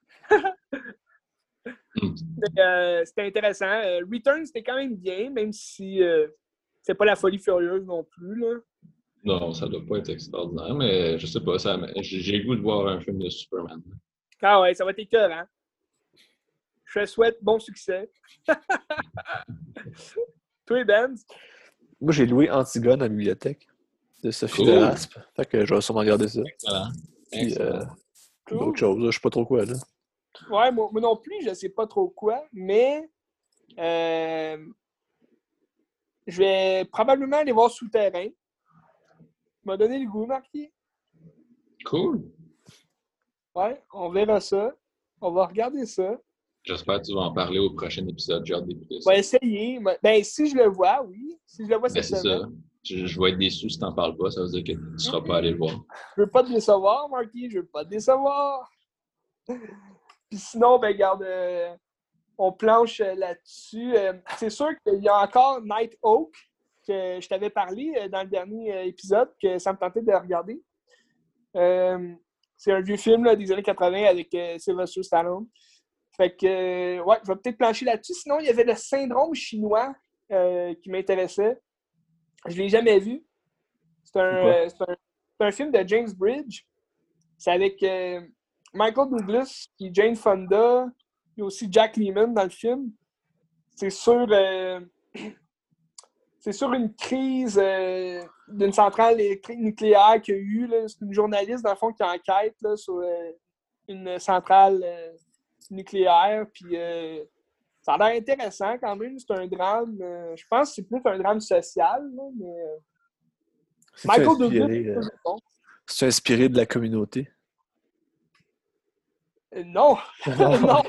C'était intéressant. Return, c'était quand même bien, même si c'est pas la folie furieuse non plus. Là. Non, ça doit pas être extraordinaire, mais je sais pas, j'ai le goût de voir un film de Superman. Ah ouais, ça va être écœurant. Je te souhaite bon succès. Toi, Ben? Moi, j'ai loué Antigone à la bibliothèque de Sophie Cool. de Raspe. Fait que je vais sûrement regarder ça. Excellent. Puis, Excellent. d'autres choses, je sais pas trop quoi, là. Ouais, moi non plus, je sais pas trop quoi, mais je vais probablement aller voir Souterrain. Tu m'as donné le goût, Marquis. Cool. Ouais, on verra ça. On va regarder ça. J'espère que tu vas en parler au prochain épisode. J'ai hâte d'écouter On ça. va essayer. Ben, si je le vois, oui. Si je le vois Ben, cette c'est semaine. ça. Je vais être déçu si tu n'en parles pas. Ça veut dire que tu ne seras pas allé le voir. Je veux pas te décevoir, Marquis. Je veux pas te décevoir. Puis sinon, ben, regarde, on planche là-dessus. C'est sûr qu'il y a encore Night Oak, que je t'avais parlé dans le dernier épisode, que ça me tentait de regarder. C'est un vieux film là, des années 80 avec Sylvester Stallone. Fait que, ouais, je vais peut-être plancher là-dessus. Sinon, il y avait le syndrome chinois qui m'intéressait. Je ne l'ai jamais vu. C'est un film de James Bridge. C'est avec Michael Douglas et Jane Fonda. Il y a aussi Jack Lemmon dans le film. C'est sur une crise d'une centrale nucléaire qu'il y a eu. Là. C'est une journaliste, dans le fond, qui enquête là, sur une centrale nucléaire. Puis ça a l'air intéressant quand même. C'est un drame. Je pense que c'est plus un drame social. Là, mais, Michael Douglas, c'est inspiré de la communauté? Non! Non!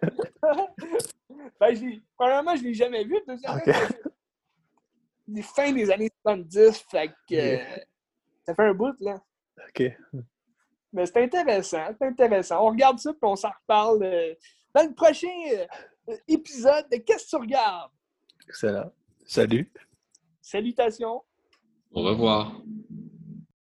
Ben, premièrement, je ne l'ai jamais vu. Deuxièmement, c'est fin des années 70, fait que ça fait un bout, là. OK. Mais c'est intéressant, On regarde ça, puis on s'en reparle dans le prochain épisode de Qu'est-ce que tu regardes? Excellent. Salut. Salutations. Au revoir.